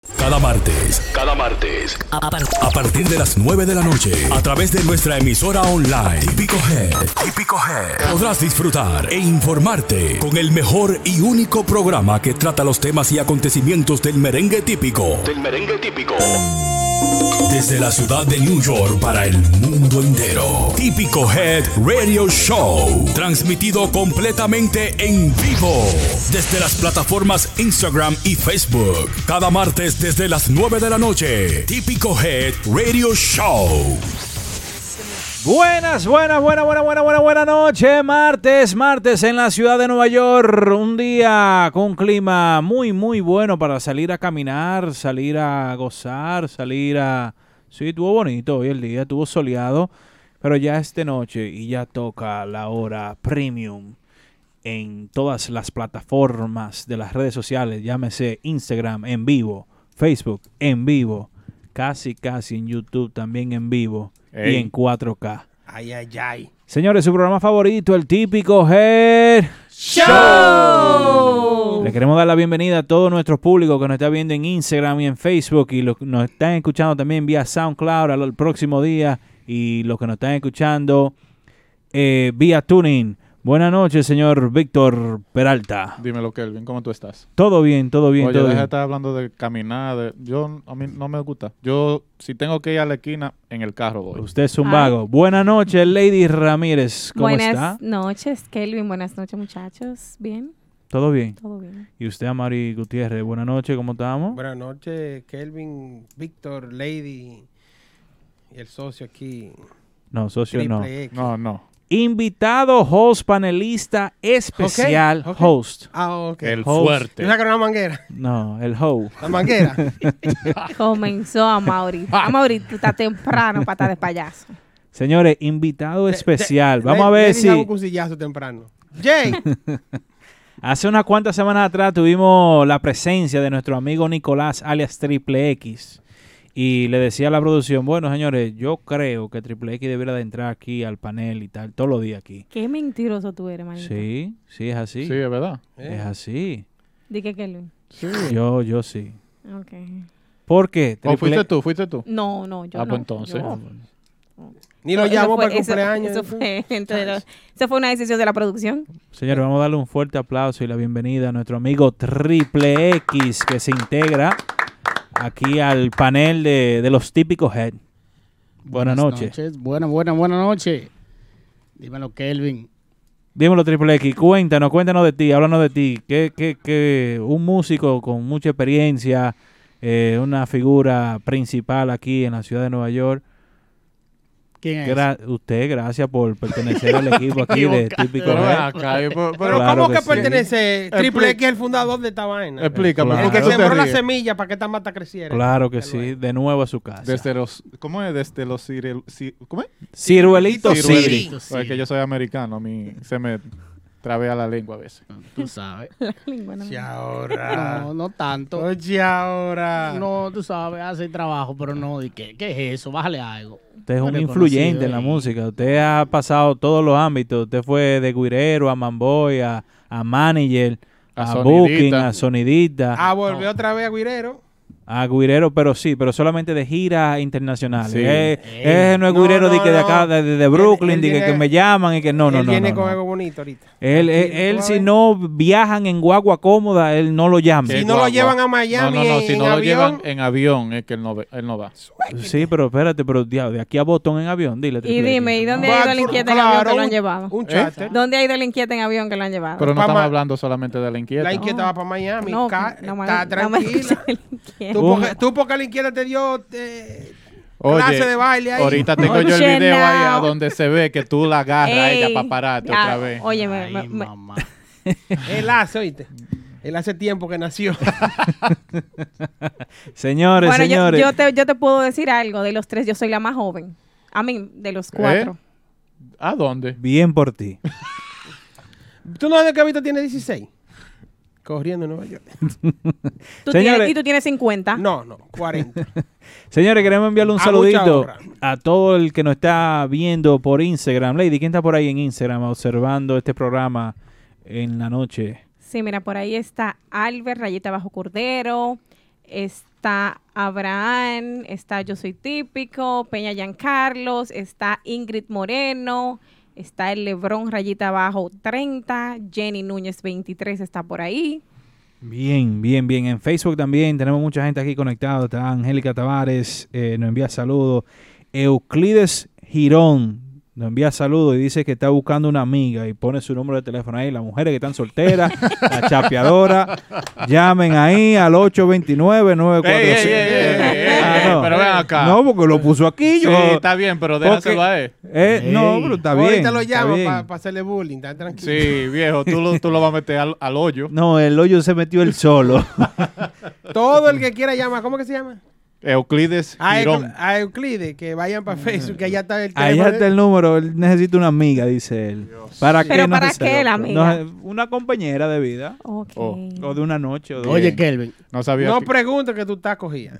Cada martes, a partir de las 9 de la noche, a través de nuestra emisora online, Típico Head, podrás disfrutar e informarte con el mejor y único programa que trata los temas y acontecimientos del merengue típico. Desde la ciudad de New York para el mundo entero. Típico Head Radio Show. Transmitido completamente en vivo. Desde las plataformas Instagram y Facebook. Cada martes desde las 9 de la noche. Típico Head Radio Show. Buenas noches. Martes en la ciudad de Nueva York. Un día con un clima muy bueno para salir a caminar, salir a gozar, Sí, estuvo bonito hoy el día, estuvo soleado, pero ya es de noche y ya toca la hora premium en todas las plataformas de las redes sociales, llámese Instagram en vivo, Facebook en vivo, casi en YouTube también en vivo. Y en 4K. Ay. Señores, su programa favorito, el Típico Head Show. Le queremos dar la bienvenida a todo nuestro público que nos está viendo en Instagram y en Facebook y los que nos están escuchando también vía SoundCloud el próximo día y los que nos están escuchando vía Tuning. Buenas noches, señor Víctor Peralta. Dímelo, Kelvin, ¿cómo tú estás? Todo bien. Oye, todo deja de bien. estar hablando de caminar. A mí no me gusta. Yo, si tengo que ir a la esquina, en el carro voy. Usted es un vago. Buenas noches, Lady Ramírez. ¿Cómo está? Buenas noches, Kelvin. Buenas noches, muchachos. ¿Bien? ¿Todo bien? Todo bien. Y usted, Amari Gutiérrez. Buenas noches, ¿cómo estamos? Buenas noches, Kelvin, Víctor, Lady y el socio aquí. No, socio no. Triple X. No. Invitado, host, panelista especial, Ok. host. Ok. El Host. fuerte. ¿Tú sacaron una manguera? No, el host. ¿La manguera? Comenzó a Mauri. Mauri, tú estás temprano para estar de payaso. Señores, invitado especial. Vamos a Le ver dije un si cusillazo temprano. Jay. hace unas cuantas semanas atrás tuvimos la presencia de nuestro amigo Nicolás, alias Triple X. Y le decía a la producción, bueno, señores, yo creo que Triple X debería de entrar aquí al panel y tal, todos los días aquí. Qué mentiroso tú eres, manito. Sí, es así. Sí, es verdad. Es así. ¿De qué, Kelvin? Sí. Yo sí. Ok. ¿Por qué? ¿O fuiste tú? No, yo no. Pues entonces. Yo- Ni lo Eso llamo fue- para el eso- cumpleaños. Eso fue una decisión de la producción. Señores, vamos a darle un fuerte aplauso y la bienvenida a nuestro amigo Triple X que se integra aquí al panel de los típicos Head. Buenas noches. Buenas noches. Dímelo, Kelvin. Dímelo, Triple X, cuéntanos de ti, háblanos de ti. Que un músico con mucha experiencia, una figura principal aquí en la ciudad de Nueva York. ¿Quién es? Usted, gracias por pertenecer al equipo aquí de Típico Pero ven Head. acá, Pero Claro ¿cómo que que sí. pertenece Triple X, el fundador de esta vaina? Explícame. Claro. El que ¿por qué tú te sembró la ríes? semilla para que esta mata creciera. Claro que sí, de nuevo a su casa. Desde los... ¿Cómo es? Desde los... ¿Cómo es? Ciruelito Ciruelito City. Sí. Es que yo soy americano, a mí se me trabea la lengua a veces. Tú sabes. La lengua no me- Oye, ahora. No tanto. Oye, ahora. No, tú sabes, hace trabajo, pero no. ¿Qué es eso? Bájale algo. Usted es un Reconocido influyente en la y- música. Usted ha pasado todos los ámbitos. Usted fue de guirero a manboy, a manager, A a sonidista. booking, a sonidista, Volvió otra vez a Guirero. a guirero, pero solamente de giras internacionales. Sí. Ese no es No, guirero no, de que de no. acá, de Brooklyn, Él de que viene- me llaman y que no. Él viene no, con no. algo bonito ahorita. Él, Tranquilo, si tú no viajan en guagua cómoda, él no lo llama. Si ¿Qué no lo guagua? llevan a Miami No, en si no lo avión. llevan en avión, es que él no va. Sí, pero espérate, de aquí a Boston en avión, dile. Y Triple dime, X. ¿y dónde ha ido el inquieto en avión que lo han llevado? Un charter. ¿Dónde ha ido el inquieto en avión que lo han llevado? Pero no Pa' estamos ma- hablando solamente de la inquieta. La inquieta va para Miami. No, Está no me tranquila. escucha el inquieto. Tú porque la inquieta te dio Oye, clase de baile ahí. ahorita tengo yo el Oye, video ahí a now. donde se ve que tú la agarras a ella Ey, para pararte ya, otra vez. Oye, Ay, mamá. Él hace, oíste. Él hace tiempo que nació. Señores, bueno, señores. yo te puedo decir algo. De los tres, yo soy la más joven. A mí, de los cuatro. ¿A dónde? Bien por ti. ¿Tú no sabes que ahorita tiene 16? Corriendo en Nueva York. Señores. ¿Y tú tienes 50? No, 40. Señores, queremos enviarle un A mucha saludito honra. a todo el que nos está viendo por Instagram. Lady, ¿quién está por ahí en Instagram observando este programa en la noche? Sí, mira, por ahí está Albert, Rayita Bajo Cordero. está Abraham, está Yo Soy Típico, Peña Giancarlos, está Ingrid Moreno, está el Lebrón Rayita Abajo 30, Jenny Núñez 23 está por ahí. Bien, bien, bien. En Facebook también tenemos mucha gente aquí conectada. Está Angélica Tavares, nos envía saludos. Euclides Girón nos envía saludos y dice que está buscando una amiga y pone su número de teléfono ahí. Las mujeres que están solteras, la chapeadora, llamen ahí al 829-945. No. Pero ven acá. No, porque lo puso aquí. Sí, está bien, pero déjaselo a él. No, pero está bien. Ahorita lo está llamo bien. para hacerle bullying, está tranquilo. Sí, viejo, tú lo vas a meter al hoyo. No, el hoyo se metió él solo. Todo el que quiera llamar, ¿cómo que se llama? Euclides Girón. A Euclides, que vayan para Facebook, que allá está el Allá teléfono. está el número. Él necesita una amiga, dice él. ¿Para ¿Pero qué? para sé. qué la amiga? No, una compañera de vida. Ok. O de una noche. O de... Oye, Kelvin. No sabía No que- preguntes que tú estás cogida.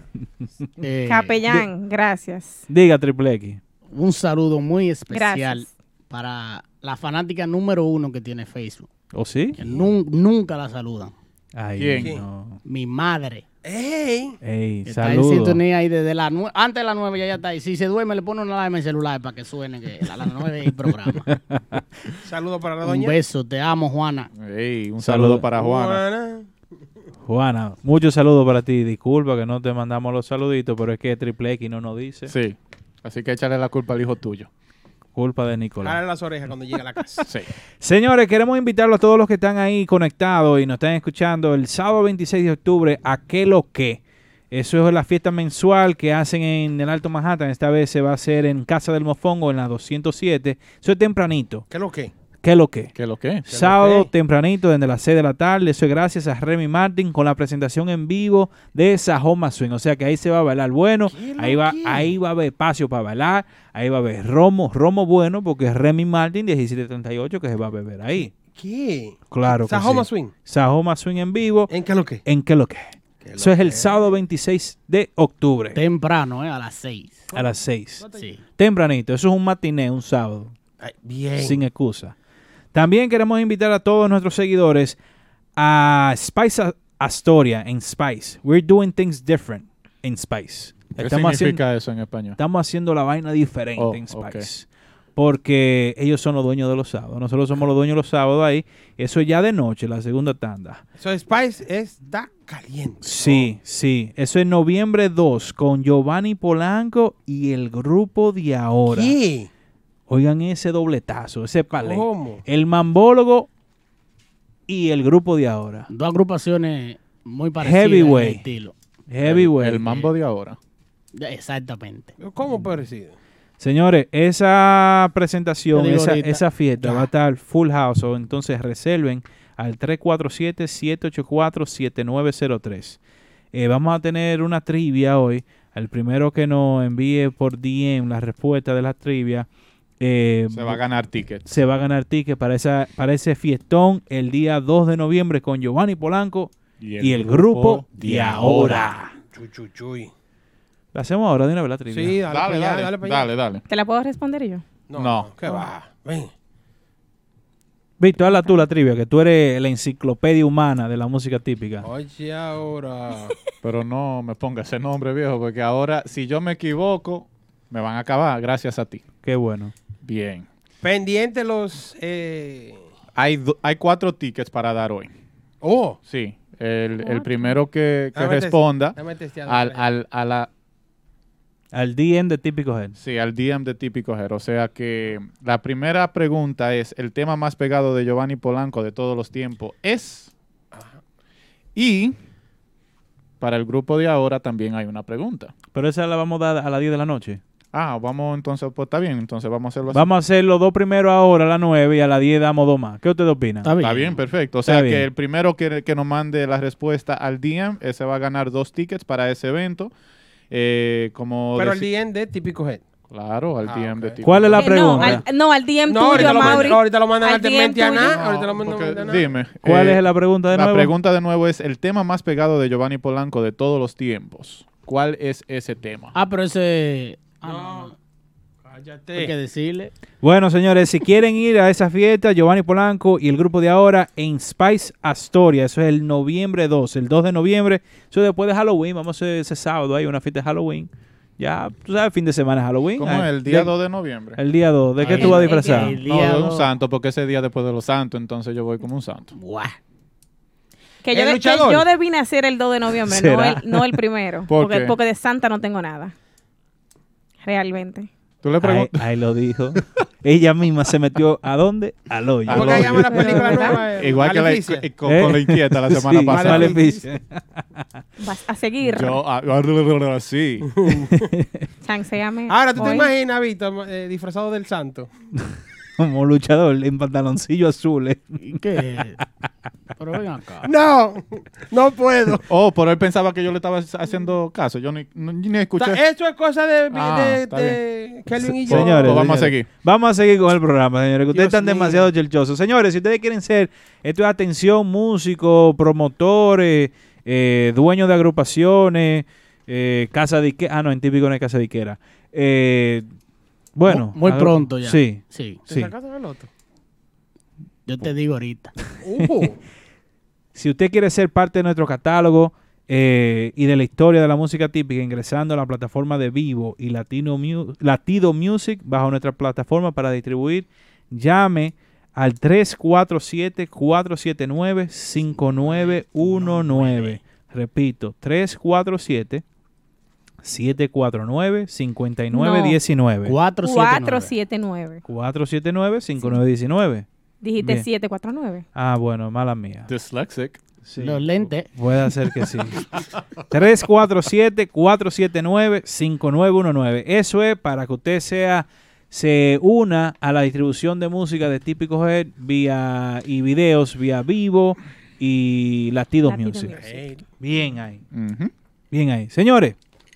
Capellán, gracias. Diga, Triple X. Un saludo muy especial Gracias. para la fanática número 1 que tiene Facebook. ¿O sí? Que nunca la saludan. Ay, ¿Quién? no. Mi madre. ¡Ey! Ey, Que está en saludos. sintonía ahí desde antes de las 9 ya está ahí. Si se duerme le pone una alarma en el celular para que suene que a las 9 hay programa. Saludos para la Un doña. beso, te amo, Juana. Ey, un Saludo. saludo para Juana. Juana. Juana, muchos saludos para ti. Disculpa que no te mandamos los saluditos, pero es que Triple X no nos dice. Sí. Así que échale la culpa al hijo tuyo. Culpa de Nicolás. Jale las orejas cuando llegue a la casa. Sí. Señores, queremos invitarlos a todos los que están ahí conectados y nos están escuchando el sábado 26 de octubre a ¿Qué lo que? Eso es la fiesta mensual que hacen en el Alto Manhattan. Esta vez se va a hacer en Casa del Mofongo, en la 207. Eso es tempranito. ¿Qué es lo que? ¿Qué lo que? ¿Qué lo que? Sábado que? tempranito, desde las 6 de la tarde. Eso es gracias a Remy Martin con la presentación en vivo de Sajoma Swing. O sea que ahí se va a bailar bueno. ¿Qué lo Ahí que? va a haber espacio para bailar. Ahí va a haber romo bueno, porque es Remy Martin 1738 que se va a beber ahí. ¿Qué? Claro que Sajoma sí. Swing. Sajoma Swing en vivo. ¿En qué es lo que? ¿En qué lo que? Eso es el sábado 26 de octubre Temprano, a las 6. a las 6. Sí. Tempranito. Eso es un matiné, un sábado. Ay, bien. Sin excusa. También queremos invitar a todos nuestros seguidores a Spice Astoria en Spice. We're doing things different in Spice. ¿Qué Estamos significa eso en español? haciendo la vaina diferente Oh, en Spice. Porque ellos son los dueños de los sábados. Nosotros somos los dueños de los sábados ahí. Eso ya de noche, la segunda tanda. So, Spice está caliente. Sí, sí. Eso es noviembre 2 con Giovanni Polanco y el grupo de ahora. ¿Qué? Oigan ese dobletazo, ese palé. ¿Cómo? El mambólogo y el grupo de ahora. Dos agrupaciones muy parecidas Heavyweight. en estilo. Heavyweight. El mambo de ahora. Exactamente. ¿Cómo parecido? Señores, esa presentación, Te digo ahorita. esa fiesta Ya. va a estar full house. O entonces reserven al 347-784-7903. Vamos a tener una trivia hoy. Al primero que nos envíe por DM la respuesta de la trivia, Se va a ganar tickets. se va a ganar ticket para ese fiestón el día 2 de noviembre con Giovanni Polanco y el grupo de ahora. Chuy. La hacemos ahora de una vez la trivia. Sí, dale, para allá, dale para allá. Dale. ¿Te la puedo responder yo? No. ¿Qué va? Ven. Víctor, habla tú la trivia, que tú eres la enciclopedia humana de la música típica. Oye, ahora. Pero no me ponga ese nombre, viejo, porque ahora, si yo me equivoco, me van a acabar gracias a ti. Qué bueno. Bien. Pendiente los. Hay 4 tickets para dar hoy. Oh. Sí. El primero que Déjame responda déjame testear. Al DM de Típico Head. Sí, al DM de Típico Head. O sea que la primera pregunta es, el tema más pegado de Giovanni Polanco de todos los tiempos es... Y para el grupo de ahora también hay una pregunta. Pero esa la vamos a dar a las 10 de la noche. Vamos entonces, pues está bien, entonces vamos a hacerlo así. Vamos a hacer los dos primeros ahora a las 9 y a las 10 damos dos más. ¿Qué usted opina? Está bien, perfecto. O Está sea bien. que el primero que nos mande la respuesta al DM, ese va a ganar 2 tickets para ese evento. Como Pero el deci- DM de Típico Head. Claro, al DM de ok. Típico ¿Cuál es la Head. pregunta? No, al DM No, tuyo, Mauri. ahorita lo mandan Al al DM mente a tuyo. nada. Ahorita lo mandan Porque, a nada. dime. ¿Cuál es la pregunta de La nuevo? pregunta de nuevo es el tema más pegado de Giovanni Polanco de todos los tiempos. ¿Cuál es ese tema? Pero ese... No. Hay que decirle. Bueno, señores, si quieren ir a esa fiesta, Giovanni Polanco y el grupo de ahora en Spice Astoria, eso es el noviembre 2, el 2 de noviembre, eso después de Halloween, vamos a hacer ese sábado, hay una fiesta de Halloween. Ya, tú sabes, fin de semana es Halloween. ¿Cómo es? El día 2 de noviembre. El día 2, ¿de qué Ay, tú vas a el disfrazar? día- No, de un dos. santo, porque ese día después de los santos, entonces yo voy como un santo. Buah. Que ¿El yo, que luchador? yo debí nacer el 2 de noviembre, ¿Será? no el primero. ¿Por qué? Porque de Santa no tengo nada. Realmente. Tú le Ahí, preguntas. ahí lo dijo. Ella misma se metió, ¿a dónde? Al hoyo. Al ¿Cómo que hoyo. llama la Pero, película ¿verdad? nueva? Igual que Maleficia. con la inquieta la semana Sí, pasada. Maleficia. Vas a seguir. Yo, sí. Chanceame. Ahora, ¿tú te hoy. imaginas, Víctor, disfrazado del santo? Como luchador en pantaloncillo azules. ¿Y qué? Pero ven acá. No, no puedo. Oh, pero él pensaba que yo le estaba haciendo caso. Yo ni escuché. Esto es cosa de Está Kelvin y yo. Señores, Pues vamos a señores, seguir. Vamos a seguir con el programa, señores, que ustedes Dios están mío. demasiado chelchosos. Señores, si ustedes quieren ser, esto es atención, músicos, promotores, dueños de agrupaciones, casa disquera. Ah, no, en típico no hay casa disquera. Bueno. Muy pronto ya. Sí. Sí. ¿Te Sí. sacaste el otro? Yo te digo ahorita. Si usted quiere ser parte de nuestro catálogo y de la historia de la música típica, ingresando a la plataforma de Vivo y Latido Music bajo nuestra plataforma para distribuir, llame al 347-479-5919. Repito, 347-749-5919. 479. 479. 479-5919. Dijiste Bien. 749. Ah, bueno, mala mía. Dyslexic. Sí. Los lentes. Puede ser que sí. 347-479-5919. Eso es para que usted se una a la distribución de música de Típico Head y videos vía Vivo y Latidos Latido Music. Music. Bien ahí. Ujú. Bien ahí. Señores,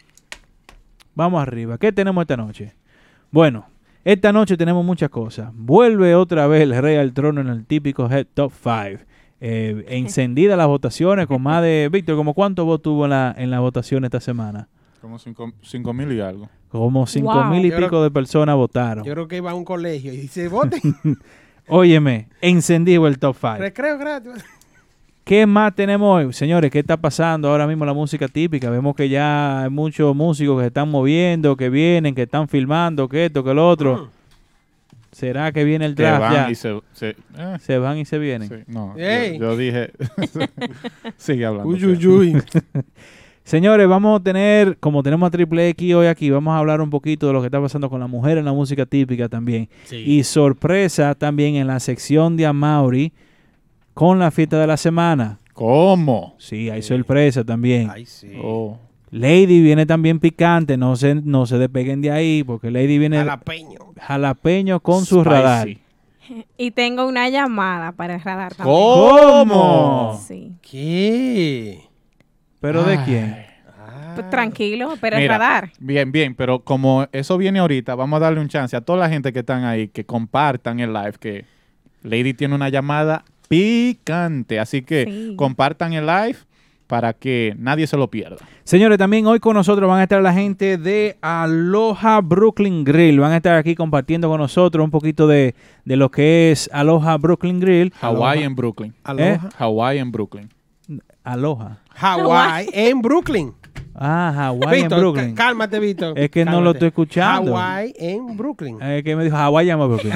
vamos arriba. ¿Qué tenemos esta noche? Bueno, esta noche tenemos muchas cosas. Vuelve otra vez el Rey al trono en el Típico Head Top 5. Encendidas las votaciones con más de... Víctor, ¿cómo cuántos votos tuvo en la votación esta semana? Como 5,000 y algo. Como 5,000 y Yo creo- pico de personas votaron. Yo creo que iba a un colegio y dice, voten. Óyeme, encendido el Top 5. Recreo gratis. ¿Qué más tenemos hoy? Señores, ¿qué está pasando ahora mismo en la música típica? Vemos que ya hay muchos músicos que se están moviendo, que vienen, que están filmando, que esto, que lo otro. ¿Será que viene el Que draft van ya? y Se van y se vienen. sí, no, Ey. yo dije... Sigue hablando. Uy, uy, uy. Señores, vamos a tener, como tenemos a Triple X hoy aquí, vamos a hablar un poquito de lo que está pasando con la mujer en la música típica también. Sí. Y sorpresa también en la sección de Amaury con la fiesta de la semana. ¿Cómo? Sí, hay sorpresa también. Ay, sí. Oh. Lady viene también picante, no se despeguen de ahí, porque Lady viene Jalapeño. jalapeño con su Spicy. radar. Y tengo una llamada para el radar también. ¿Cómo? Sí. ¿Qué? ¿Pero de Ay. quién? Pues tranquilo, pero el Mira, radar. Bien, pero como eso viene ahorita, vamos a darle un chance a toda la gente que están ahí, que compartan el live, que Lady tiene una llamada picante, así que Sí. compartan el live para que nadie se lo pierda. Señores, también hoy con nosotros van a estar la gente de Aloha Brooklyn Grill. Van a estar aquí compartiendo con nosotros un poquito de lo que es Aloha Brooklyn Grill. Hawaii en Brooklyn. Aloha. Hawaii en Brooklyn. Aloha. Hawái en Brooklyn. Ah, Hawaii en Víctor, Brooklyn. cálmate, Víctor. Es que no lo Cálmate. estoy escuchando. Hawái en Brooklyn. Es que me dijo Hawaii llama Brooklyn.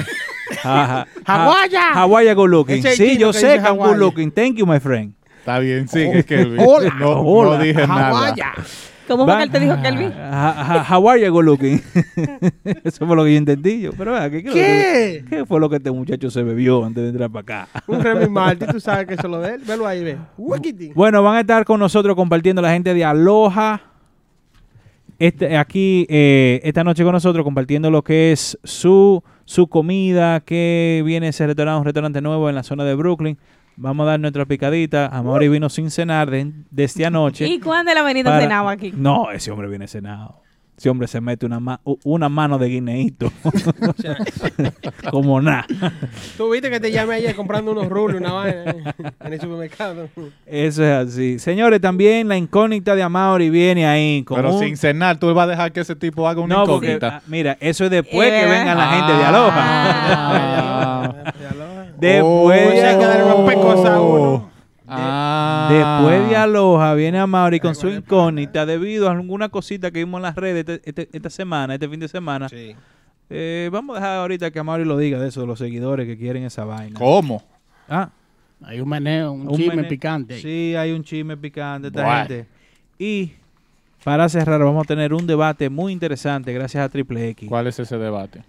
Hawái. Hawaii good looking. Ese es Sí, chino yo que sé dice que I'm good Hawái. looking. Thank you, my friend. Está bien, sigue, Kelvin. Hola. No, Hola. no dije nada. Hawái. ¿Cómo fue que él te dijo, Kelvin? Hawaii good looking. Eso fue lo que yo entendí yo. Pero vea, ¿Qué? ¿qué fue lo que este muchacho se bebió antes de entrar para acá? Un Remy Martin, tú sabes que eso lo de él. Velo ahí, ve. Wakiti. Bueno, van a estar con nosotros compartiendo la gente de Aloha. Aquí, esta noche con nosotros compartiendo lo que es su comida, que viene ese restaurante, un restaurante nuevo en la zona de Brooklyn. Vamos a dar nuestra picadita. Amaury vino sin cenar desde anoche. ¿Y cuándo él ha venido para- cenado aquí? No, ese hombre viene cenado. Ese hombre se mete una mano de guineíto. Como nada. Tú viste que te llamé ayer comprando unos rulos, una vaina en el supermercado. Eso es así. Señores, también la incógnita de Amaury viene ahí. Con Pero sin cenar, tú vas a dejar que ese tipo haga una no, porque, incógnita. mira, eso es después que vengan la gente de Aloha. Después O sea, que darle unos pecos a uno. Después de Aloha viene Amaury con su incógnita debido a alguna cosita que vimos en las redes esta semana, este fin de semana. Sí. Vamos a dejar ahorita que Amaury lo diga de eso, de los seguidores que quieren esa vaina. ¿Cómo? Ah, Hay un meneo, un chisme meneo. picante ahí. Sí, hay un chisme picante esta Bueno. gente. Y para cerrar vamos a tener un debate muy interesante gracias a Triple X. ¿Cuál es ese debate?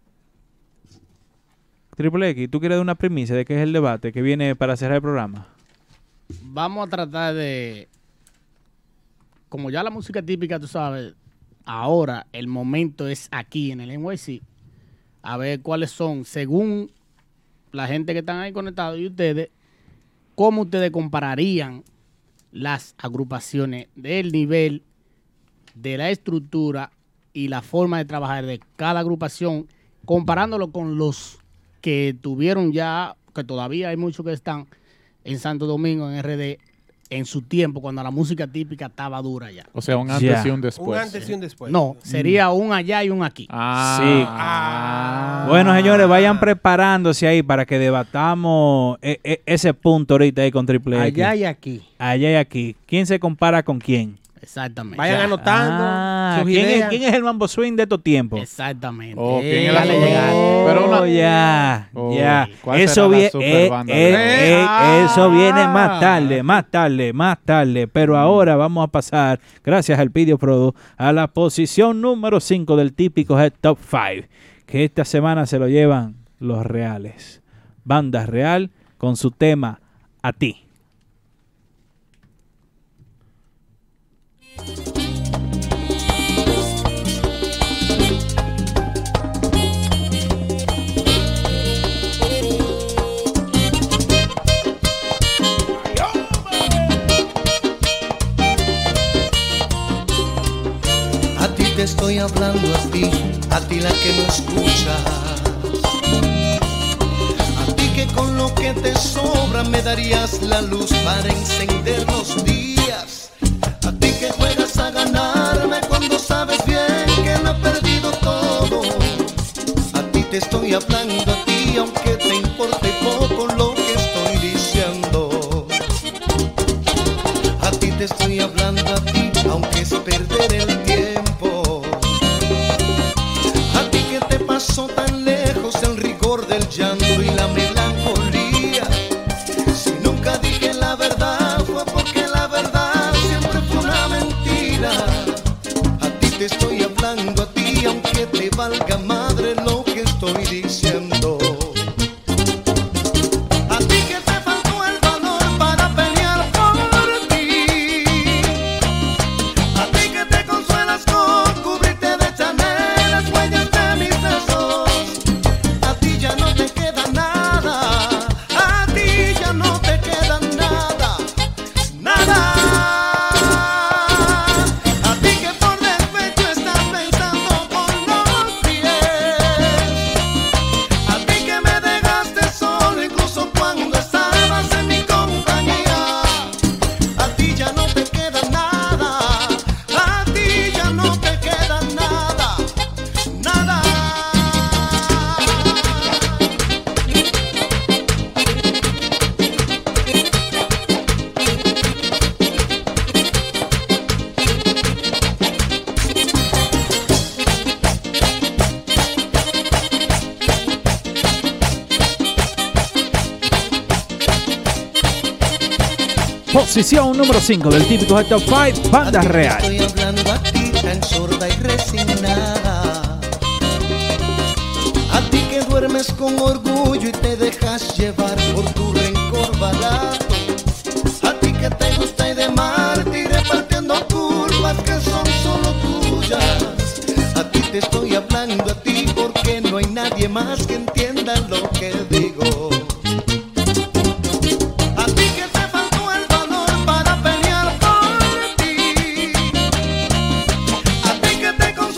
Triple X, ¿tú quieres dar una primicia de qué es el debate que viene para cerrar el programa? Vamos a tratar de, como ya la música típica, tú sabes, ahora el momento es aquí en el NYC, a ver cuáles son, según la gente que están ahí conectados y ustedes, cómo ustedes compararían las agrupaciones del nivel, de la estructura y la forma de trabajar de cada agrupación, comparándolo con los que tuvieron ya, que todavía hay muchos que están en Santo Domingo, en RD, en su tiempo, cuando la música típica estaba dura ya. O sea, un antes Ya. y un después. Un antes y un después. No, sería un allá y un aquí. Ah. Bueno, señores, vayan preparándose ahí para que debatamos ese punto ahorita ahí con Triple X. Allá y aquí. Allá y aquí. ¿Quién se compara con quién? Exactamente. Vayan anotando sus ¿quién ideas. es el Mambo Swing de estos tiempos? Exactamente. Oh, ¿quién es la Dale super- llegar. Pero una- ya, Oh, ya. ¿cuál Eso, será la superbanda? eso viene más tarde. Pero ahora vamos a pasar, gracias al Pidio Produ, a la posición número 5 del típico Head Top 5. Que esta semana se lo llevan los reales. Banda Real con su tema A Ti. A ti te estoy hablando, a ti la que no escuchas. A ti que con lo que te sobra me darías la luz para encender los días. A ti que juegas a ganarme cuando sabes bien que lo he perdido todo. A ti te estoy hablando, a ti aunque te importe poco lo que estoy diciendo. A ti te estoy hablando, a ti aunque es perder el tiempo. A ti que te pasó tan lejos el rigor del llanto y la melancolía. Si nunca dije la verdad fue porque la verdad siempre fue una mentira. A ti te estoy hablando, a ti aunque te valga madre lo que estoy diciendo. A ti que te faltó el valor para pelear por ti. A ti que te consuelas con cubrirte de Chanel las huellas de mis besos. A ti ya no te queda nada. A ti ya no te queda nada. Nada. A ti que por despecho estás pensando por los pies. A ti que me dejaste solo incluso cuando estabas en mi compañía. A ti ya no te queda nada. A ti ya no te queda nada. Nada. Posición número 5 del típico Head Top 5, Banda A ti te Real. estoy hablando, a ti tan sorda y resignada. A ti que duermes con orgullo y te dejas llevar por tu rencor barato. A ti que te gusta y de Marte repartiendo culpas que son solo tuyas. A ti te estoy hablando, a ti porque no hay nadie más que entienda lo que digo. A ti que te faltó el valor para pelear por ti. A ti que te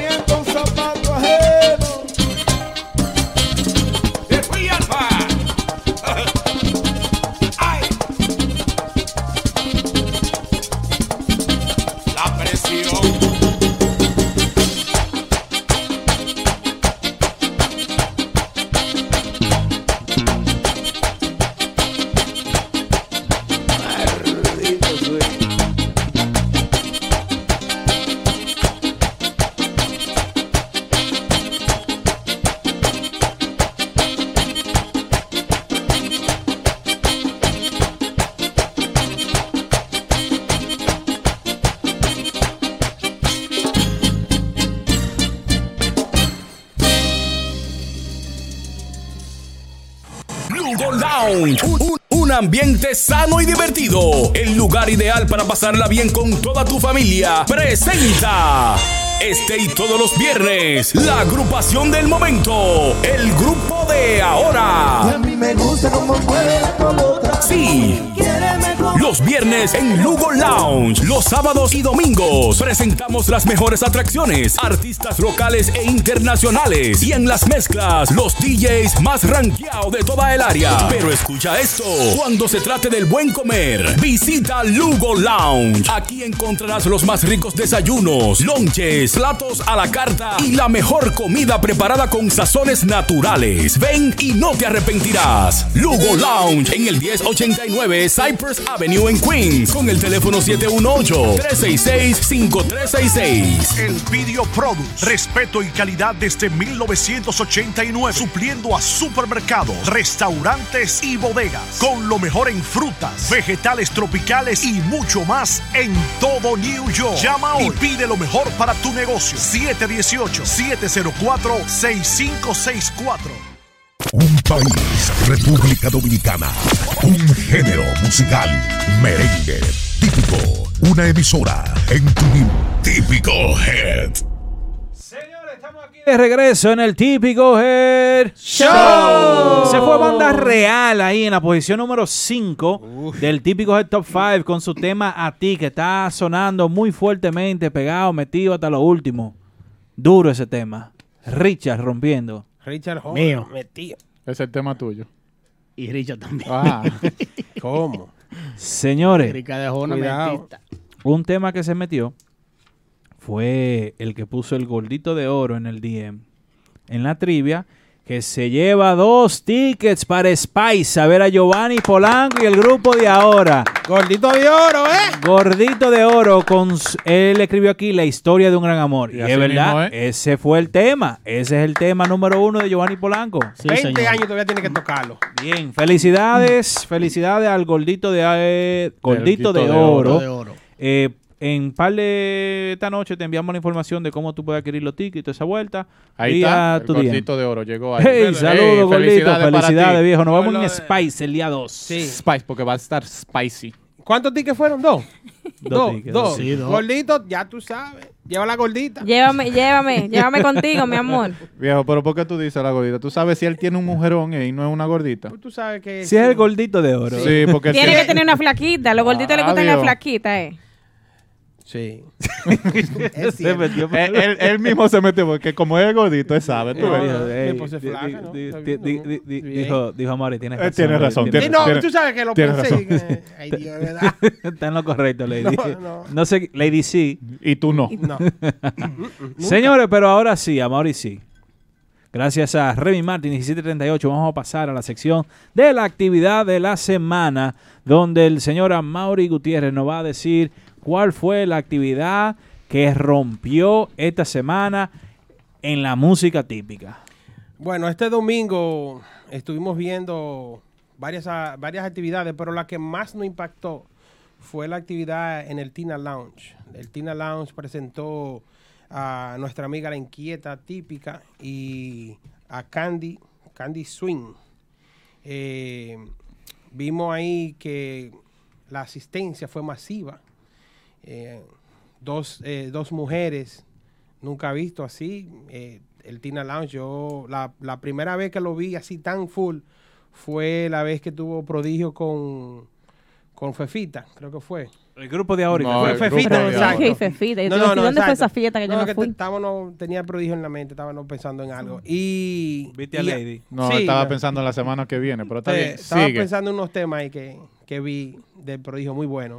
poniendo un zapato ajeno. ¡Te fui, Alfa! ¡Ay! La presión. Lugo Lounge, un ambiente sano y divertido. El lugar ideal para pasarla bien con toda tu familia. Presenta este y todos los viernes la agrupación del momento, el grupo de ahora. A mí me gusta como mueve la colota. Sí, los viernes en Lugo Lounge, los sábados y domingos presentamos las mejores atracciones, artistas locales e internacionales y en las mezclas los DJs más rankeados de toda el área. Pero escucha esto, cuando se trate del buen comer, visita Lugo Lounge. Aquí encontrarás los más ricos desayunos, lonches, platos a la carta y la mejor comida preparada con sazones naturales. Ven y no te arrepentirás. Lugo Lounge en el 1089 Cypress Avenue en Queens con el teléfono 718-366-5366. El Video Produce, respeto y calidad desde 1989, supliendo a supermercados, restaurantes y bodegas, con lo mejor en frutas, vegetales tropicales y mucho más en todo New York. Llama hoy y pide lo mejor para tu negocio. 718-704-6564. Un país, República Dominicana. Un género musical, merengue típico. Una emisora en tu Típico Head. Señores, estamos aquí de regreso en el Típico Head Show. Se fue Banda Real ahí en la posición número 5 del Típico Head Top 5 con su tema A Ti, que está sonando muy fuertemente, pegado, metido hasta lo último. Duro ese tema. Richard rompiendo. Richard Hall, Mío. metido. Es el tema tuyo. Y Richard también. Ah, ¿Cómo? Señores, Rica de Jona, Cuidado. mentista. un tema que se metió fue el que puso el gordito de oro en el DM, en la trivia, que se lleva 2 tickets para Spice a ver a Giovanni Polanco y el grupo de ahora. Gordito de oro, Gordito de oro, él escribió aquí la historia de un gran amor. Y Y así es verdad, mismo, ese fue el tema. Ese es el tema número 1 de Giovanni Polanco. Sí, 20 señor. años todavía tiene que tocarlo. Bien, felicidades al gordito de oro. De oro. En par de esta noche te enviamos la información de cómo tú puedes adquirir los tickets y toda esa vuelta. ahí Vía está, el tu DM. gordito de oro llegó ahí. Hey, saludos, gordito. para Felicidades, ti. viejo. Nos vemos Lo en de- Spice el día 2. Sí. Spice, porque va a estar spicy. ¿Cuántos tickets fueron? ¿2? Dos tickets, Dos. sí, dos. Gordito, ya tú sabes. Lleva la gordita. Llévame contigo, mi amor. Viejo, pero ¿por qué tú dices la gordita? ¿Tú sabes si él tiene un mujerón y no es una gordita? Tú sabes que... Si es el gordito de oro. Sí, porque él Tiene tiene- que tener una flaquita. Los gorditos les gustan Adiós. las flaquitas, Sí. Se cierto. metió por- él mismo se metió, porque como es gordito, él sabe. ¿tú No, ves? Dijo, me "Ey, puse flaca, ¿no? Está bien, dijo Amaury, tienes razón. Tiene razón, Sí, tiene- no, tú sabes que lo tienes pensé. razón. que- Ay, Dios, de verdad. Está en lo correcto, Lady. No. No sé, Lady sí. Y tú no. No. Señores, pero ahora sí, Amaury sí. Gracias a Remy Martin 1738 vamos a pasar a la sección de la actividad de la semana, donde el señor Amaury Gutiérrez nos va a decir cuál fue la actividad que rompió esta semana en la música típica. Bueno, este domingo estuvimos viendo varias actividades, pero la que más nos impactó fue la actividad en el Tina Lounge. El Tina Lounge presentó a nuestra amiga La Inquieta Típica y a Candy Swing. Vimos ahí que la asistencia fue masiva. Dos mujeres, nunca visto así. El Tina Lounge, yo la primera vez que lo vi así tan full fue la vez que tuvo Prodigio con con Fefita, creo que fue. El grupo de ahora. No, Fue el Fefita, grupo de exacto. ¿Qué Fefita? No, no, no, ¿Dónde fue exacto. esa fiesta que yo no que fui? tenía el prodigio en la mente, estábamos pensando en algo. Y... Viste a y- Lady. No, Sí, estaba no. pensando en la semana que viene, pero está bien. Estaba Sigue. pensando en unos temas ahí que vi del prodigio muy buenos.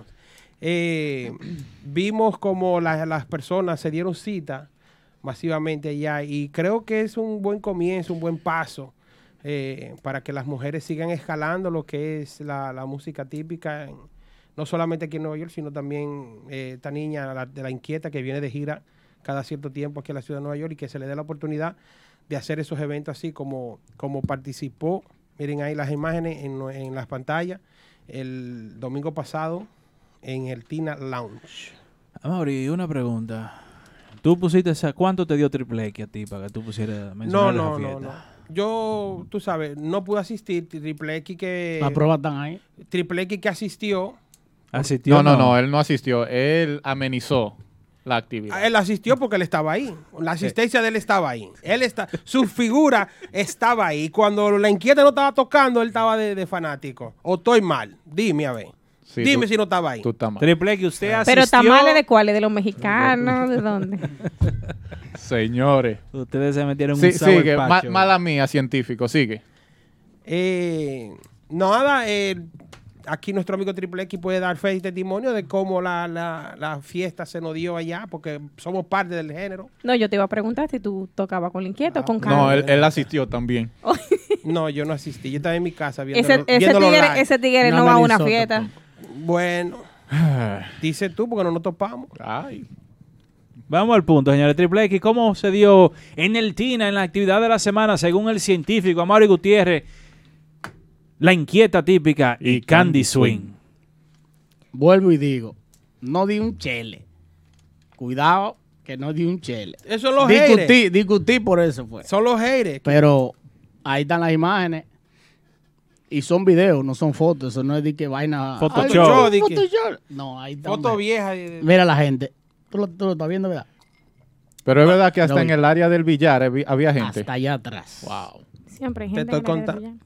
Vimos como las personas se dieron cita masivamente allá y creo que es un buen comienzo, un buen paso para que las mujeres sigan escalando lo que es la música típica, no solamente aquí en Nueva York, sino también esta niña, de la Inquieta, que viene de gira cada cierto tiempo aquí en la ciudad de Nueva York y que se le dé la oportunidad de hacer esos eventos así como participó. Miren ahí las imágenes en las pantallas el domingo pasado en el Tina Lounge. Amaury, una pregunta. ¿Tú pusiste cuánto te dio Triple X a ti para que tú pusieras mencionar esa No. fiesta? Yo, tú sabes, no pude asistir. Triple X Las pruebas están ahí. que asistió. ¿Asistió? No, él no asistió. Él amenizó la actividad. Él asistió porque él estaba ahí. La asistencia de él estaba ahí. Su figura estaba ahí. Cuando la Inquieta no estaba tocando, él estaba de fanático. ¿O estoy mal? Dime, a ver. Sí, Dime tú- si no estaba ahí. Tú estás mal. Triple X, usted asistió. Pero tamales de cuáles, de los mexicanos, ¿de dónde? Señores. Ustedes se metieron Sí, un sour sigue. patch, Mala mía, científico. Sigue. Nada, aquí nuestro amigo Triple X puede dar fe y testimonio de cómo la fiesta se nos dio allá, porque somos parte del género. No, yo te iba a preguntar si tú tocabas con la Inquieta o con No, Carlos. él asistió también. No, yo no asistí. Yo estaba en mi casa viendo Ese tigre no va a una amenizó fiesta. tampoco. Bueno, dice tú, porque no nos topamos. Ay. Vamos al punto, señores. Triple X, ¿cómo se dio en el TINA, en la actividad de la semana, según el científico Amaury Gutiérrez, la Inquieta típica y Candy Swing? Vuelvo y digo, no di un chele. Cuidado que no di un chele. Esos son los haters. Discutí por eso fue. Son los haters. Pero ahí están las imágenes. Y son videos, no son fotos. Eso no es de que vaina. Photoshop. Ay, Photoshop. No, ahí está. Foto vieja. Mira la gente. Tú lo estás viendo, ¿verdad? Pero es verdad que hasta No, en el área del billar había gente. Hasta allá atrás. Wow. Siempre hay Te gente estoy que le da contando.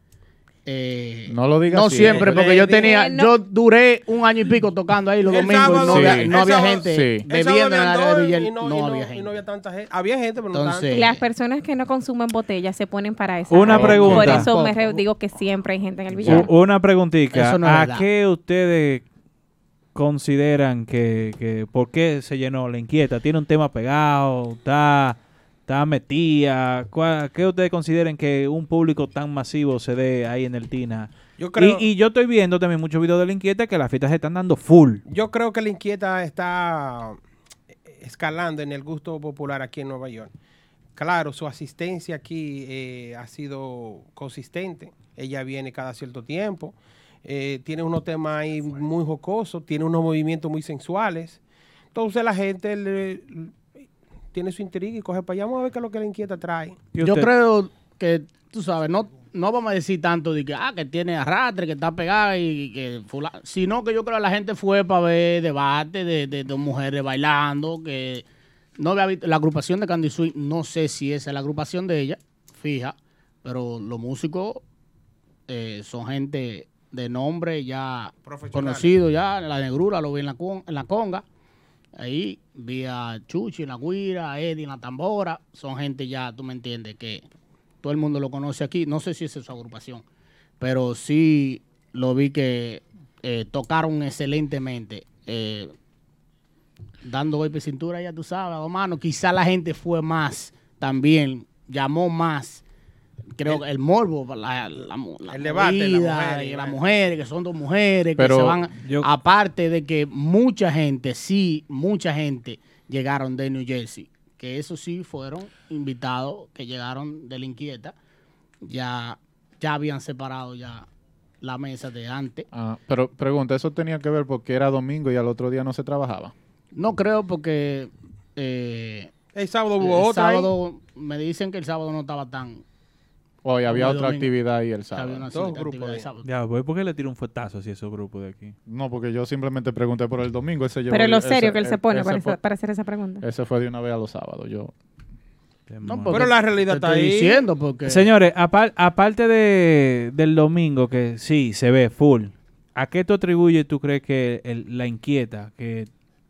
No lo digas No así. siempre, porque yo tenía, no. yo duré un año y pico tocando ahí los El domingos sábado, y no sí. había, no El había sábado, gente sí. bebiendo en el área de billar. y No había y gente. no había tanta gente. Había gente, pero no Entonces, tanto. Las personas que no consumen botellas se ponen para eso. Una pregunta. Por eso Tampoco. digo que siempre hay gente en el billar. Una preguntita. Eso no es ¿A verdad. qué ustedes consideran que por qué se llenó la Inquieta? ¿Tiene un tema pegado? ¿Está metida? ¿Qué ustedes consideran que un público tan masivo se dé ahí en el TINA? Yo creo, Y yo estoy viendo también muchos videos de la Inquieta que las fiestas se están dando full. yo creo que la Inquieta está escalando en el gusto popular aquí en Nueva York. Claro, su asistencia aquí ha sido consistente. Ella viene cada cierto tiempo. Tiene unos temas ahí muy jocosos. Tiene unos movimientos muy sensuales. Entonces la gente tiene su intriga y coge para allá. Vamos a ver qué es lo que la Inquieta trae. ¿Y yo usted? creo que, tú sabes, no vamos a decir tanto de que tiene arrastre, que está pegada y que fulano, sino que yo creo que la gente fue para ver debate de dos mujeres bailando, que no había visto, la agrupación de Candy Swing, no sé si esa es la agrupación de ella, fija, pero los músicos son gente de nombre ya conocido, ya la negrura lo vi en la conga, ahí vi a Chuchi en la guira, a Eddie en la tambora, son gente ya, tú me entiendes, que todo el mundo lo conoce aquí, no sé si esa es su agrupación, pero sí lo vi que tocaron excelentemente, dando golpe de cintura, ya tú sabes, a dos manos, quizá la gente fue más, también llamó más, creo que el morbo, la el debate de la movida, mujer, y las mujeres, que son dos mujeres, Pero que se van, yo- aparte de que mucha gente llegaron de New Jersey, que eso sí fueron invitados que llegaron de la Inquieta, ya habían separado ya la mesa de antes. Pero pregunta, ¿eso tenía que ver porque era domingo y al otro día no se trabajaba? No creo porque El sábado el hubo otra. ahí. sábado, me dicen que el sábado no estaba tan... Hoy había Como el otra domingo. actividad ahí el Había sábado. una Dos cierta grupos actividad el ahí. sábado. Ya, pues, ¿por qué le tiro un fuetazo así a esos grupos de aquí? No, porque yo simplemente pregunté por el domingo. Ese Pero llevó- lo serio ese- que él se pone ese fue- para hacer esa pregunta. Ese fue de una vez a los sábados. Yo No, Pero porque la realidad te está estoy ahí. diciendo porque... Señores, aparte del domingo, que sí, se ve full. ¿A qué tú atribuyes, tú crees que la inquieta? Que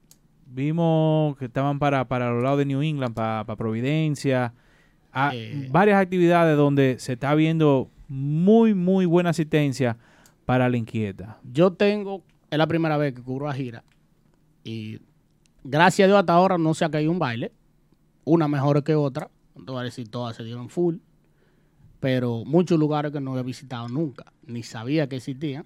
vimos que estaban para los lados de New England, para Providencia, varias actividades donde se está viendo muy, muy buena asistencia para la inquieta. Es la primera vez que cubro a gira y gracias a Dios hasta ahora no se ha caído un baile, una mejor que otra, no te voy a decir todas se dieron full, pero muchos lugares que no he visitado nunca, ni sabía que existían,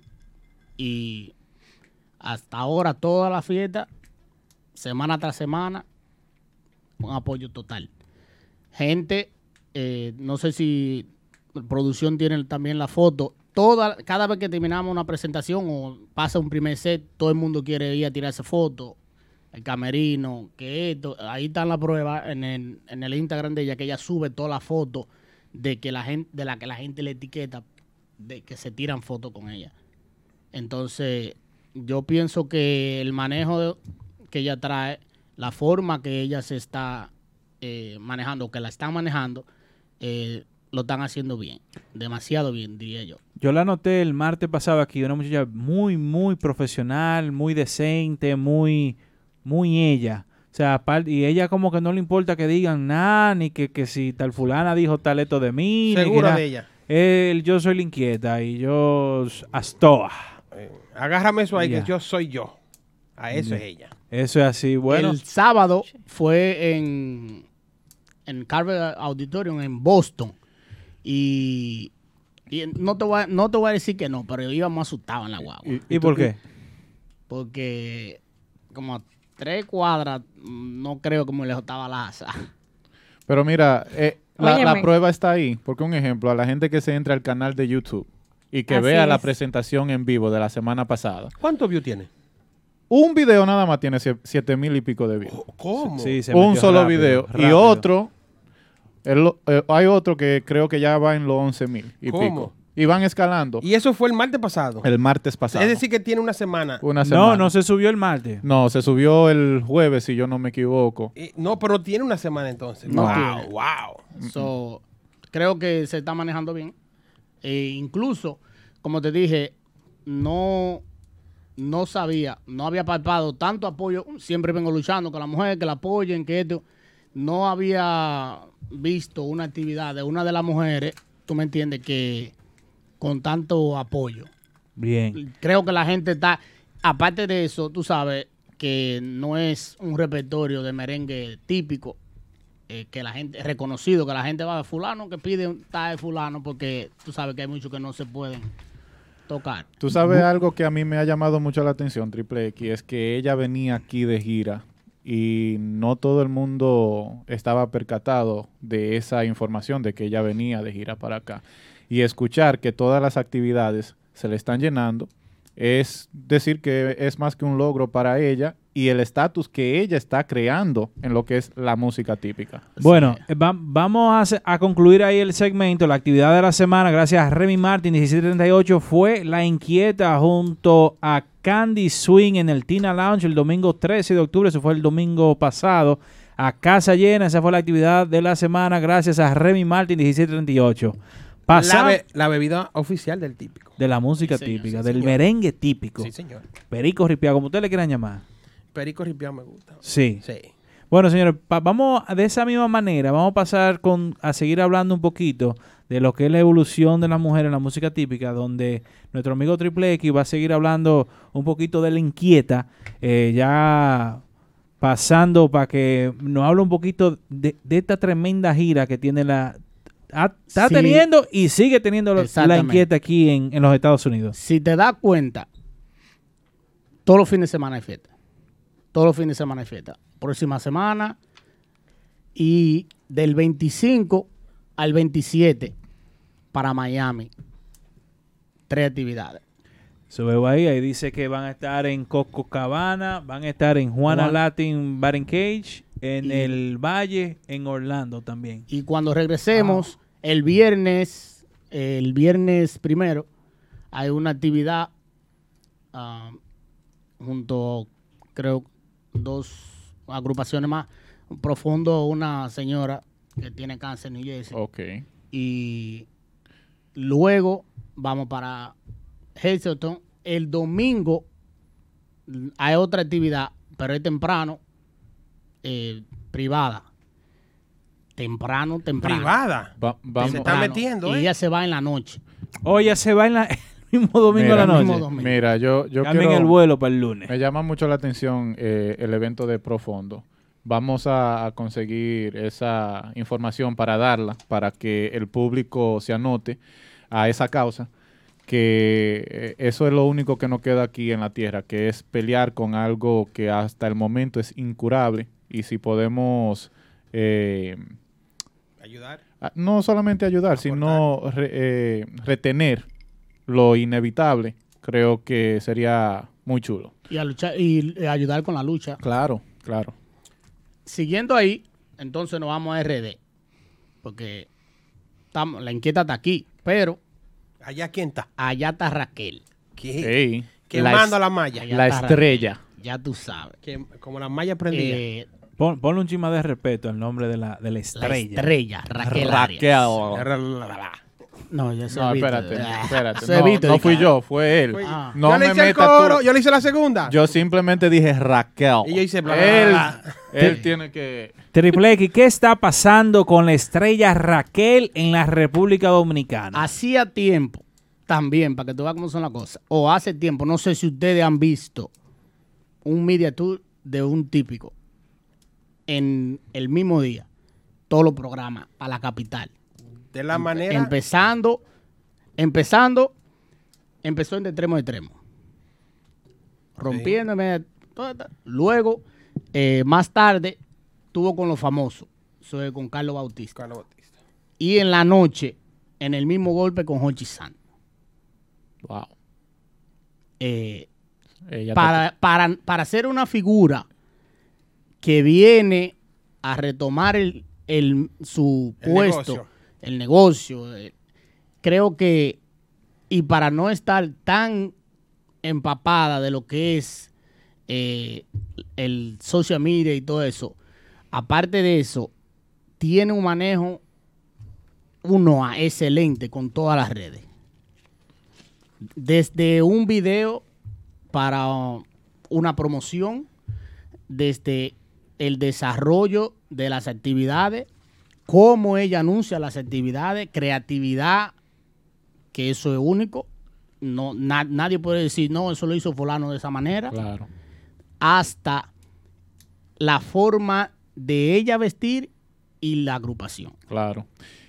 y hasta ahora toda la fiesta, semana tras semana, un apoyo total. Gente, no sé si producción tiene también la foto, cada vez que terminamos una presentación o pasa un primer set, todo el mundo quiere ir a tirarse fotos, el camerino, que esto, ahí está la prueba en el Instagram de ella, que ella sube todas las fotos de que la gente le etiqueta, de que se tiran fotos con ella. Entonces, yo pienso que el manejo que ella trae, la forma que ella se está manejando, que la están manejando, lo están haciendo bien, demasiado bien, diría yo. Yo la noté el martes pasado aquí, una muchacha muy, muy profesional, muy decente, muy ella. O sea, y ella como que no le importa que digan nada, ni que si tal fulana dijo tal esto de mí. Segura de ella. Yo soy la inquieta y yo Astoa. Agárrame eso ahí, que yo soy yo. A eso es ella. Eso es así, bueno. El sábado fue en Carver Auditorium en Boston. Y no te voy a decir que no, pero íbamos asustados en la guagua. ¿Y por qué? Porque como a 3 cuadras, no creo que muy lejos estaba la asa. Pero mira, la prueba está ahí. Porque un ejemplo, a la gente que se entra al canal de YouTube y que vea la presentación en vivo de la semana pasada. ¿Cuántos views tiene? Un video nada más tiene 7,000 y pico de views. ¿Cómo? Sí, un solo rápido, video. rápido. Y otro, hay otro que creo que ya va en los 11,000 y ¿Cómo? pico. Y van escalando. Y eso fue el martes pasado. El martes pasado. Es decir, que tiene una semana. No se subió el martes. No, se subió el jueves, si yo no me equivoco. No, pero tiene una semana entonces. No wow, tiene. wow. So, creo que se está manejando bien. Incluso, como te dije, no sabía, no había palpado tanto apoyo. Siempre vengo luchando con la mujer, que la apoyen, que esto. No había visto una actividad de una de las mujeres, tú me entiendes, que con tanto apoyo. Bien. Creo que la gente está, aparte de eso, tú sabes que no es un repertorio de merengue típico, que la gente, reconocido, que la gente va a fulano, que pide un tal fulano, porque tú sabes que hay muchos que no se pueden tocar. Tú sabes algo que a mí me ha llamado mucho la atención, Triple X, es que ella venía aquí de gira y no todo el mundo estaba percatado de esa información de que ella venía de gira para acá. Y escuchar que todas las actividades se le están llenando es decir que es más que un logro para ella y el estatus que ella está creando en lo que es la música típica. Bueno, vamos a concluir ahí el segmento. La actividad de la semana, gracias a Remy Martin, 1738, fue La Inquieta junto a Candy Swing en el Tina Lounge el domingo 13 de octubre. Eso fue el domingo pasado. A casa llena, esa fue la actividad de la semana, gracias a Remy Martin, 1738. La bebida oficial del típico. De la música típica, del merengue típico. Sí, señor. Perico ripiado, como ustedes le quieran llamar. Perico ripiado me gusta. Sí. Bueno, señores, vamos de esa misma manera, vamos a pasar a seguir hablando un poquito de lo que es la evolución de las mujeres en la música típica, donde nuestro amigo Triple X va a seguir hablando un poquito de La Inquieta, ya pasando para que nos hable un poquito de esta tremenda gira que tiene está teniendo y sigue teniendo La Inquieta aquí en los Estados Unidos. Si te das cuenta, todos los fines de semana hay fiesta. Todos los fines de semana hay fiesta. Próxima semana y del 25 al 27 para Miami. 3 actividades. Veo ahí dice que van a estar en Copacabana, van a estar en Juana Latin Bar and Cage, en el Valle, en Orlando también. Y cuando regresemos, el viernes primero, hay una actividad junto, creo, 2 agrupaciones más. Profundo, una señora que tiene cáncer en New Jersey. Okay. Y luego vamos para Hazleton el domingo hay otra actividad, pero es temprano, privada. Temprano. Privada. Vamos. Se está metiendo, Y ella se va en la noche. Oye, se va el mismo domingo a la Mira, noche. Mira, yo Cambien quiero... el vuelo para el lunes. Me llama mucho la atención el evento de Profondo. Vamos a conseguir esa información para darla, para que el público se anote a esa causa, que eso es lo único que nos queda aquí en la tierra, que es pelear con algo que hasta el momento es incurable, y si podemos Ayudar. no solamente ayudar, sino retener lo inevitable, creo que sería muy chulo. Y a luchar y ayudar con la lucha. Claro. Siguiendo ahí, entonces nos vamos a RD. Porque la inquieta está aquí. Pero ¿Allá quién está? allá está Raquel. ¿Qué? Ey, Quemando la malla. Allá la está estrella. Raquel. Ya tú sabes. Como la malla prendida. Ponle un chima de respeto al nombre de la La estrella. estrella, Raquel Arias. No, ya se No, evita. espérate. Se evita, No fui Ricardo. yo, fue él. Ah. No yo le me hice el metas coro, tú. yo le hice la segunda. Yo simplemente dije Raquel. Y yo hice bla, bla, bla, bla. Él tiene que... Triple X, ¿qué está pasando con la estrella Raquel en la República Dominicana? Hacía tiempo también, para que tú veas cómo son las cosas, o hace tiempo, no sé si ustedes han visto un media tour de un típico en el mismo día, todos los programas para la capital. De la manera. Empezó en de extremo a extremo. Rompiéndome. Luego, más tarde, tuvo con los famosos. Eso es con Carlos Bautista. Y en la noche, en el mismo golpe con Jochi Santos. Wow. Para ser una figura que viene a retomar su puesto, el negocio, creo que, y para no estar tan empapada de lo que es el social media y todo eso, aparte de eso, tiene un manejo excelente con todas las redes. Desde un video para una promoción, desde el desarrollo de las actividades, cómo ella anuncia las actividades, creatividad, que eso es único. No, nadie puede decir, no, eso lo hizo fulano de esa manera. Claro. Hasta la forma de ella vestir y la agrupación. Claro.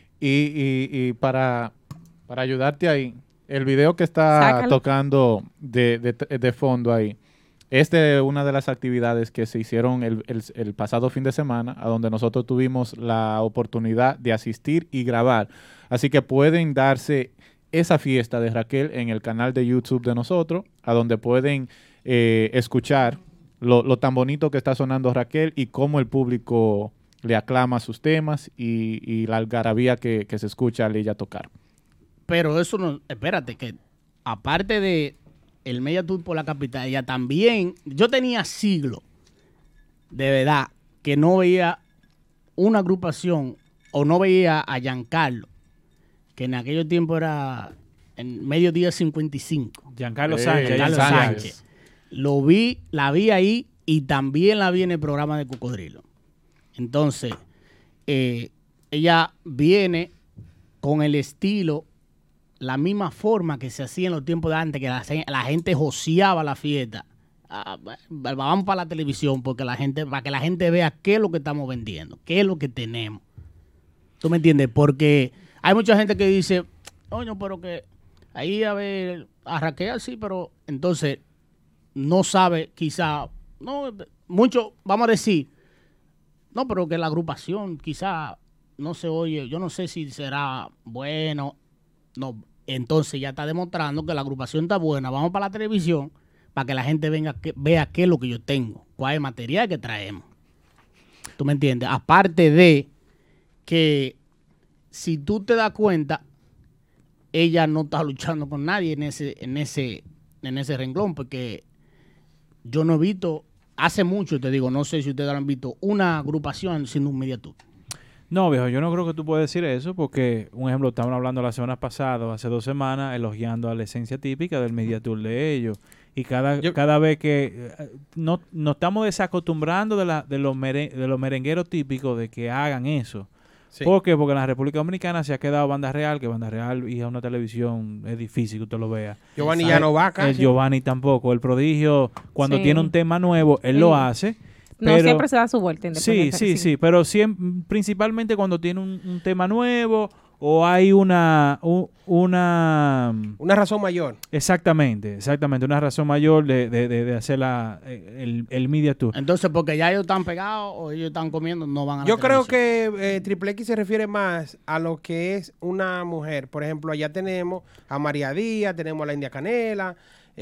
Y para ayudarte ahí, el video que está Sácalo. tocando de fondo ahí, es de una de las actividades que se hicieron el pasado fin de semana, a donde nosotros tuvimos la oportunidad de asistir y grabar. Así que pueden darse esa fiesta de Raquel en el canal de YouTube de nosotros, a donde pueden escuchar lo tan bonito que está sonando Raquel y cómo el público le aclama sus temas y la algarabía que se escucha al ella tocar. Pero eso no, espérate, que aparte de el Media Tour por la capital, ella también, yo tenía siglos, de verdad, que no veía una agrupación o no veía a Giancarlo, que en aquellos tiempos era en Mediodía 55. Giancarlo Sánchez. Giancarlo Sánchez. La vi ahí y también la vi en el programa de Cocodrilo. Entonces, ella viene con el estilo, la misma forma que se hacía en los tiempos de antes, que la gente joseaba la fiesta. Vamos para la televisión para que la gente vea qué es lo que estamos vendiendo, qué es lo que tenemos. ¿Tú me entiendes? Porque hay mucha gente que dice, oye, pero que ahí a ver, a Raquel sí, pero entonces no sabe, quizá, no, mucho, vamos a decir, no, pero que la agrupación quizá no se oye, yo no sé si será bueno, no, entonces ya está demostrando que la agrupación está buena, vamos para la televisión para que la gente vea qué es lo que yo tengo, cuál es el material que traemos. ¿Tú me entiendes? Aparte de que si tú te das cuenta, ella no está luchando con nadie en ese renglón, porque yo no he visto, hace mucho, te digo, no sé si ustedes lo han visto, una agrupación sin un media tour. No, viejo, yo no creo que tú puedas decir eso porque, un ejemplo, estaban hablando la semana pasada, hace 2 semanas, elogiando a la esencia típica del Media Tour de ellos. Y cada vez que nos estamos desacostumbrando de los merengueros típicos de que hagan eso. Sí. ¿Por qué? Porque en la República Dominicana se ha quedado Banda Real, que Banda Real y a una televisión es difícil que usted lo vea. Giovanni ya no va El casi. Giovanni tampoco. El Prodigio, cuando Sí. tiene un tema nuevo, él lo hace. No Pero, siempre se da su vuelta. sí, pero principalmente cuando tiene un tema nuevo o hay una Una razón mayor. exactamente, una razón mayor de hacer el Media Tour. Entonces, porque ya ellos están pegados o ellos están comiendo, no van a la Yo creo televisión. que Triple X se refiere más a lo que es una mujer. Por ejemplo, allá tenemos a María Díaz, tenemos a la India Canela.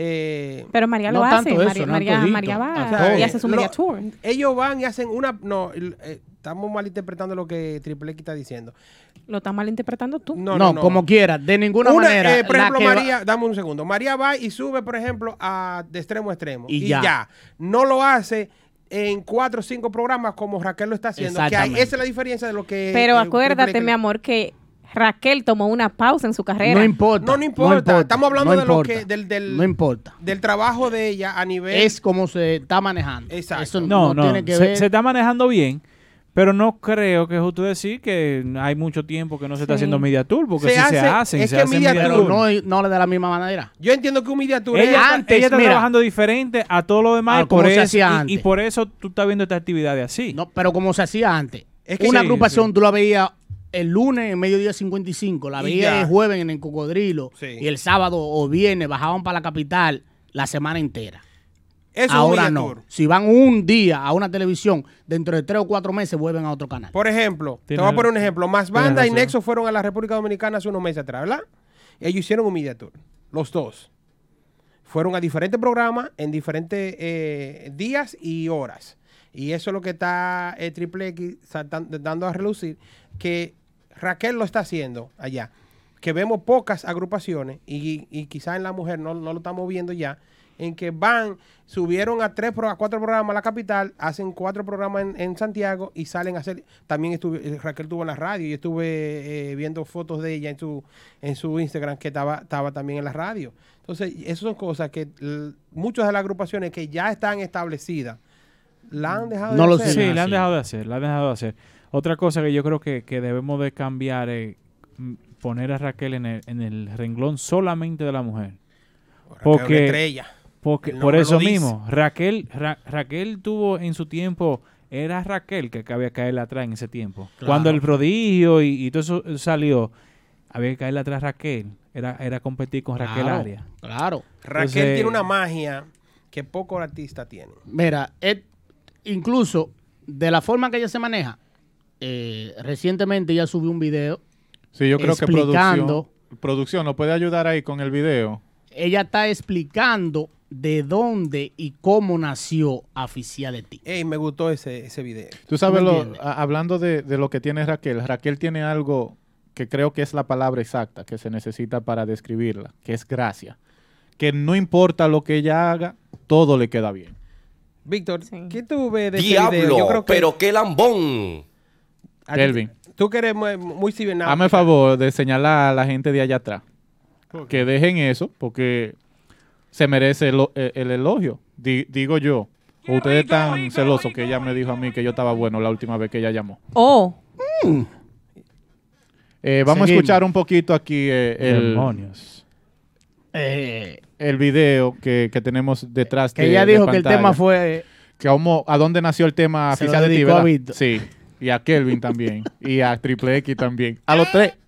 Pero María No lo hace. tanto eso, no María todito. va O sea, y hace su lo- Media Tour. Ellos van y hacen una... No, estamos malinterpretando lo que Triple X está diciendo. Lo estás malinterpretando tú. No, como quiera, de ninguna manera. por la ejemplo, que va- María, dame un segundo. María va y sube, por ejemplo, de extremo a extremo. Y Y ya. ya. No lo hace en 4 o 5 programas como Raquel lo está haciendo. Que Exactamente. esa es la diferencia de lo que... Pero Triple acuérdate, X- mi amor, que Raquel tomó una pausa en su carrera. No importa. No importa. Estamos hablando de lo importa. que... Del, No importa. del trabajo de ella a nivel... Es como se está manejando. Exacto. Eso No, tiene que se ver. está manejando bien, pero no creo que es justo decir que hay mucho tiempo que no se está Sí. haciendo Media Tour, porque Se sí se hace- hacen, es se que hacen Media Media Pero Tour. no le da la misma manera. Yo entiendo que un Media Tour Ella, es- antes, ella está mira. trabajando diferente a todo lo demás Ah, y por, como se eso, hacía y antes. por eso tú estás viendo esta actividad así. No, pero como se hacía antes. Es que Una sí, agrupación sí. tú la veías el lunes en mediodía 55, la Y veías ya. el jueves en el Cocodrilo Sí. y el sábado o viernes bajaban para la capital la semana entera. eso es un Ahora Media no. Tour. Si van un día a una televisión, dentro de 3 o 4 meses vuelven a otro canal. Por ejemplo, te Tienes- voy a poner un ejemplo. Más tienes Banda y razón. Nexo fueron a la República Dominicana hace unos meses atrás, ¿verdad? Ellos hicieron un Media Tour, los dos. Fueron a diferentes programas en diferentes días y horas. Y eso es lo que está Triple X dando a relucir, que Raquel lo está haciendo allá. Que vemos pocas agrupaciones y quizás en la mujer no lo estamos viendo ya, en que subieron a 4 programas a la capital, hacen 4 programas en Santiago y salen a hacer. También Raquel estuvo en la radio y estuve viendo fotos de ella en su Instagram que estaba también en la radio. Entonces, esas son cosas que muchas de las agrupaciones que ya están establecidas la han dejado No de lo hacer. sé. Sí, la han sí. dejado de hacer, la han dejado de hacer. Otra cosa que yo creo que debemos de cambiar es poner a Raquel en el renglón solamente de la mujer. Raquel Porque- es una estrella. Porque, El por nombre eso lo dice. mismo, Raquel tuvo en su tiempo, era Raquel que había que caerle atrás en ese tiempo. Claro. Cuando el Prodigio y todo eso salió, había que caerle atrás a Raquel. Era competir con Raquel Claro, Arias. Claro. Raquel Entonces- tiene una magia que pocos artistas tienen. Mira, incluso de la forma que ella se maneja, recientemente ella subió un video. Sí, yo creo que Explicando. producción nos puede ayudar ahí con el video. Ella está explicando de dónde y cómo nació Oficial de Ti. Ey, me gustó ese video. Tú sabes, ¿Me entiendes? hablando de lo que tiene Raquel, Raquel tiene algo que creo que es la palabra exacta que se necesita para describirla, que es gracia. Que no importa lo que ella haga, todo le queda bien. Víctor, Sí. ¿qué tú ves de ese Diablo, video? Yo creo que pero qué lambón. a ti- Kelvin. Tú que eres muy cibernáutico. Hazme el favor de señalar a la gente de allá atrás. Que dejen eso, porque se merece el elogio. Digo yo. O ustedes están celosos que ella me dijo a mí que yo estaba bueno la última vez que ella llamó. Oh, Vamos a Seguimos. escuchar un poquito aquí Demonios. el video que tenemos detrás Que ella de dijo que el pantalla. tema fue... ¿A dónde nació el tema Se lo oficial de ti, dedicó a verdad? Víctor. Sí. Y a Kelvin también. Y a Triple X también. A los 3.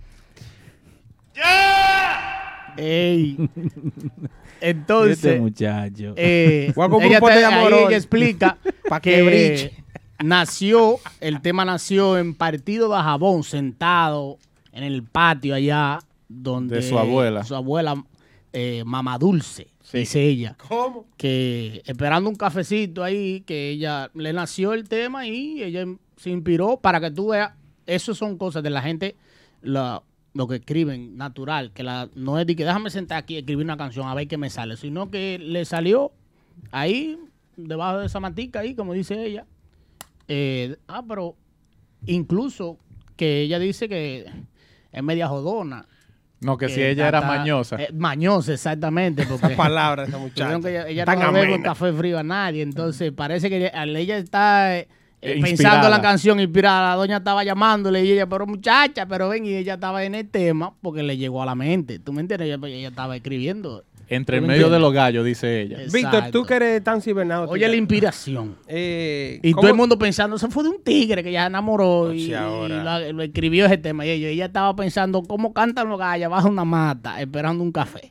Ey. Este Entonces, muchacho. Voy a comprar ella, un pote de ahí Amorol. ella explica Pa' que que brille. el tema nació en Partido de Jabón, sentado en el patio allá donde De su abuela. Su abuela, Mamá Dulce, dice ella. ¿Cómo? Que esperando un cafecito ahí, que ella le nació el tema y ella se inspiró para que tú veas. Eso son cosas de la gente, lo que escriben natural, que no es de que déjame sentar aquí y escribir una canción a ver qué me sale, sino que le salió ahí, debajo de esa matica ahí, como dice ella. Pero incluso que ella dice que es media jodona. No, que si ella era mañosa. Mañosa, exactamente. Porque Esas palabras, esa muchacha. Ella Tan no bebe amena. café frío a nadie. Entonces, parece que ella está Inspirada. pensando en la canción inspirada. La doña estaba llamándole y ella, pero muchacha, pero ven. Y ella estaba en el tema porque le llegó a la mente. ¿Tú me entiendes? Ella estaba escribiendo. Entre el ¿Tú me medio de entiendes? los gallos, dice ella. Víctor, tú que eres tan cibernáutico. Oye, la inspiración. Y ¿cómo- todo el mundo pensando, eso fue de un tigre que ya se enamoró y ahora. lo escribió ese tema. Y ella estaba pensando cómo cantan los gallos bajo una mata esperando un café.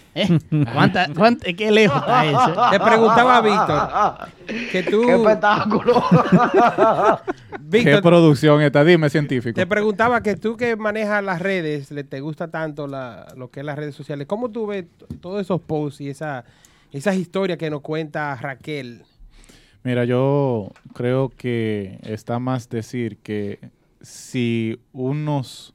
¿Qué lejos está eso? Te preguntaba a Víctor que tú... ¡Qué espectáculo! ¿Qué Víctor, producción esta? Dime, científico. te preguntaba que tú que manejas las redes, te gusta tanto lo que es las redes sociales, ¿cómo tú ves todos esos posts y esas historias que nos cuenta Raquel? Mira, yo creo que está más decir que si unos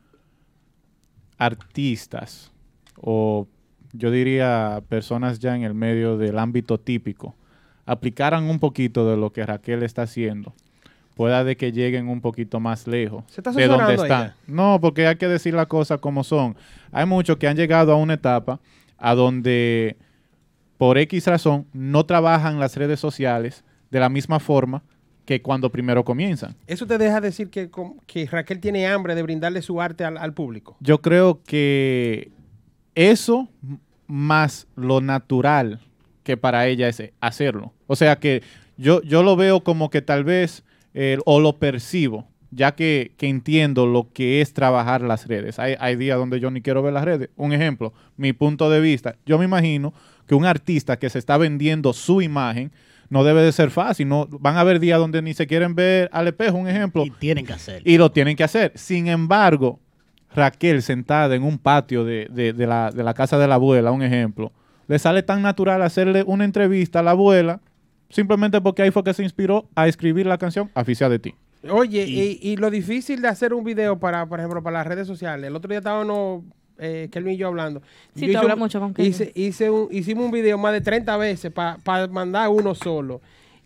artistas o yo diría personas ya en el medio del ámbito típico aplicaran un poquito de lo que Raquel está haciendo, pueda de que lleguen un poquito más lejos ¿Se está de donde censurando están. ella? No, porque hay que decir las cosas como son. Hay muchos que han llegado a una etapa a donde por X razón no trabajan las redes sociales de la misma forma que cuando primero comienzan. ¿Eso te deja decir que Raquel tiene hambre de brindarle su arte al público? Yo creo que eso más lo natural que para ella es hacerlo. O sea que yo lo veo como que tal vez, o lo percibo, ya que entiendo lo que es trabajar las redes. Hay días donde yo ni quiero ver las redes. Un ejemplo, mi punto de vista. Yo me imagino que un artista que se está vendiendo su imagen no debe de ser fácil. No, van a haber días donde ni se quieren ver al espejo, un ejemplo. Y tienen que hacerlo. Y lo tienen que hacer. Sin embargo, Raquel sentada en un patio de la casa de la abuela, un ejemplo, le sale tan natural hacerle una entrevista a la abuela simplemente porque ahí fue que se inspiró a escribir la canción Aficia de ti. Oye, y lo difícil de hacer un video por ejemplo, para las redes sociales. El otro día estábamos, Kelvin y yo hablando. Sí, Yo tú hablas mucho con Kelvin. hicimos un video más de 30 veces para mandar uno solo.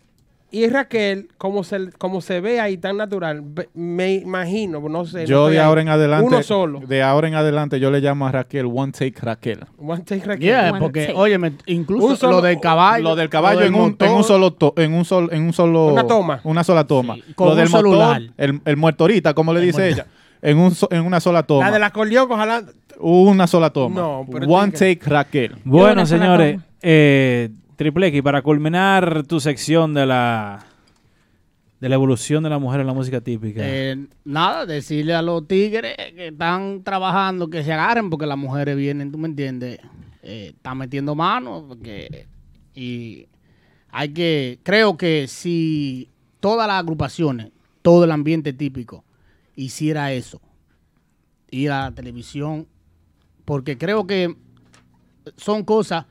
Y Raquel, como se ve ahí tan natural, me imagino, no sé. Yo no estoy de ahí, ahora en adelante, uno solo. de ahora en adelante yo le llamo a Raquel One Take Raquel. One take Raquel. Yeah, One porque, take. óyeme, incluso Un solo- lo del caballo. Lo del caballo lo en del un motor, solo Una toma. una sola toma. Sí, con Lo un del motor, celular. el muerto ahorita, como le dice ella, en una sola toma. La del acordeón, ojalá. Una sola toma. No, pero One tiene Take Raquel. Bueno, una sola señores, toma. Triple X, para culminar tu sección de la evolución de la mujer en la música típica. Nada, decirle a los tigres que están trabajando que se agarren porque las mujeres vienen, tú me entiendes, están metiendo manos y creo que si todas las agrupaciones, todo el ambiente típico hiciera eso, ir a la televisión, porque creo que son cosas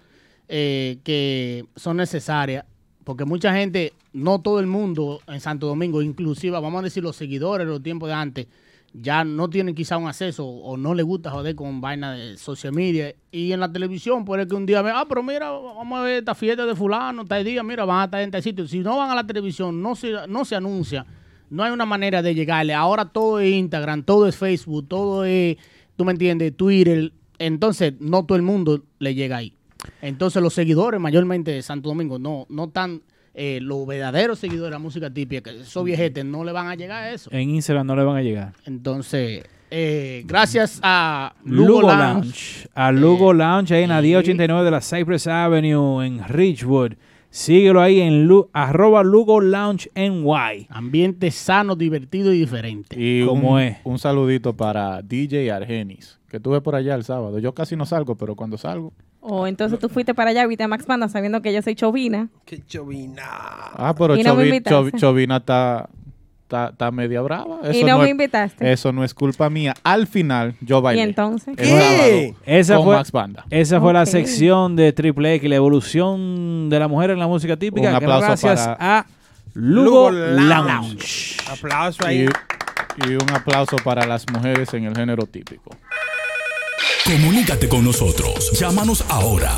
que son necesarias, porque mucha gente, no todo el mundo en Santo Domingo, inclusive, vamos a decir, los seguidores de los tiempos de antes, ya no tienen quizá un acceso o no les gusta joder con vaina de social media. Y en la televisión puede que un día vean, pero mira, vamos a ver esta fiesta de fulano, tal día, mira, van a estar en tal sitio. Si no van a la televisión, no se anuncia, no hay una manera de llegarle. Ahora todo es Instagram, todo es Facebook, todo es, tú me entiendes, Twitter. Entonces, no todo el mundo le llega ahí. Entonces, los seguidores mayormente de Santo Domingo no tan... los verdaderos seguidores de la música típica, esos viejetes, no le van a llegar a eso. En Instagram no le van a llegar. Entonces, gracias a Lugo Lugo Lounge. Lounge. A Lugo Lounge, ahí en la sí. 1089 de la Cypress Avenue en Ridgewood. Síguelo ahí en @ Lugo Lounge NY. Ambiente sano, divertido y diferente. Y ¿Cómo es? un saludito para DJ Argenis, que estuve por allá el sábado. Yo casi no salgo, pero cuando salgo... O entonces tú fuiste para allá, viste a Max Banda sabiendo que yo soy chovina. Qué chovina. Ah, pero Y no me invitaste. Chovina está media brava. Y no me es- invitaste. Eso no es culpa mía. Al final, yo bailé. Y entonces. el ¿Qué? sábado Esa con fue, Max Banda. esa fue la Ok. sección de Triple X, la evolución de la mujer en la música típica. Un aplauso gracias para a Lugo Lugo Lounge. Lounge. Aplauso Y, ahí. y un aplauso para las mujeres en el género típico. Comunícate con nosotros. Llámanos ahora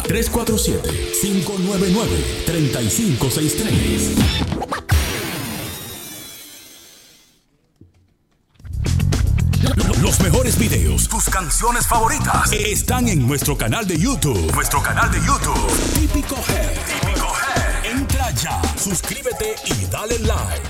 347-599-3563. Los mejores videos, tus canciones favoritas, están en nuestro canal de YouTube. Típico Head. Entra ya, suscríbete y dale like.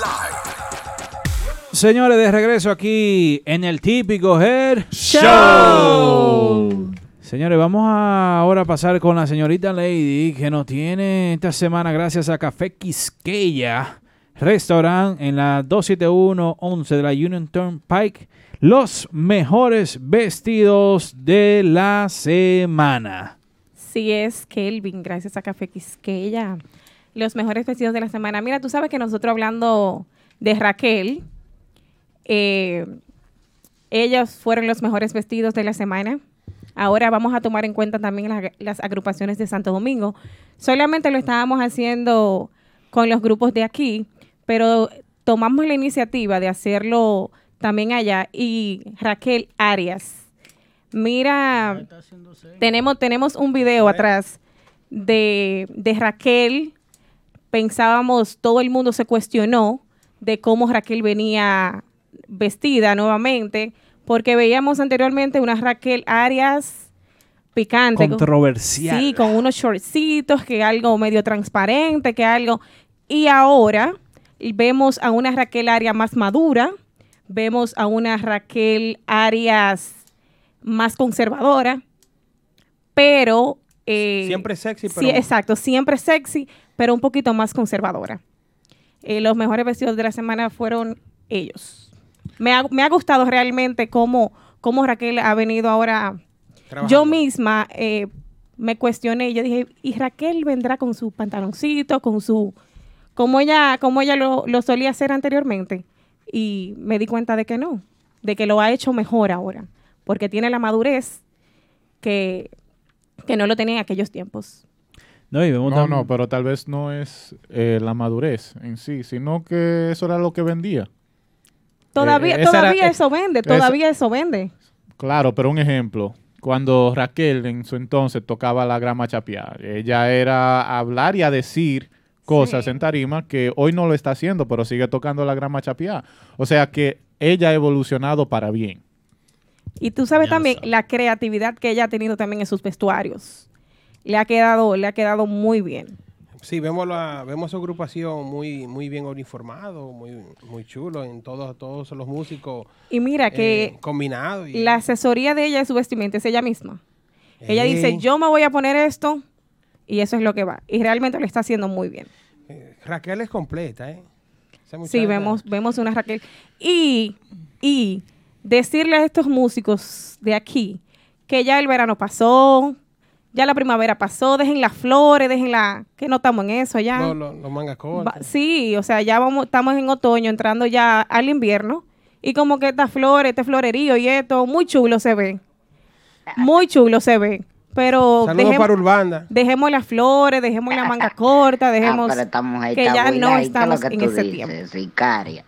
Señores, de regreso aquí en el Típico Head Show. Señores, vamos ahora a pasar con la señorita Lady, que nos tiene esta semana, gracias a Café Quisqueya Restaurant en la 27111 de la Union Turnpike, los mejores vestidos de la semana. Sí es, Kelvin, gracias a Café Quisqueya. Los mejores vestidos de la semana. Mira, tú sabes que nosotros hablando de Raquel, ellos fueron los mejores vestidos de la semana. Ahora vamos a tomar en cuenta también las agrupaciones de Santo Domingo. Solamente lo estábamos haciendo con los grupos de aquí, pero tomamos la iniciativa de hacerlo también allá. Y Raquel Arias, mira, tenemos un video atrás de Raquel. Pensábamos, todo el mundo se cuestionó de cómo Raquel venía vestida nuevamente, porque veíamos anteriormente una Raquel Arias picante. Controversial. Sí, con unos shortcitos, que algo medio transparente, que algo... Y ahora vemos a una Raquel Arias más madura, vemos a una Raquel Arias más conservadora, pero... siempre sexy, pero... Sí, exacto, siempre sexy, pero un poquito más conservadora. Los mejores vestidos de la semana fueron ellos. Me ha gustado realmente cómo Raquel ha venido ahora. Trabajando. Yo misma me cuestioné, yo dije, ¿y Raquel vendrá con su pantaloncito, con su... como ella lo solía hacer anteriormente? Y me di cuenta de que no, de que lo ha hecho mejor ahora, porque tiene la madurez que no lo tenía en aquellos tiempos. No, pero tal vez no es la madurez en sí, sino que eso era lo que vendía. Todavía eso vende. Claro, pero un ejemplo, cuando Raquel en su entonces tocaba la grama chapeada, ella era a hablar y a decir cosas en tarima que hoy no lo está haciendo, pero sigue tocando la grama chapeada. O sea que ella ha evolucionado para bien. Y tú sabes también la creatividad que ella ha tenido también en sus vestuarios. Le ha quedado muy bien. Sí, vemos su agrupación muy bien uniformado, muy chulo en todos los músicos. Y mira que combinados. La asesoría de ella de su vestimenta es ella misma. Ella dice, yo me voy a poner esto y eso es lo que va. Y realmente lo está haciendo muy bien. Raquel es completa, ¿eh? Sí, vemos una Raquel. Y decirle a estos músicos de aquí que ya el verano pasó, ya la primavera pasó, dejen las flores, que no estamos en eso ya. Los mangas cortos. Sí, o sea, ya estamos en otoño, entrando ya al invierno, y como que estas flores, este florerío y esto, muy chulo se ve. Muy chulo se ve. Pero para Urbanda. Dejemos las flores, dejemos la manga corta, dejemos que ya no estamos en ese tiempo. Sicaria.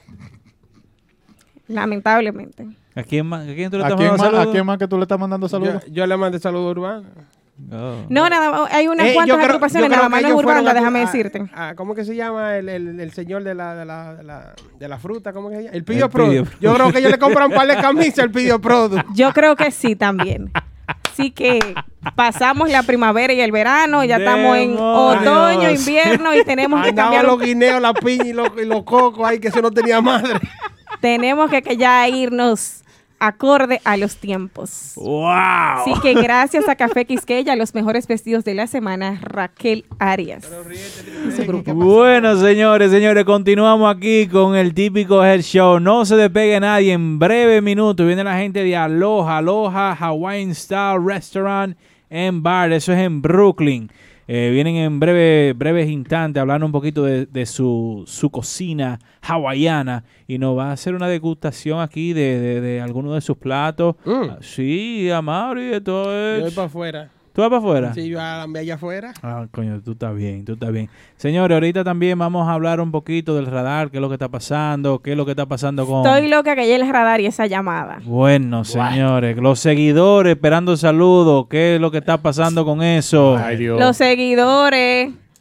Lamentablemente. ¿A quién tú le estás mandando saludos? ¿A quién más que tú le estás mandando saludos? Yo le mandé saludos a Urbana. No, nada, hay unas cuantas agrupaciones, nada más no es Urbana, déjame decirte. ¿Cómo que se llama el señor de la fruta? ¿Cómo que se llama? El Pidio Pro. Yo creo que ellos le compran un par de camisas al Pidio Pro. Yo creo que sí también. Así que pasamos la primavera y el verano, ya estamos en otoño, invierno y tenemos que cambiar los guineos, la piña y los cocos ahí que eso no tenía madre. Tenemos que ya irnos acorde a los tiempos. ¡Wow! Así que gracias a Café Quisqueya, los mejores vestidos de la semana, Raquel Arias. Bueno, señores, continuamos aquí con el Típico Head Show. No se despegue nadie, en breve minuto viene la gente de Aloha Hawaiian Style Restaurant and Bar, eso es en Brooklyn. Vienen en breves instantes a hablar un poquito de su cocina hawaiana y nos va a hacer una degustación aquí de algunos de sus platos. Sí, Amaury, esto es... Yo voy para afuera. ¿Tú vas para afuera? Sí, yo voy allá afuera. Ah, coño, tú estás bien. Señores, ahorita también vamos a hablar un poquito del radar, qué es lo que está pasando, con... Estoy loca que llegue el radar y esa llamada. Bueno, señores, los seguidores esperando saludos, qué es lo que está pasando con eso. Ay, Dios. Los seguidores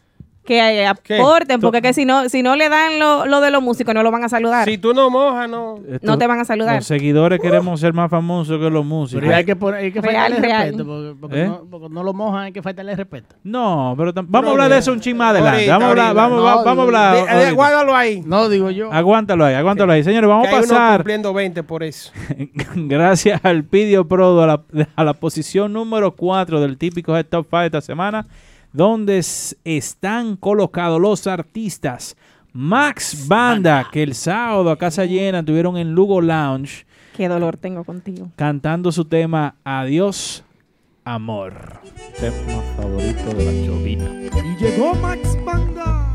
que aporten, porque que si no le dan lo de los músicos, no lo van a saludar. Si tú no mojas, no. No te van a saludar. Los seguidores queremos ser más famosos que los músicos. Pero hay que faltarle Real. respeto, porque no lo mojan, hay que faltarle respeto. No, pero vamos a hablar de eso un chin más adelante. Vamos a hablar. Guárdalo ahí. No, digo yo. Aguántalo ahí. Señores, vamos Que a hay uno pasar. cumpliendo 20 por eso. Gracias al Pidio Pro a la posición número 4 del típico Head Top 5 esta semana, donde están colocados los artistas Max Banda, que el sábado a casa llena estuvieron en Lugo Lounge. Qué dolor tengo contigo. Cantando su tema Adiós, Amor. Tema favorito de la chovita. Y llegó Max Banda.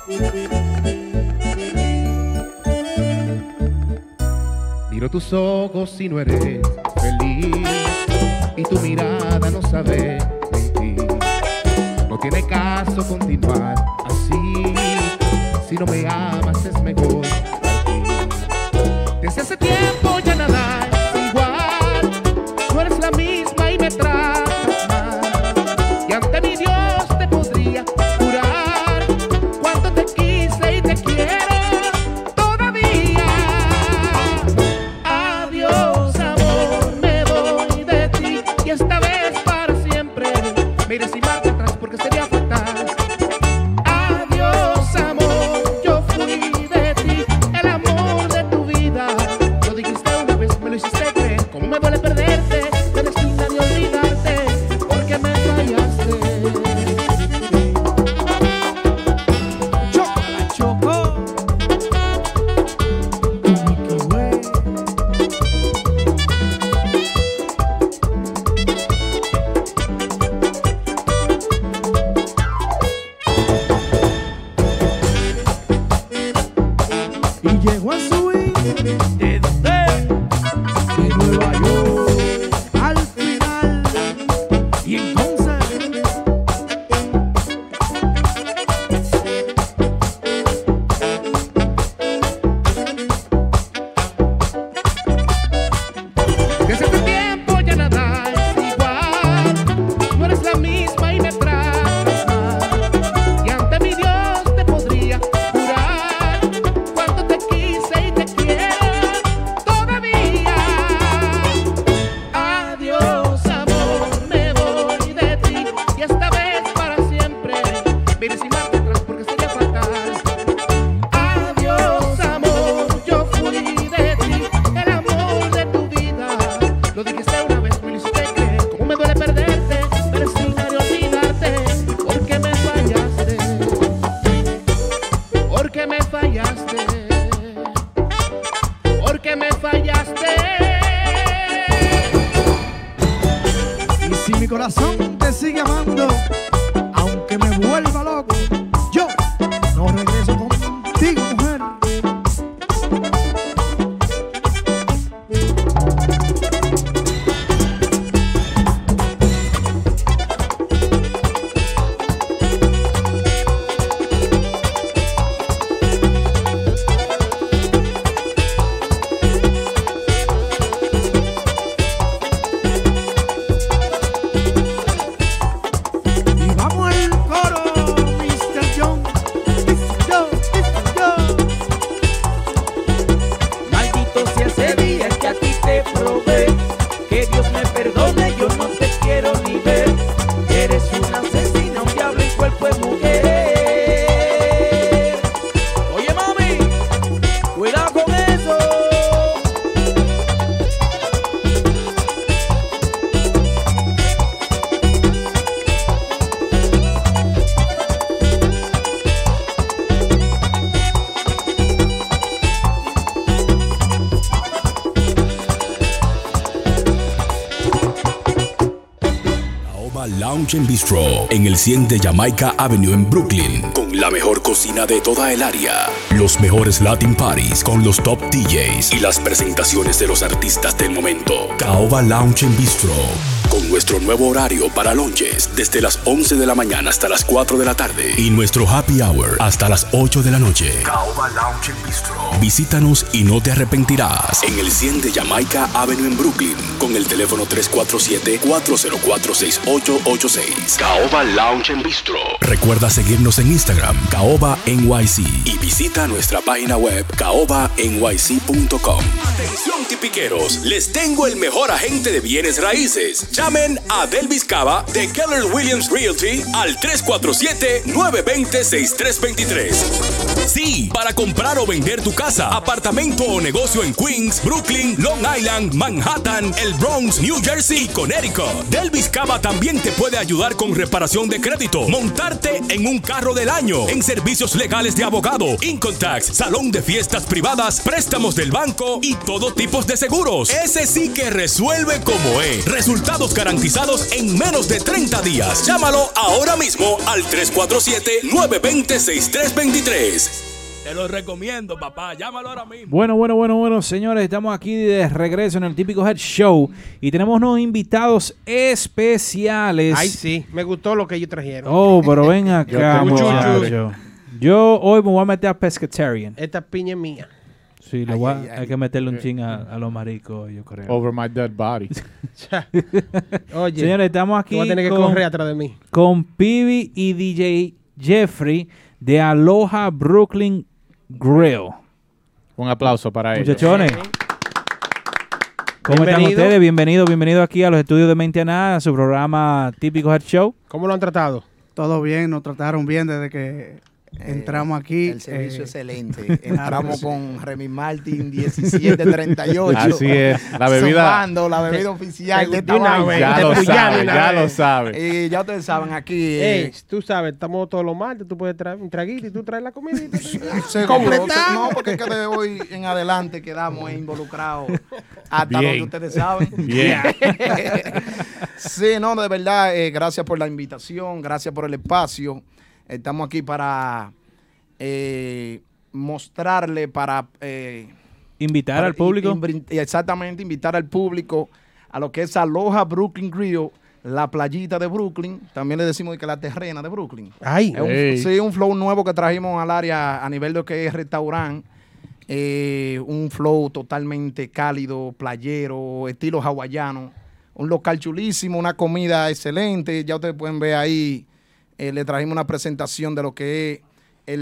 Miro tus ojos y no eres feliz, y tu mirada no sabe mentir. No tiene caso continuar así, si no me amas es mejor partir. Desde hace tiempo ya nada es igual, no eres la misma y me tratas mal. Y ante mi Dios te podría jurar cuánto te quise y te quiero todavía. Adiós amor, me voy de ti y esta vez para siempre. Me iré sin marcha atrás porque sería fatal. Adiós amor, yo fui de ti, el amor de tu vida. Lo dijiste una vez, me lo hiciste creer. Cómo me duele perderte, me destina de olvidarte, porque me fallaste. Chócala, chocó. Y llegó a subir desde de Nueva York al final. Y entonces Desde hace tiempo ya nada es igual, no eres la misma y me tratas mal. Y ante mi Dios te podría jurar cuánto te quise y te quiero todavía. Adiós amor, me voy de ti y esta vez para siempre. Me iré sin marcha atrás porque sería fatal. Adiós amor, yo fui de ti, el amor de tu vida. Lo dijiste una vez, me lo hiciste creer. Cómo me duele perderte, me resigna de olvidarte, porque me fallaste, porque me fallaste, porque me fallaste. y si mi corazón te sigue amando, aunque me vuelva loco, yo no regreso contigo, mujer. Y vamos al coro, Mr. John. Mr. John, Mr. John. Maldito sea ese día que a ti te probé. Que Dios me perdone, yo no te quiero ni ver. Eres una asesina, un diablo y cuerpo de mujer. Oye mami, cuidado con eso. Caoba Lounge and Bistro en el 100 de Jamaica Avenue en Brooklyn, con la mejor cocina de toda el área, los mejores Latin Parties con los top DJs y las presentaciones de los artistas del momento. Caoba Lounge and Bistro. con nuestro nuevo horario para lunches desde las 11 de la mañana hasta las 4 de la tarde y nuestro happy hour hasta las 8 de la noche. Caoba Lounge and Bistro. Visítanos y no te arrepentirás en el 100 de Jamaica Avenue en Brooklyn con el teléfono 347-404-6886. Caoba Lounge and Bistro. Recuerda seguirnos en Instagram, Caoba NYC, y visita nuestra página web caobanyc.com. Atención tipiqueros, les tengo el mejor agente de bienes raíces. Llamen a Delvis Cava de Keller Williams Realty al 347-920-6323. Sí, para comprar o vender tu casa, apartamento o negocio en Queens, Brooklyn, Long Island, Manhattan, el Bronx, New Jersey y Connecticut. Delvis Cava también te puede ayudar con reparación de crédito, montarte en un carro del año, en servicios legales de abogado, income tax, salón de fiestas privadas, préstamos del banco y todo tipo de seguros. Ese sí que resuelve como es. Resultados garantizados en menos de 30 días. Llámalo ahora mismo al 347-920-6323. Te lo recomiendo, papá. Llámalo ahora mismo. Bueno, señores. Estamos aquí de regreso en el Típico Head Show y tenemos unos invitados especiales. Ay, sí. Me gustó lo que ellos trajeron. Oh, pero ven acá, muchacho. Yo hoy me voy a meter a pescatarian. Esta piña es mía. Sí, hay que meterle un ching a los maricos, yo creo. Over my dead body. Oye, señores, estamos aquí tú vas a tener que correr atrás de mí. Con Pibi y DJ Jeffrey de Aloha Brooklyn Grill. Un aplauso para ellos. Muchachones. ¿Cómo están ustedes? Bienvenido aquí a los estudios de Mente a Nada, a su programa Típico Head Show. ¿Cómo lo han tratado? Todo bien, nos trataron bien desde que entramos aquí. El servicio excelente. Entramos con Remy Martin 1738. Así es. La bebida. La bebida oficial de esta Ya lo sabe. Y ya ustedes saben, aquí. Tú sabes, estamos todos los martes. Tú puedes traer un traguito y tú traes la comida. No, porque es que de hoy en adelante quedamos involucrados hasta donde ustedes saben. Bien. Sí, no, de verdad, gracias por la invitación, gracias por el espacio. Estamos aquí para mostrarle, para invitar al público. Exactamente, invitar al público a lo que es Aloha Brooklyn Grill, la playita de Brooklyn. También le decimos que la terrena de Brooklyn. Ay, sí, un flow nuevo que trajimos al área a nivel de lo que es restaurante. Un flow totalmente cálido, playero, estilo hawaiano. Un local chulísimo, una comida excelente. Ya ustedes pueden ver ahí. Le trajimos una presentación de lo que es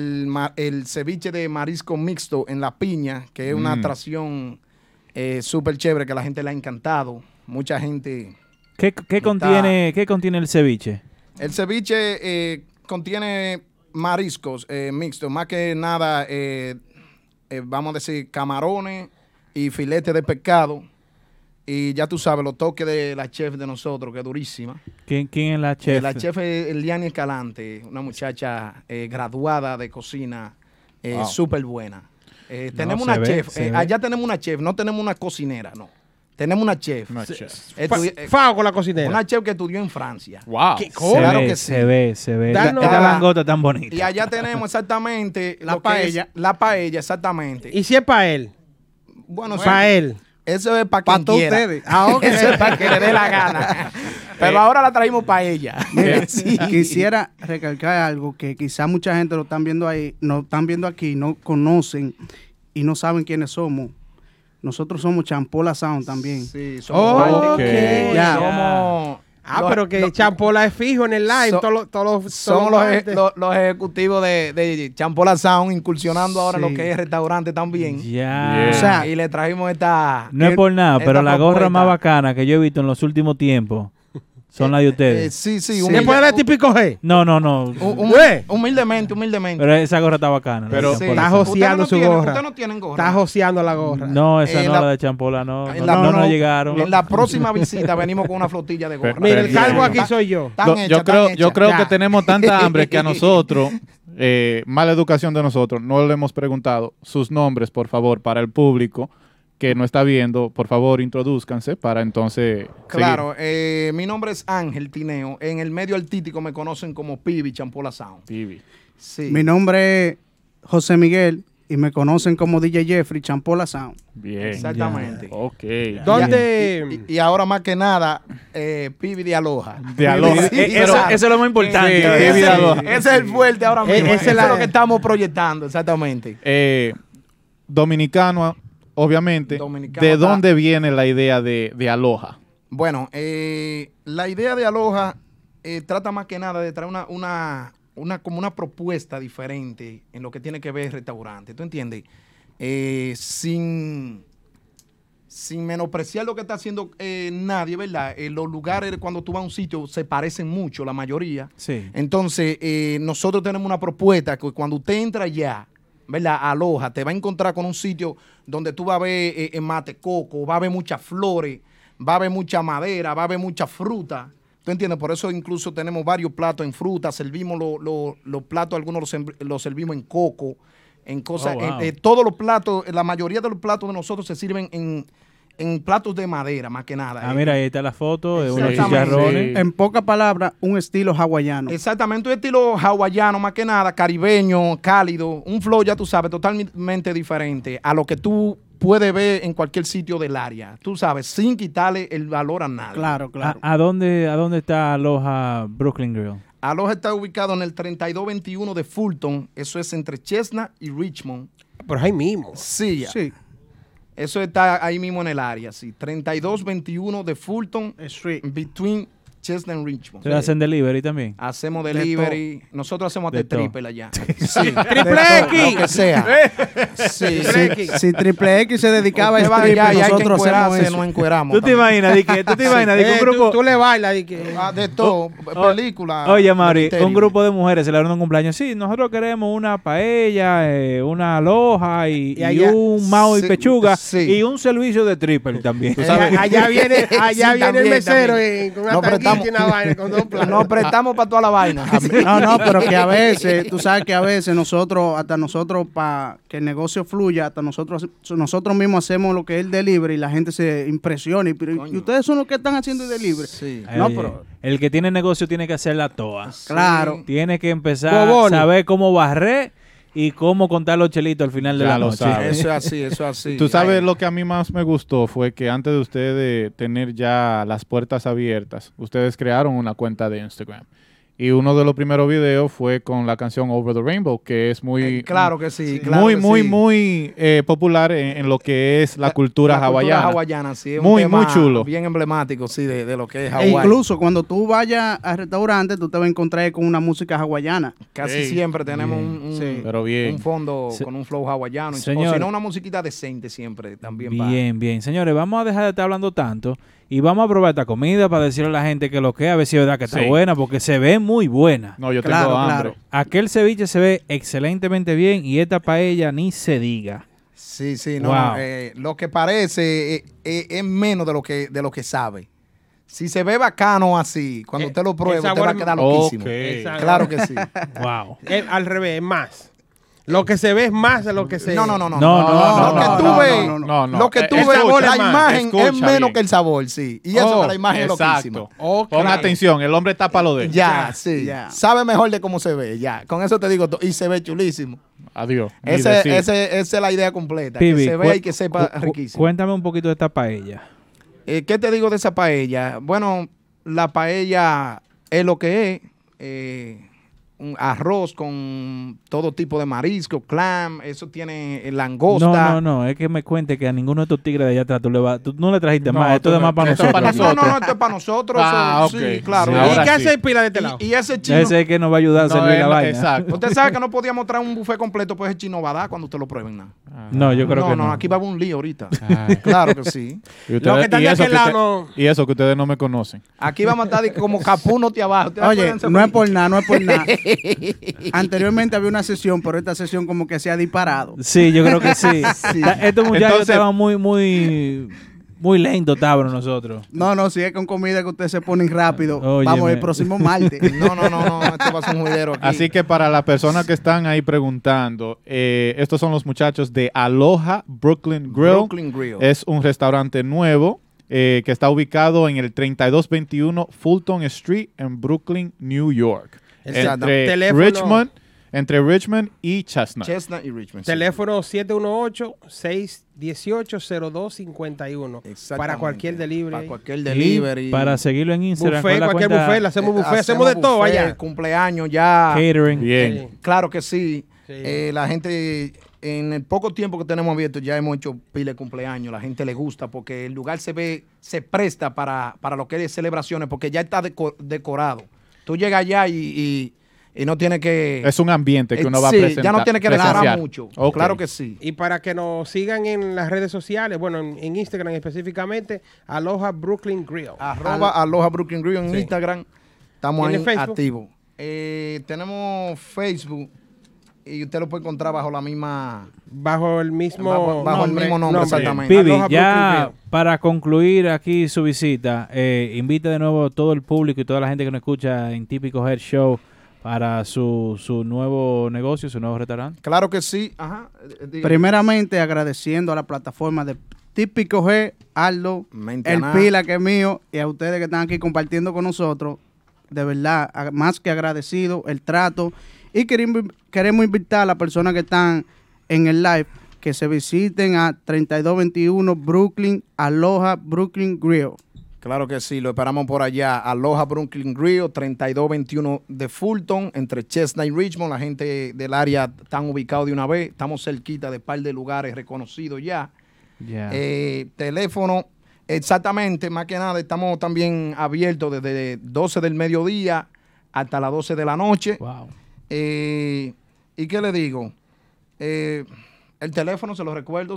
el ceviche de marisco mixto en La Piña, que es una atracción súper chévere que a la gente le ha encantado. Mucha gente... ¿Qué contiene el ceviche? El ceviche contiene mariscos mixtos, más que nada, vamos a decir, camarones y filetes de pescado. Y ya tú sabes, los toques de la chef de nosotros, que es durísima. ¿Quién es la chef? La chef es Eliani Escalante, una muchacha graduada de cocina, súper buena. Tenemos una chef. Allá tenemos una chef, no tenemos una cocinera, no. Tenemos una chef. Fao con la cocinera. Una chef que estudió en Francia. Wow. Claro que sí. Se ve. Esta langota tan bonita. Y allá tenemos exactamente la paella. La paella, exactamente. ¿Y si es para él? Bueno, para él. Eso es para quien quiera. Ustedes. Eso es para que le dé la gana. Pero ahora la traímos para ella. Sí. Quisiera recalcar algo que quizá mucha gente lo están viendo ahí, no están viendo aquí, no conocen y no saben quiénes somos. Nosotros somos Champola Sound también. Sí, somos somos... pero que Champola es fijo en el live. Somos los ejecutivos de Champola Sound, incursionando ahora en lo que es restaurante también. Ya. O sea, y le trajimos esta... No es por nada, pero la gorra propuesta más bacana que yo he visto en los últimos tiempos son las de ustedes. Sí. ¿Después de Típico G? No. Humildemente. Pero esa gorra está bacana. Pero está joseando su gorra. Ustedes no tienen gorra. Está joseando la gorra. No, esa no, la de Champola, no llegaron. En la próxima visita venimos con una flotilla de gorra. Mira, el calvo aquí soy yo. Yo creo que tenemos tanta hambre que a nosotros, mala educación de nosotros, no le hemos preguntado sus nombres, por favor, para el público que no está viendo. Por favor, introdúzcanse para entonces Claro, mi nombre es Ángel Tineo. En el medio artístico me conocen como Pibi Champola Sound. Pibi. Sí. Mi nombre es José Miguel y me conocen como DJ Jeffrey Champola Sound. Bien. Exactamente. Ok. ¿Dónde? Y ahora más que nada, Pibi de Aloha. De Aloha. Eso es lo más importante. Sí, Pibi de Aloha. ese es el fuerte ahora mismo. Ese Eso es lo que estamos proyectando, exactamente. Dominicano, obviamente. Dominicano ¿De está- dónde viene la idea de Aloha? Bueno, la idea de Aloha trata más que nada de traer como una propuesta diferente en lo que tiene que ver el restaurante. ¿Tú entiendes? Sin menospreciar lo que está haciendo nadie, ¿verdad? Los lugares cuando tú vas a un sitio se parecen mucho, la mayoría. Sí. Entonces, nosotros tenemos una propuesta que cuando usted entra allá, ¿verdad? Aloha, te va a encontrar con un sitio donde tú vas a ver mate coco, va a haber muchas flores, va a haber mucha madera, va a haber mucha fruta. ¿Tú entiendes? Por eso incluso tenemos varios platos en fruta, servimos los platos, algunos los servimos en coco, en cosas, Oh, wow. todos los platos, la mayoría de los platos de nosotros se sirven en platos de madera, más que nada. Ah, mira, ahí está la foto de unos Exactamente. chicharrones. En pocas palabras, un estilo hawaiano. Exactamente, un estilo hawaiano, más que nada, caribeño, cálido, un flow, ya tú sabes, totalmente diferente a lo que tú puedes ver en cualquier sitio del área, tú sabes, sin quitarle el valor a nadie. Claro, claro. ¿A dónde está Aloha Brooklyn Grill? Aloha está ubicado en el 3221 de Fulton, eso es entre Chestnut y Richmond. Pero ahí mismo. Sí, ya. Sí. Eso está ahí mismo en el área, sí. 3221 de Fulton Street. Between Chestnut and Richmond. ¿Se hacen delivery también? Hacemos delivery. Nosotros hacemos De hasta todo. triple allá. Sí. ¡Triple X! Lo que sea. Sí, sí. Si Triple X se dedicaba a Usted va strip, allá y hay que nosotros hacemos encuerarse, eso. nos encueramos. ¿Tú te imaginas? ¿Tú te imaginas? Un grupo... Tú le bailas y que... De todo, película. Oye, Mauri, misterio. un grupo de mujeres celebrando un cumpleaños. Sí, nosotros queremos una paella, una aloha y allá- un mao y sí, pechuga sí. y un servicio de triple también. Allá viene, Sí, el también, mesero también. con una Nos tanguita prestamos- y una vaina con dos platos. Nos prestamos para toda la vaina. No, pero que a veces, tú sabes que a veces nosotros, para que el negocio fluya, hasta nosotros mismos hacemos lo que es el delivery y la gente se impresiona. ¿Y ustedes son los que están haciendo el delivery? Sí. No, Oye, pero... el que tiene negocio tiene que hacer la toa. Claro. Tiene que empezar a Boboni. saber cómo barrer y cómo contar los chelitos al final de Ya la lo noche. sabes. Eso es así, eso es así. Tú sabes Ay. lo que a mí más me gustó fue que antes de ustedes tener ya las puertas abiertas, ustedes crearon una cuenta de Instagram. Y uno de los primeros videos fue con la canción Over the Rainbow, que es muy, Claro que sí. claro muy, que muy, sí. muy popular en lo que es la cultura hawaiana. hawaiana, sí. Es Muy, un tema muy chulo. Bien emblemático, sí, de lo que es E Hawái. incluso cuando tú vayas al restaurante, tú te vas a encontrar con una música hawaiana. Casi Ey, siempre tenemos bien. un Pero bien. un fondo Se- con un flow hawaiano. Señor. O si no, una musiquita decente siempre también va. Bien, bien. Señores, vamos a dejar de estar hablando tanto y vamos a probar esta comida para decirle a la gente que lo que es, a ver si es verdad que está Sí. buena, porque se ve muy buena. No, yo Claro, tengo hambre. claro. Aquel ceviche se ve excelentemente bien y esta paella ni se diga. Sí, sí, no. Wow. Lo que parece es menos de lo que sabe. Si se ve bacano así, cuando usted lo pruebe, usted sabor va a es- quedar loquísimo. Ok. Exacto. Claro que sí. Wow. Al revés, es más. Lo que se ve es más de lo que se... No. No, no, Lo no, que no, tú no, ves, no, no. lo que tú El ves, sabor la es más. imagen es Escucha menos bien. que el sabor, sí. Y eso que la imagen es loquísima. Exacto. Oh, Pon claro. atención, el hombre tapa lo de él. Ya, sí. Ya. Sabe mejor de cómo se ve, ya. Con eso te digo todo. Y se ve chulísimo. Adiós. Ni Esa decir. es la idea completa. Pibi, que se vea y que sepa riquísimo. Cuéntame un poquito de esta paella. ¿Qué te digo de esa paella? Bueno, la paella es lo que es. Un arroz con todo tipo de marisco, clam, eso tiene langosta. No, es que me cuente que a ninguno de estos tigres de allá atrás tú no le trajiste No, más, esto tú es no- más para esto es nosotros. para nosotros. No, esto es para nosotros. Ah, eso, ok. Sí, claro. Sí, ¿Y ahora qué sí. hace el pila de este lado? Y ese chino. Ese es el que nos va a ayudar a No, servir la vaina. Exacto. Usted sabe que no podíamos traer un buffet completo, pues el chino va a dar cuando usted lo prueben. Nada. No, yo creo que no. aquí va a haber un lío ahorita. Ay. Claro que sí. Y, Lo que están de eso aquel que lado usted- y eso que ustedes no me conocen. Aquí vamos a estar de que como capuno te abajo. ¿Ustedes Oye, acuérdense no es ahí? por nada, no es por nada. Anteriormente había una sesión, pero esta sesión como que se ha disparado. Sí, yo creo que sí. Sí. Estos muchachos Entonces- estaban muy lentos, estaban nosotros. No, si es con comida que ustedes se ponen rápido. Óyeme. Vamos el próximo martes. No, esto va a ser un juidero aquí. Así que para las personas que están ahí preguntando, estos son los muchachos de Aloha Brooklyn Grill. Brooklyn Grill. Es un restaurante nuevo que está ubicado en el 3221 Fulton Street en Brooklyn, New York. Exacto. Entre Teléfono. Richmond, Entre Richmond y Chestnut. Chestnut y Richmond. sí. Teléfono 718-618-0251. Para cualquier delivery. Para cualquier Y delivery. para seguirlo en Instagram. Buffet, con la cualquier cuenta buffet, le hacemos buffet, hacemos de todo buffet, allá. Cumpleaños ya. Catering. Bien. Claro que sí. Sí. La gente, en el poco tiempo que tenemos abierto, ya hemos hecho pile de cumpleaños. La gente le gusta porque el lugar se presta para lo que es celebraciones, porque ya está decorado. Tú llegas allá y no tienes que... Es un ambiente que uno va a sí, presentar. ya no tiene que decorar presenciar. mucho. Ok. Claro que sí. Y para que nos sigan en las redes sociales, bueno, en Instagram específicamente, Aloha Brooklyn Grill. Aloha Brooklyn Grill en Sí. Instagram. Estamos ¿Tiene ahí Facebook? activos. Tenemos Facebook y usted lo puede encontrar bajo la misma... Bajo el mismo Bajo el mismo nombre, exactamente. Pibi, Aloha Brooklyn ya Grill. para concluir aquí su visita, invita de nuevo a todo el público y toda la gente que nos escucha en Típico Head Show para su nuevo negocio, su nuevo restaurante. Claro que sí. Ajá. Primeramente agradeciendo a la plataforma de Típico G, Aldo, Mente el a nada. Pila que es mío y a ustedes que están aquí compartiendo con nosotros. De verdad, más que agradecido el trato. Y queremos invitar a las personas que están en el live que se visiten a 3221 Brooklyn, Aloha Brooklyn Grill. Claro que sí, lo esperamos por allá. Aloha Brooklyn Grill, 3221 de Fulton, entre Chestnut y Richmond. La gente del área están ubicados de una vez. Estamos cerquita de un par de lugares reconocidos ya. Ya. Teléfono, exactamente, más que nada, estamos también abiertos desde 12 del mediodía hasta las 12 de la noche. Wow. ¿Y qué le digo? El teléfono, se lo recuerdo,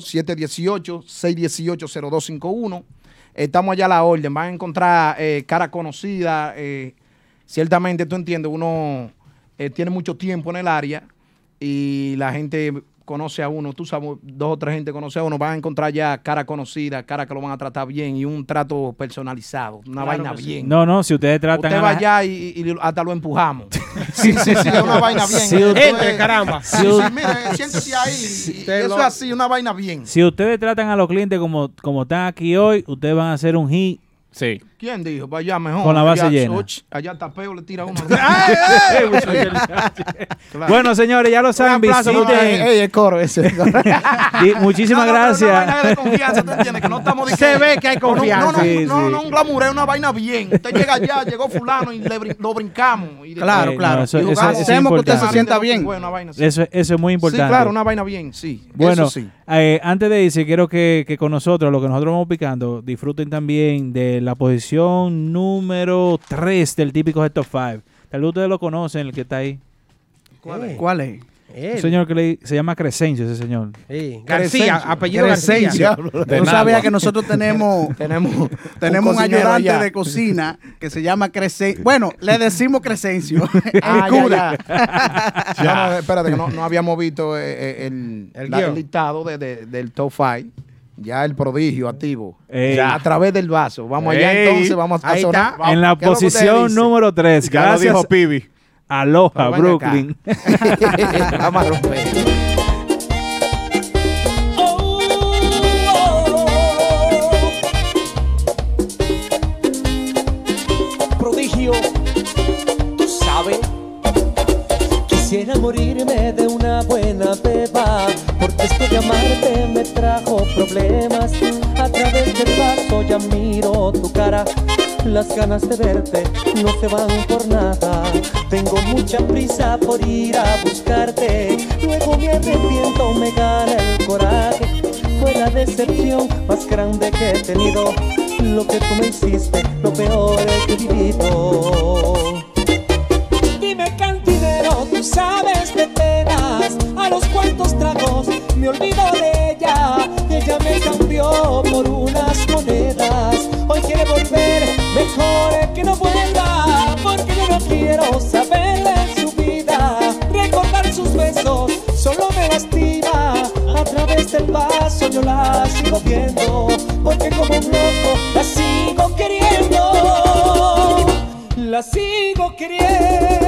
718-618-0251. Estamos allá a la orden. Van a encontrar cara conocida. Ciertamente, tú entiendes, uno tiene mucho tiempo en el área y la gente conoce a uno. Tú sabes, 2 o 3 gente conoce a uno. Van a encontrar ya cara conocida, cara que lo van a tratar bien y un trato personalizado. Una Claro vaina que sí. bien. No, si ustedes tratan Usted a va la- allá y hasta lo empujamos. Sí, es una vaina bien. Si usted- Entre, caramba. Sí, mire, siéntese ahí. Usted Eso lo- es así, una vaina bien. Si ustedes tratan a los clientes como están aquí hoy, ustedes van a hacer un hit. Sí. ¿Quién dijo? Vaya mejor. Con la base allá, llena. Allá tapeo le tira uno. Claro. Bueno, señores, ya lo saben, Un aplauso, visiten. el coro ese. Y muchísimas No, pero es una vaina gracias. de confianza, ¿tú entiendes? Que no estamos de Se ve que hay con un- confianza. No, Sí, sí. un glamour, es una vaina bien. Usted llega allá, llegó fulano y lo brincamos. Y Claro, no, claro. eso- Y eso- jugamos. eso es Hacemos que usted se importante. sienta bien. Una vaina así. Eso es muy importante. Sí, claro, una vaina bien, sí. Bueno, Eso sí. antes de irse, quiero que con nosotros, lo que nosotros vamos picando, disfruten también de la posición número 3 del Típico Head Top 5. Tal vez ustedes lo conocen, el que está ahí. ¿Cuál es? Un señor que se llama Crescencio, ese señor. Sí. García, apellido Crescencio. García. Tú sabías que nosotros tenemos un cocinero ayudante allá. de cocina que se llama Crescencio. Bueno, le decimos Crescencio. Ah, el cura. No, espérate, que no habíamos visto el guión. listado del top 5. Ya el prodigio activo. Ey. Ya, a través del vaso. Vamos allá Ey. entonces, vamos a Ahí sonar. está. En la ¿Qué es lo que usted posición dice? número 3, Ya lo gracias dijo Pibi. Aloha, Pero ven Brooklyn. Vamos a romper. Prodigio, tú sabes. Quisiera morirme de una buena beba, porque esto de amarte me trajo problemas. A través del vaso ya miro tu cara, las ganas de verte no se van por nada. Tengo mucha prisa por ir a buscarte, luego me arrepiento, me gana el coraje. Fue la decepción más grande que he tenido, lo que tú me hiciste, lo peor que he vivido. Dime cantinero, tú sabes de penas, a los cuantos tragos me olvido de ella. Ella me cambió por unas monedas, hoy quiere volver, mejor que no vuelva, porque yo no quiero saber de su vida. Recordar sus besos solo me lastima, a través del vaso yo la sigo viendo, porque como un loco la sigo queriendo, la sigo queriendo.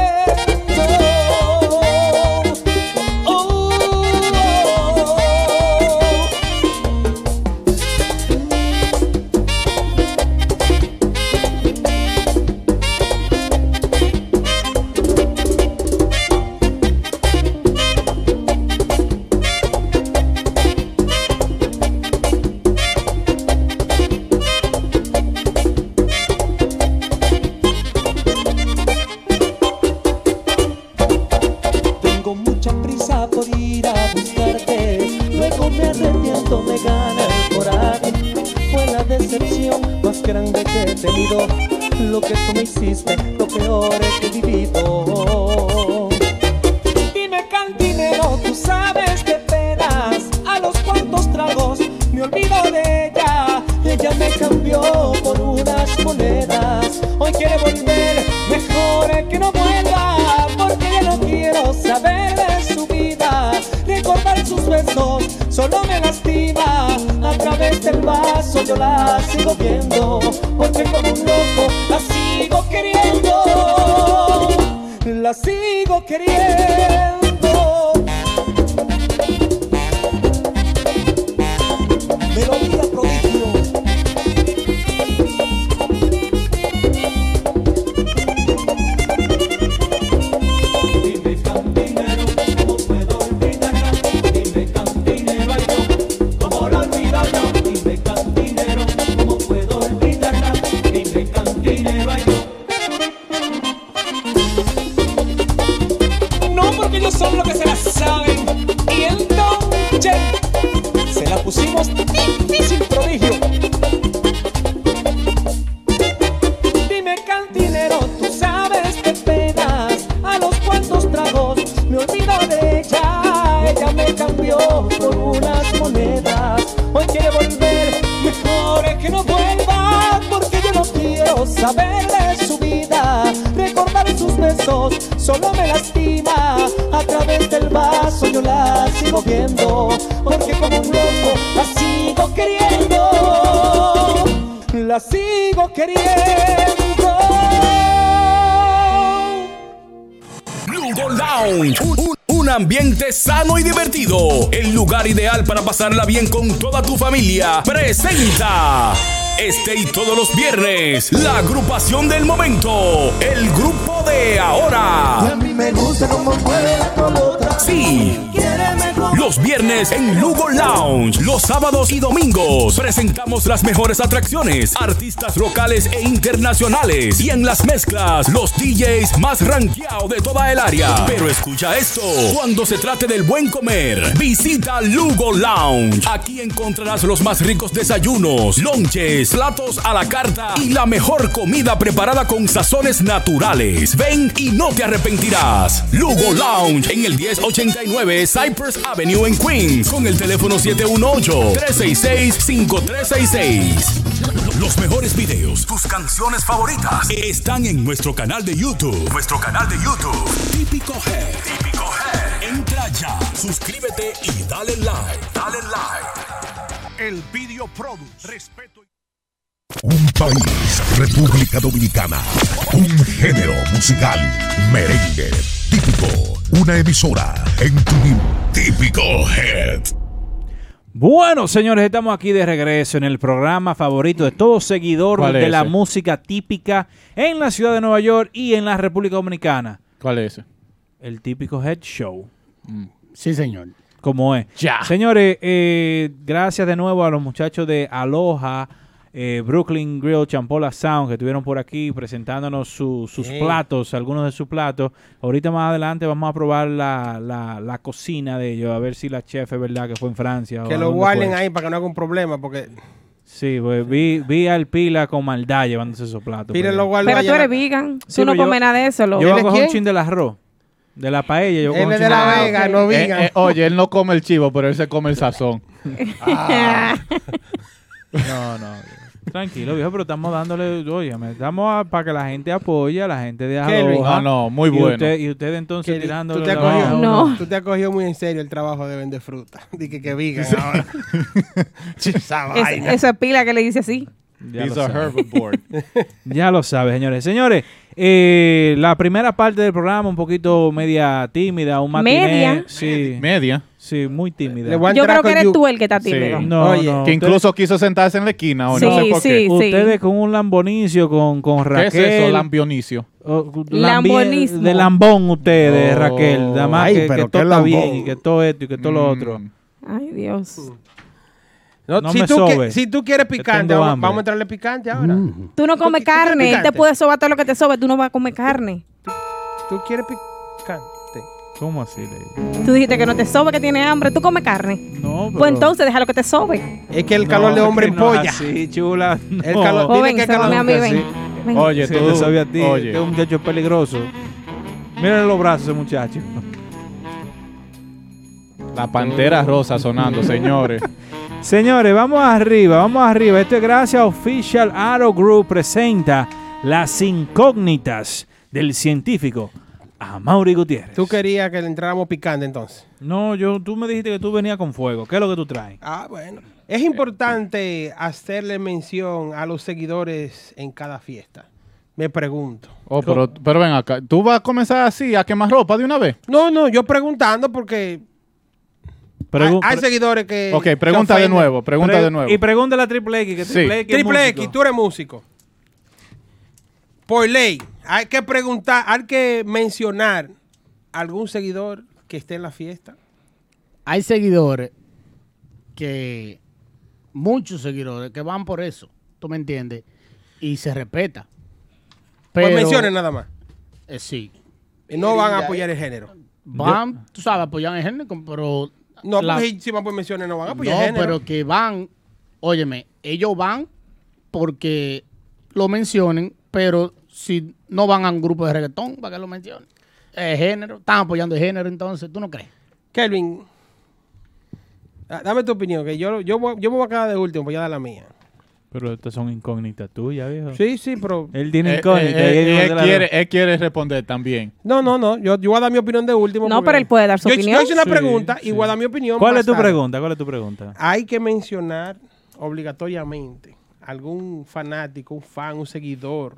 más grande que he tenido. Lo que tú me hiciste, lo peor que he vivido. Dime, cantinero, tú sabes de penas. A los cuantos tragos me olvido de ella. Ella me cambió por unas monedas. Hoy quiere volver, mejor que no vuelva, porque ya no quiero saber de su vida. Recordar sus besos solo me lastima. A través del vaso yo la sigo viendo, porque como un loco la sigo queriendo. La sigo queriendo. Melodía prodigio. Dime, cantinero, ¿cómo puedo olvidarla? Dime, cantinero, ay yo, ¿cómo la olvido yo? Dime, cantinero, ¿cómo puedo olvidarla? Dime, cantinero, ay yo. No, porque ellos son los que se la saben. Y entonces se la pusimos difícil, prodigio. Dime, cantinero, tú sabes de penas. A los cuantos tragos me olvido de ella. Ella me cambió por unas monedas. Hoy quiere volver, mejor que no vuelva, porque yo no quiero saber de su vida. Recordar sus besos solo me lastima. A través del vaso yo la sigo viendo, porque como un loco la sigo queriendo. La sigo queriendo. Lugo Lounge, un ambiente sano y divertido. El lugar ideal para pasarla bien con toda tu familia. Presenta este y todos los viernes la agrupación del momento, el grupo de ahora. A mí me gusta como mueve la colota. Sí, los viernes en Lugo Lounge, los sábados y domingos presentamos las mejores atracciones, artistas locales e internacionales, y en las mezclas los DJs más rankeados de toda el área. Pero escucha esto, cuando se trate del buen comer, visita Lugo Lounge. Aquí encontrarás los más ricos desayunos, lonches, platos a la carta y la mejor comida preparada con sazones naturales. Ven y no te arrepentirás. Lugo Lounge en el 1089 Cypress Avenue en Queens, con el teléfono 718-366-5366. Los mejores videos, tus canciones favoritas, están en nuestro canal de YouTube. Típico Head. Entra ya, suscríbete y dale like. El Video Produce. Respeto. Un país, República Dominicana. Un género musical, merengue típico. Una emisora en tu Típico Head. Bueno, señores, estamos aquí de regreso en el programa favorito de todo seguidor de la música típica en la ciudad de Nueva York y en la República Dominicana. ¿Cuál es ese? El Típico Head Show. Sí, señor. Como es. Ya. Señores, gracias de nuevo a los muchachos de Aloha, Brooklyn Grill, Champola Sound, que estuvieron por aquí presentándonos sus platos, algunos de sus platos. Ahorita más adelante vamos a probar la cocina de ellos, a ver si la chef es verdad que fue en Francia. Que lo guarden ahí para que no haga un problema, porque... Sí, pues vi al Pila con maldad llevándose esos platos. Pero tú eres vegan, tú no comes nada de eso. Yo voy a coger un chin del arroz, de la paella. Yo él es de la Vega, no vegan. Oye, él no come el chivo, pero él se come el sazón. No. Tranquilo, viejo, pero estamos dándole, oye, estamos para que la gente apoye a la gente de Aloha. No, muy bueno. Y usted entonces tirándole Tú te has cogido muy en serio el trabajo de vender fruta. Dije que vegan ahora. Eso es Pila que le dice así. Ya lo sabe, señores. Señores, la primera parte del programa un poquito media tímida, un matiné. Media. Sí, muy tímida. Yo creo que eres tú el que está tímido. Sí. No, que incluso quiso sentarse en la esquina, o no sé por qué. Ustedes con un lambonicio, con Raquel. ¿Qué es eso, lambionicio? Lambonismo. De lambón ustedes, Raquel. Nada más que todo está bien y que todo esto y que todo lo otro. Ay, Dios. Si tú quieres picante, vamos a entrarle picante ahora. Tú no comes carne. Él te puede sobar todo lo que te sobe. Tú no vas a comer carne. ¿Tú quieres picante? ¿Cómo así, Lady? Tú dijiste que no te sobe, que tienes hambre. ¿Tú comes carne? No, pero... Pues entonces déjalo que te sobe. Es que el calor de hombre es que no es empolla. así, chula. No. El calor, Joven, dile que el calor. sóbame a mí, que ven. sí. Ven. Oye, Sí, tú, te sabe a ti. oye. Este muchacho es peligroso. Mírale los brazos a ese muchacho. La pantera rosa sonando, señores. Señores, vamos arriba. Esto es gracias a Official Auto Group presenta Las Incógnitas del Científico Amaury Gutiérrez. Tú querías que le entráramos picante entonces. No, tú me dijiste que tú venías con fuego. ¿Qué es lo que tú traes? Ah, bueno. Es importante hacerle mención a los seguidores en cada fiesta. Me pregunto. Oh, pero ven acá. ¿Tú vas a comenzar así, a quemar ropa de una vez? No, yo preguntando porque hay seguidores que Ok, pregunta se de ofenden. nuevo, pregunta de nuevo. Y pregúntale a Triple X, que Sí. Triple X es Triple músico. X, tú eres músico. Por ley, hay que preguntar, hay que mencionar algún seguidor que esté en la fiesta. Hay seguidores que, muchos seguidores que van por eso, ¿tú me entiendes? Y se respeta. Pero, Pues mencionen nada más. Sí. Y no van a apoyar el género. Van, tú sabes, apoyan el género, pero... No, porque si van por menciones no van a apoyar el género. pero que van, óyeme, ellos van porque lo mencionen, pero si no van a un grupo de reggaetón, ¿para que lo mencionen? El género, están apoyando el género, entonces, ¿tú no crees? Kelvin, dame tu opinión, que yo me voy a quedar de último, voy a dar la mía. Pero estas son incógnitas tuyas, viejo. Sí, pero... Él tiene incógnitas. Él quiere responder también. No, yo voy a dar mi opinión de último. No, porque pero él puede dar su opinión. Yo hice una Sí, pregunta y sí. voy a dar mi opinión. ¿Cuál más es tu tarde. pregunta? Hay que mencionar obligatoriamente algún fanático, un fan, un seguidor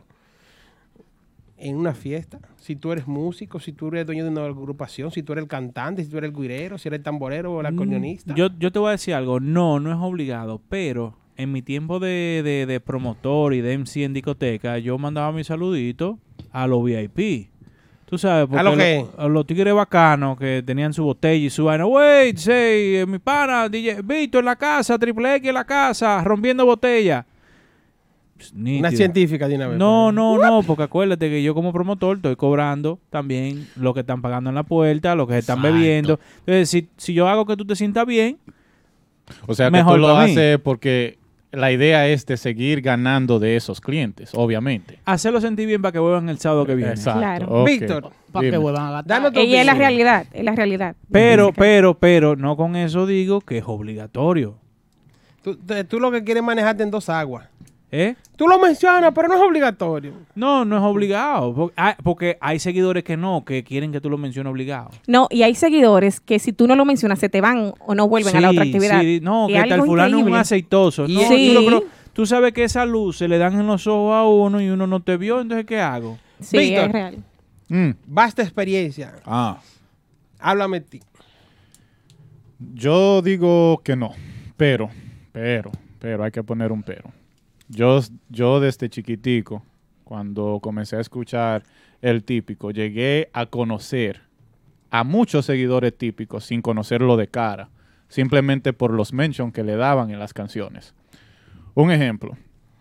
en una fiesta. Si tú eres músico, si tú eres dueño de una agrupación, si tú eres el cantante, si tú eres el guirero, si eres el tamborero o el acordeonista. Yo te voy a decir algo. No es obligado, pero en mi tiempo de promotor y de MC en discoteca, yo mandaba mi saludito a los VIP. Tú sabes, porque ¿A lo qué? a los tigres bacanos que tenían su botella y su vaina. Wait, say, mi pana, DJ Víctor en la casa, Triple X en la casa, rompiendo botella. Pues, Una nítido. científica de una vez. No, porque acuérdate que yo como promotor estoy cobrando también lo que están pagando en la puerta, lo que se están Exacto. bebiendo. Entonces, si yo hago que tú te sientas bien, O sea, que Mejor tú lo para mí. haces porque la idea es de seguir ganando de esos clientes, obviamente. hacerlo sentir bien para que vuelvan el sábado que viene. Exacto. Claro. ok. Víctor, Para que Dime. vuelvan a gastar. dame tu Ella es la opinión. realidad, es la realidad. Pero, no con eso digo que es obligatorio. Tú lo que quieres es manejarte en dos aguas. ¿Eh? Tú lo mencionas, pero no es obligatorio. No es obligado. Porque hay seguidores que quieren que tú lo menciones obligado. No, y hay seguidores que si tú no lo mencionas se te van o no vuelven a la otra actividad. Sí, no, Es que tal algo fulano es un increíble. aceitoso. No, Sí. pero tú sabes que esa luz se le dan en los ojos a uno y uno no te vio, entonces ¿qué hago? Sí, Víctor. es real. Vasta experiencia. Háblame de ti. Yo digo que no, pero, hay que poner un pero. Yo desde chiquitico, cuando comencé a escuchar el típico, llegué a conocer a muchos seguidores típicos sin conocerlo de cara, simplemente por los mentions que le daban en las canciones. Un ejemplo.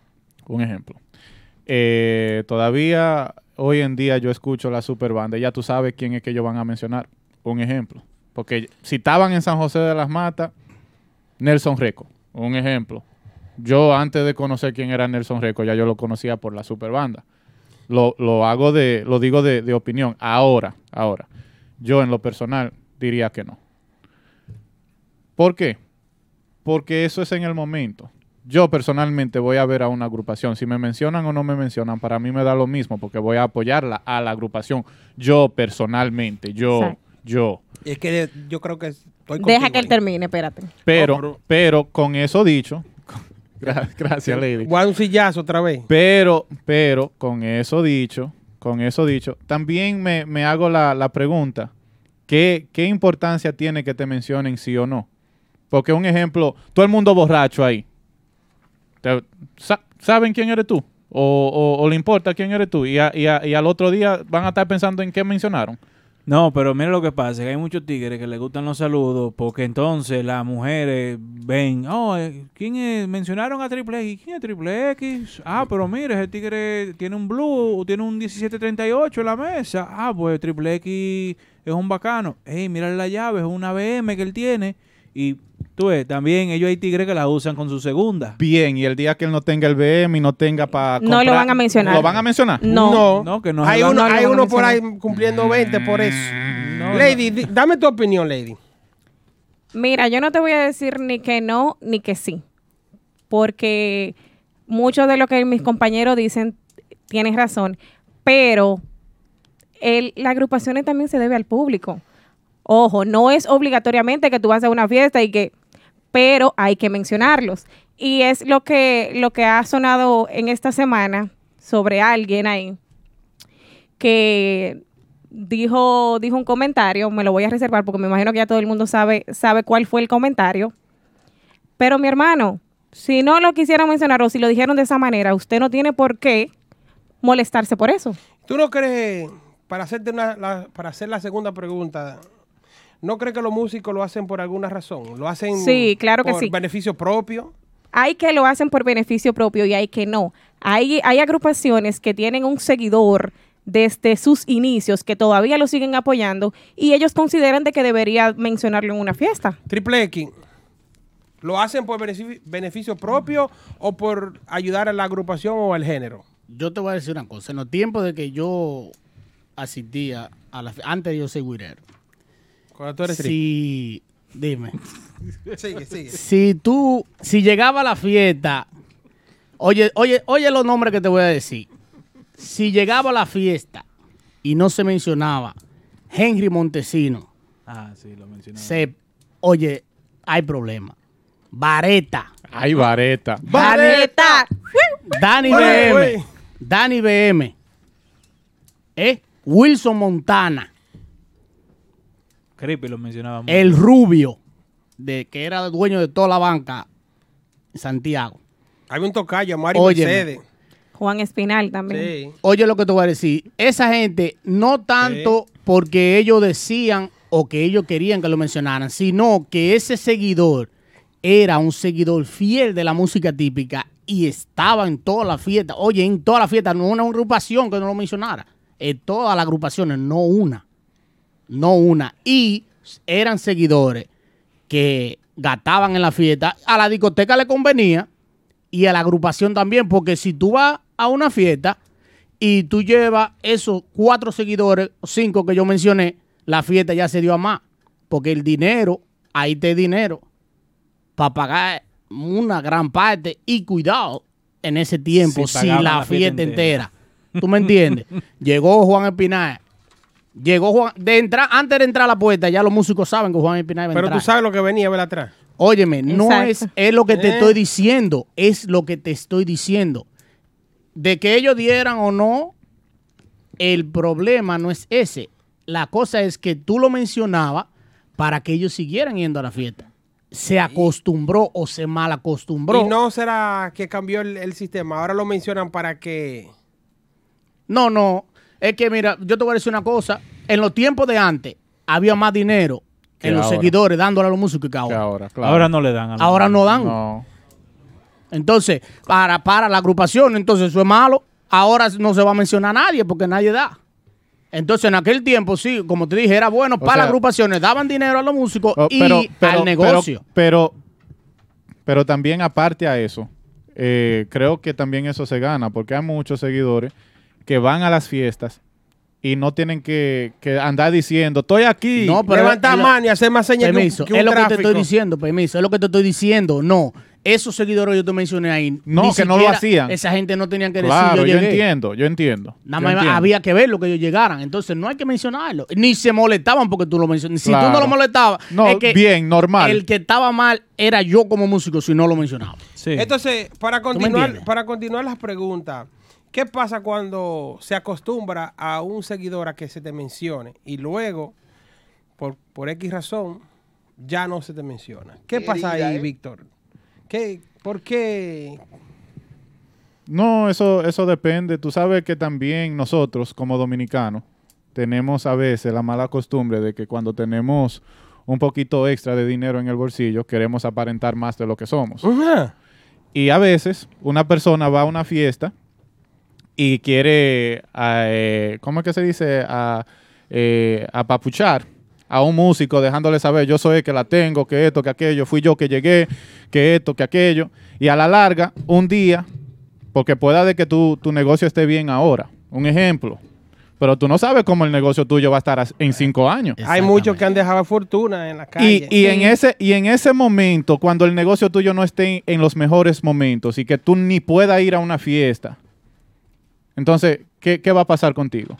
Todavía hoy en día yo escucho la super banda, ya tú sabes quién es que ellos van a mencionar. Un ejemplo. Porque si estaban en San José de las Matas, Nelson Reco. Un ejemplo. Yo antes de conocer quién era Nelson Reco, ya yo lo conocía por la super banda. Lo digo de opinión. Ahora, yo en lo personal diría que no. ¿Por qué? Porque eso es en el momento. Yo personalmente voy a ver a una agrupación. Si me mencionan o no me mencionan, para mí me da lo mismo porque voy a apoyarla a la agrupación. Yo personalmente, yo. Es que yo creo que estoy Deja que él termine, espérate. Pero con eso dicho, gracias, Lady. Voy a dar un sillazo otra vez. Pero con eso dicho, también me hago la pregunta, ¿qué importancia tiene que te mencionen sí o no? Porque un ejemplo, todo el mundo borracho ahí. ¿Saben quién eres tú? ¿O le importa quién eres tú? Y al otro día van a estar pensando en qué mencionaron. No, pero mira lo que pasa, que hay muchos tigres que les gustan los saludos porque entonces las mujeres ven, ¿quién es? Mencionaron a Triple X. ¿Quién es Triple X? Ah, pero mira, ese tigre tiene un Blue o tiene un 1738 en la mesa. Ah, pues Triple X es un bacano. Ey, mira la llave, es una BM que él tiene. Y tú ves, también ellos hay tigres que la usan con su segunda. Bien, y el día que él no tenga el BM y no tenga para No lo van a mencionar. ¿Lo van a mencionar? No, que no. Hay se lo- uno, no lo hay van a uno por mencionar. ahí cumpliendo 20 por eso. No, Lady, dame tu opinión, Lady. Mira, yo no te voy a decir ni que no ni que sí, porque mucho de lo que mis compañeros dicen tienes razón, pero las agrupaciones también se debe al público. Ojo, no es obligatoriamente que tú vas a una fiesta pero hay que mencionarlos. Y es lo que ha sonado en esta semana sobre alguien ahí que dijo un comentario, me lo voy a reservar porque me imagino que ya todo el mundo sabe cuál fue el comentario. Pero mi hermano, si no lo quisieron mencionar o si lo dijeron de esa manera, usted no tiene por qué molestarse por eso. ¿Tú no crees, para hacer la segunda pregunta, no crees que los músicos lo hacen por alguna razón? ¿Lo hacen Sí, claro que por sí. beneficio propio? Hay que lo hacen por beneficio propio y hay que no. Hay agrupaciones que tienen un seguidor desde sus inicios que todavía lo siguen apoyando y ellos consideran de que debería mencionarlo en una fiesta. Triple X, ¿lo hacen por beneficio propio o por ayudar a la agrupación o al género? Yo te voy a decir una cosa. En los tiempos de que yo asistía antes de yo ser guirero. Cuando tú eres Sí, dime. Sigue. Si llegaba a la fiesta, oye los nombres que te voy a decir. Si llegaba a la fiesta y no se mencionaba Henry Montesino, Sí, lo mencionaba. oye, hay problema. Vareta. Ay, Vareta. ¡Vareta! Dani Oye, BM. oye. Dani BM. Wilson Montana. Creepy lo mencionaba mucho. El Rubio, que era dueño de toda la banca en Santiago. Había un tocayo, Mario Óyeme. Mercedes. Juan Espinal también. Sí. Oye lo que te voy a decir. Esa gente, no tanto porque ellos decían o que ellos querían que lo mencionaran, sino que ese seguidor era un seguidor fiel de la música típica y estaba en toda la fiesta. Oye, en toda la fiesta, no una agrupación que no lo mencionara. En todas las agrupaciones, no una. No una. Y eran seguidores que gastaban en la fiesta. A la discoteca le convenía y a la agrupación también, porque si tú vas a una fiesta y tú llevas esos 4 seguidores, 5 que yo mencioné, la fiesta ya se dio a más. Porque el dinero, ahí te dinero para pagar una gran parte y cuidado en ese tiempo, Sí, si pagaban la la fiesta fiesta entera. ¿Tú me entiendes? Llegó Juan Espinal. Antes de entrar a la puerta, ya los músicos saben que Juan Espinal va a Pero entrar. tú sabes lo que venía a ver atrás. Óyeme, no Exacto. es lo que te estoy diciendo, es lo que te estoy diciendo. De que ellos dieran o no, el problema no es ese. La cosa es que tú lo mencionabas para que ellos siguieran yendo a la fiesta. Se acostumbró o se mal acostumbró. ¿Y no será que cambió el sistema? Ahora lo mencionan para que... No. Es que mira, yo te voy a decir una cosa. En los tiempos de antes había más dinero Que en los ahora. seguidores dándole a los músicos que ahora. Ahora, claro. Ahora no le dan. a los- Ahora no dan. No. Entonces, para la agrupación, entonces eso es malo. Ahora no se va a mencionar a nadie porque nadie da. Entonces, en aquel tiempo, sí, como te dije, era bueno para sea, las agrupaciones. Daban dinero a los músicos Oh, y al negocio. Pero también aparte a eso, creo que también eso se gana, porque hay muchos seguidores que van a las fiestas y no tienen que andar diciendo, estoy aquí. No, pero levantar mano y hacer más señas Permiso, que un es lo que te tráfico. estoy diciendo, permiso, es lo que te estoy diciendo. No, esos seguidores yo te mencioné ahí. No, ni que no lo siquiera hacían. Esa gente no tenían que Claro, decir, yo llegué. entiendo. Nada Yo más entiendo. había que ver lo que ellos llegaran. Entonces no hay que mencionarlo. Ni se molestaban porque tú lo mencionas. Si tú no Claro. lo molestabas, No, es que bien, normal. el que estaba mal era yo como músico si no lo mencionaba. Sí. Entonces, para me continuar, entiendes? las preguntas, ¿qué pasa cuando se acostumbra a un seguidor a que se te mencione y luego, por X razón, ya no se te menciona? ¿Qué pasa ahí, Víctor? ¿Por qué? No, eso depende. Tú sabes que también nosotros, como dominicanos, tenemos a veces la mala costumbre de que cuando tenemos un poquito extra de dinero en el bolsillo, queremos aparentar más de lo que somos. Y a veces una persona va a una fiesta y quiere, ¿cómo es que se dice? Apapuchar a un músico, dejándole saber, yo soy el que la tengo, que esto, que aquello, fui yo que llegué, que esto, que aquello. Y a la larga, un día, porque pueda de que tu negocio esté bien ahora, un ejemplo, pero tú no sabes cómo el negocio tuyo va a estar en 5 años. Hay muchos que han dejado fortuna en la calle. Y en ese momento, cuando el negocio tuyo no esté en los mejores momentos y que tú ni puedas ir a una fiesta, entonces, ¿qué va a pasar contigo?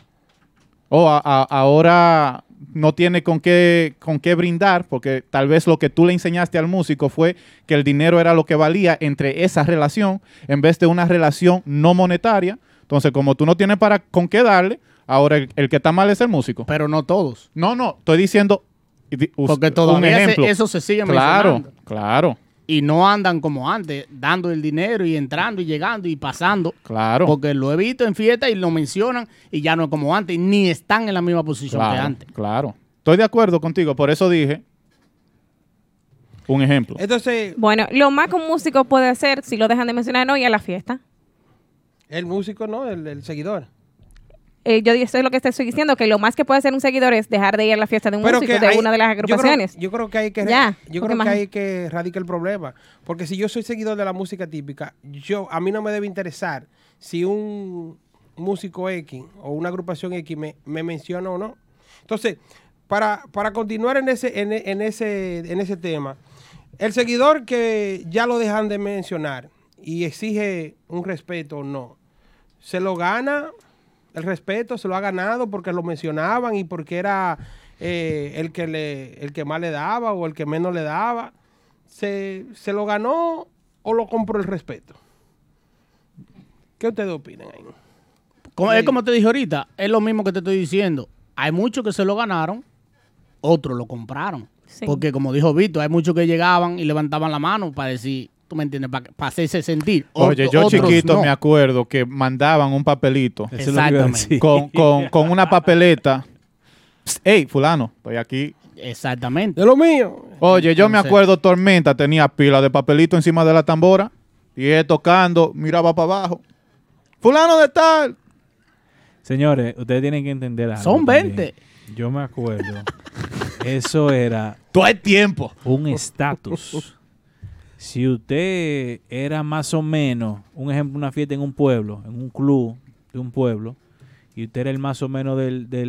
Ahora no tiene con qué brindar, porque tal vez lo que tú le enseñaste al músico fue que el dinero era lo que valía entre esa relación, en vez de una relación no monetaria. Entonces, como tú no tienes con qué darle, ahora el que está mal es el músico. Pero no todos. No, estoy diciendo porque todavía eso se sigue mencionando. Claro. Y no andan como antes, dando el dinero y entrando y llegando y pasando. Claro. Porque lo he visto en fiestas y lo mencionan y ya no es como antes, ni están en la misma posición que antes. Claro. Estoy de acuerdo contigo, por eso dije un ejemplo. Entonces, bueno, lo más que un músico puede hacer, si lo dejan de mencionar, no ir a la fiesta. El músico, ¿no? El seguidor. Yo eso es lo que te estoy diciendo, que lo más que puede hacer un seguidor es dejar de ir a la fiesta de un músico de una de las agrupaciones. Yo creo que hay que radica el problema. Porque si yo soy seguidor de la música típica, a mí no me debe interesar si un músico X o una agrupación X me menciona o no. Entonces, para continuar en ese tema, el seguidor que ya lo dejan de mencionar y exige un respeto o no, se lo gana. El respeto se lo ha ganado porque lo mencionaban y porque era el que más le daba o el que menos le daba. ¿Se lo ganó o lo compró el respeto? ¿Qué ustedes opinan ahí? Es como te dije ahorita, es lo mismo que te estoy diciendo. Hay muchos que se lo ganaron, otros lo compraron. Sí. Porque como dijo Víctor, hay muchos que llegaban y levantaban la mano para decir... ¿Tú me entiendes? Para hacerse sentir. Oye, yo chiquito me acuerdo que mandaban un papelito. Exactamente. Con una papeleta. Ey, fulano, estoy aquí. Exactamente. De lo mío. Oye, yo me acuerdo, Tormenta tenía pila de papelito encima de la tambora. Y él tocando, miraba para abajo. Fulano de tal. Señores, ustedes tienen que entender algo. Son 20. También. Yo me acuerdo. Eso era... Todo el tiempo. Un estatus. Si usted era más o menos, un ejemplo, una fiesta en un pueblo, en un club de un pueblo, y usted era el más o menos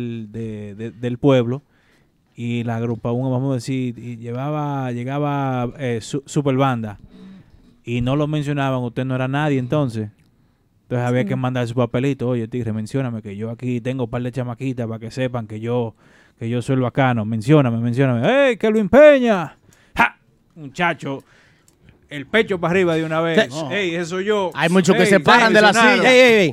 del pueblo, y la agrupación, vamos a decir, y llegaba super banda, y no lo mencionaban, usted no era nadie entonces. Entonces había que mandar su papelito. Oye, tigre, mencióname que yo aquí tengo un par de chamaquitas para que sepan que yo soy el bacano. Mencióname. ¡Ey, Kelvin Peña! ¡Ja! Muchacho... El pecho para arriba de una vez. No. ¡Ey, eso soy yo! Hay muchos que se paran de la silla. ¡Ey!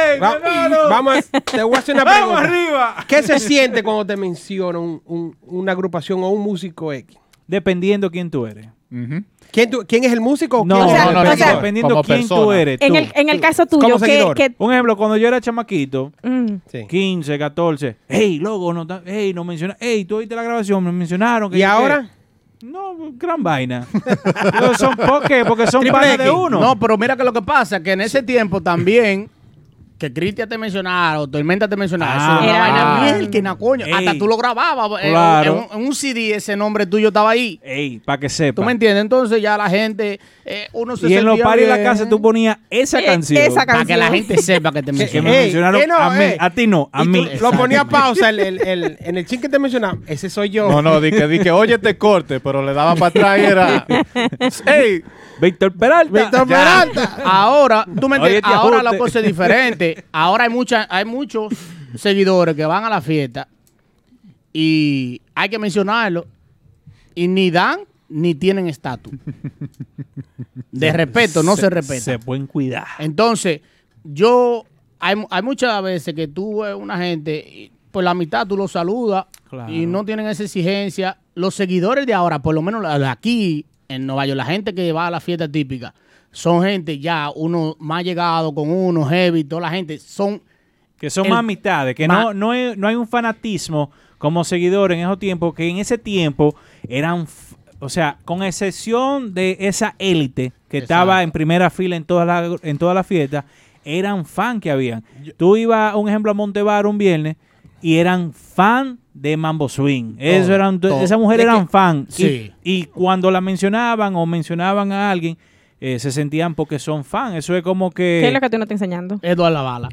Te voy a hacer una pregunta. ¡Vamos arriba! ¿Qué se siente cuando te menciona una agrupación o un músico X? Dependiendo quién tú eres. Uh-huh. ¿Quién es el músico? No, dependiendo quién tú eres. En el caso tuyo, ¿qué? Un ejemplo, cuando yo era chamaquito, 15, 14, ¡ey, loco! No menciona. ¡Ey, tú oíste la grabación! Me mencionaron. ¿Y ahora? No, gran vaina. Porque son panas de uno. No, pero mira que lo que pasa, que en ese tiempo también, que Cristian te mencionara o Tormenta te mencionara, eso era una vaina bien que na coño. Hasta tú lo grababas. Claro. En un CD ese nombre tuyo estaba ahí. Ey, para que sepa. ¿Tú me entiendes? Entonces ya la gente, uno se y en los paris de la bien. casa tú ponías esa canción. Para que la gente sepa que te Que mencionaron. me mencionaron a mí, a ti no, a mí. Lo ponía pausa en el chin que te mencionaba. Ese soy yo. No, di que oye te corte, pero le daba para atrás y era... ¡Ey! Víctor Peralta. Ahora, tú me entiendes, Oye, ahora ajuste. la cosa es diferente. Ahora hay muchos seguidores que van a la fiesta y hay que mencionarlo y ni dan ni tienen estatus. De respeto, no se respeta. Se pueden cuidar. Entonces, hay muchas veces que tú ves una gente, y por la mitad tú los saludas y no tienen esa exigencia. Los seguidores de ahora, por lo menos la de aquí en Nueva York, la gente que va a la fiesta típica, son gente ya, uno más llegado con uno, heavy, toda la gente, son Que son más amistades, que no hay un fanatismo como seguidor en esos tiempos, que en ese tiempo eran, o sea, con excepción de esa élite que estaba en primera fila en todas las fiestas, eran fan que habían. Tú ibas, un ejemplo, a Montebar un viernes y eran fan de Mambo Swing. Esas mujeres eran fan. Sí. Y cuando la mencionaban o mencionaban a alguien, se sentían porque son fan. Eso es como que... ¿Qué es lo que tú no estás enseñando? Edward Lavala.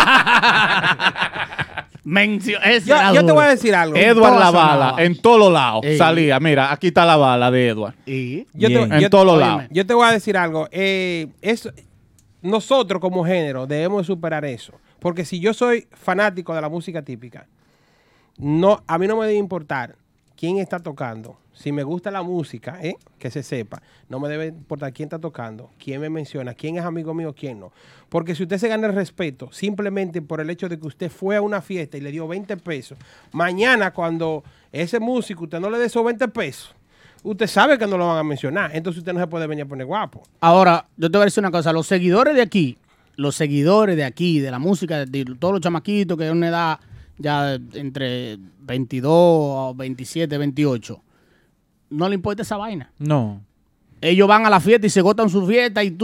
Yo te voy a decir algo. Edward Lavala, en todos los lados salía. Mira, aquí está la bala de Edward. En todos los lados. Yo te voy a decir algo. Nosotros como género debemos superar eso. Porque si yo soy fanático de la música típica, a mí no me debe importar quién está tocando. Si me gusta la música, que se sepa. No me debe importar quién está tocando, quién me menciona, quién es amigo mío, quién no. Porque si usted se gana el respeto simplemente por el hecho de que usted fue a una fiesta y le dio 20 pesos, mañana cuando ese músico usted no le dé esos 20 pesos, usted sabe que no lo van a mencionar. Entonces usted no se puede venir a poner guapo. Ahora, yo te voy a decir una cosa. Los seguidores de aquí, de la música, de todos los chamaquitos que es una edad ya entre 22, 27, 28, no le importa esa vaina. No. Ellos van a la fiesta y se agotan su fiesta y tú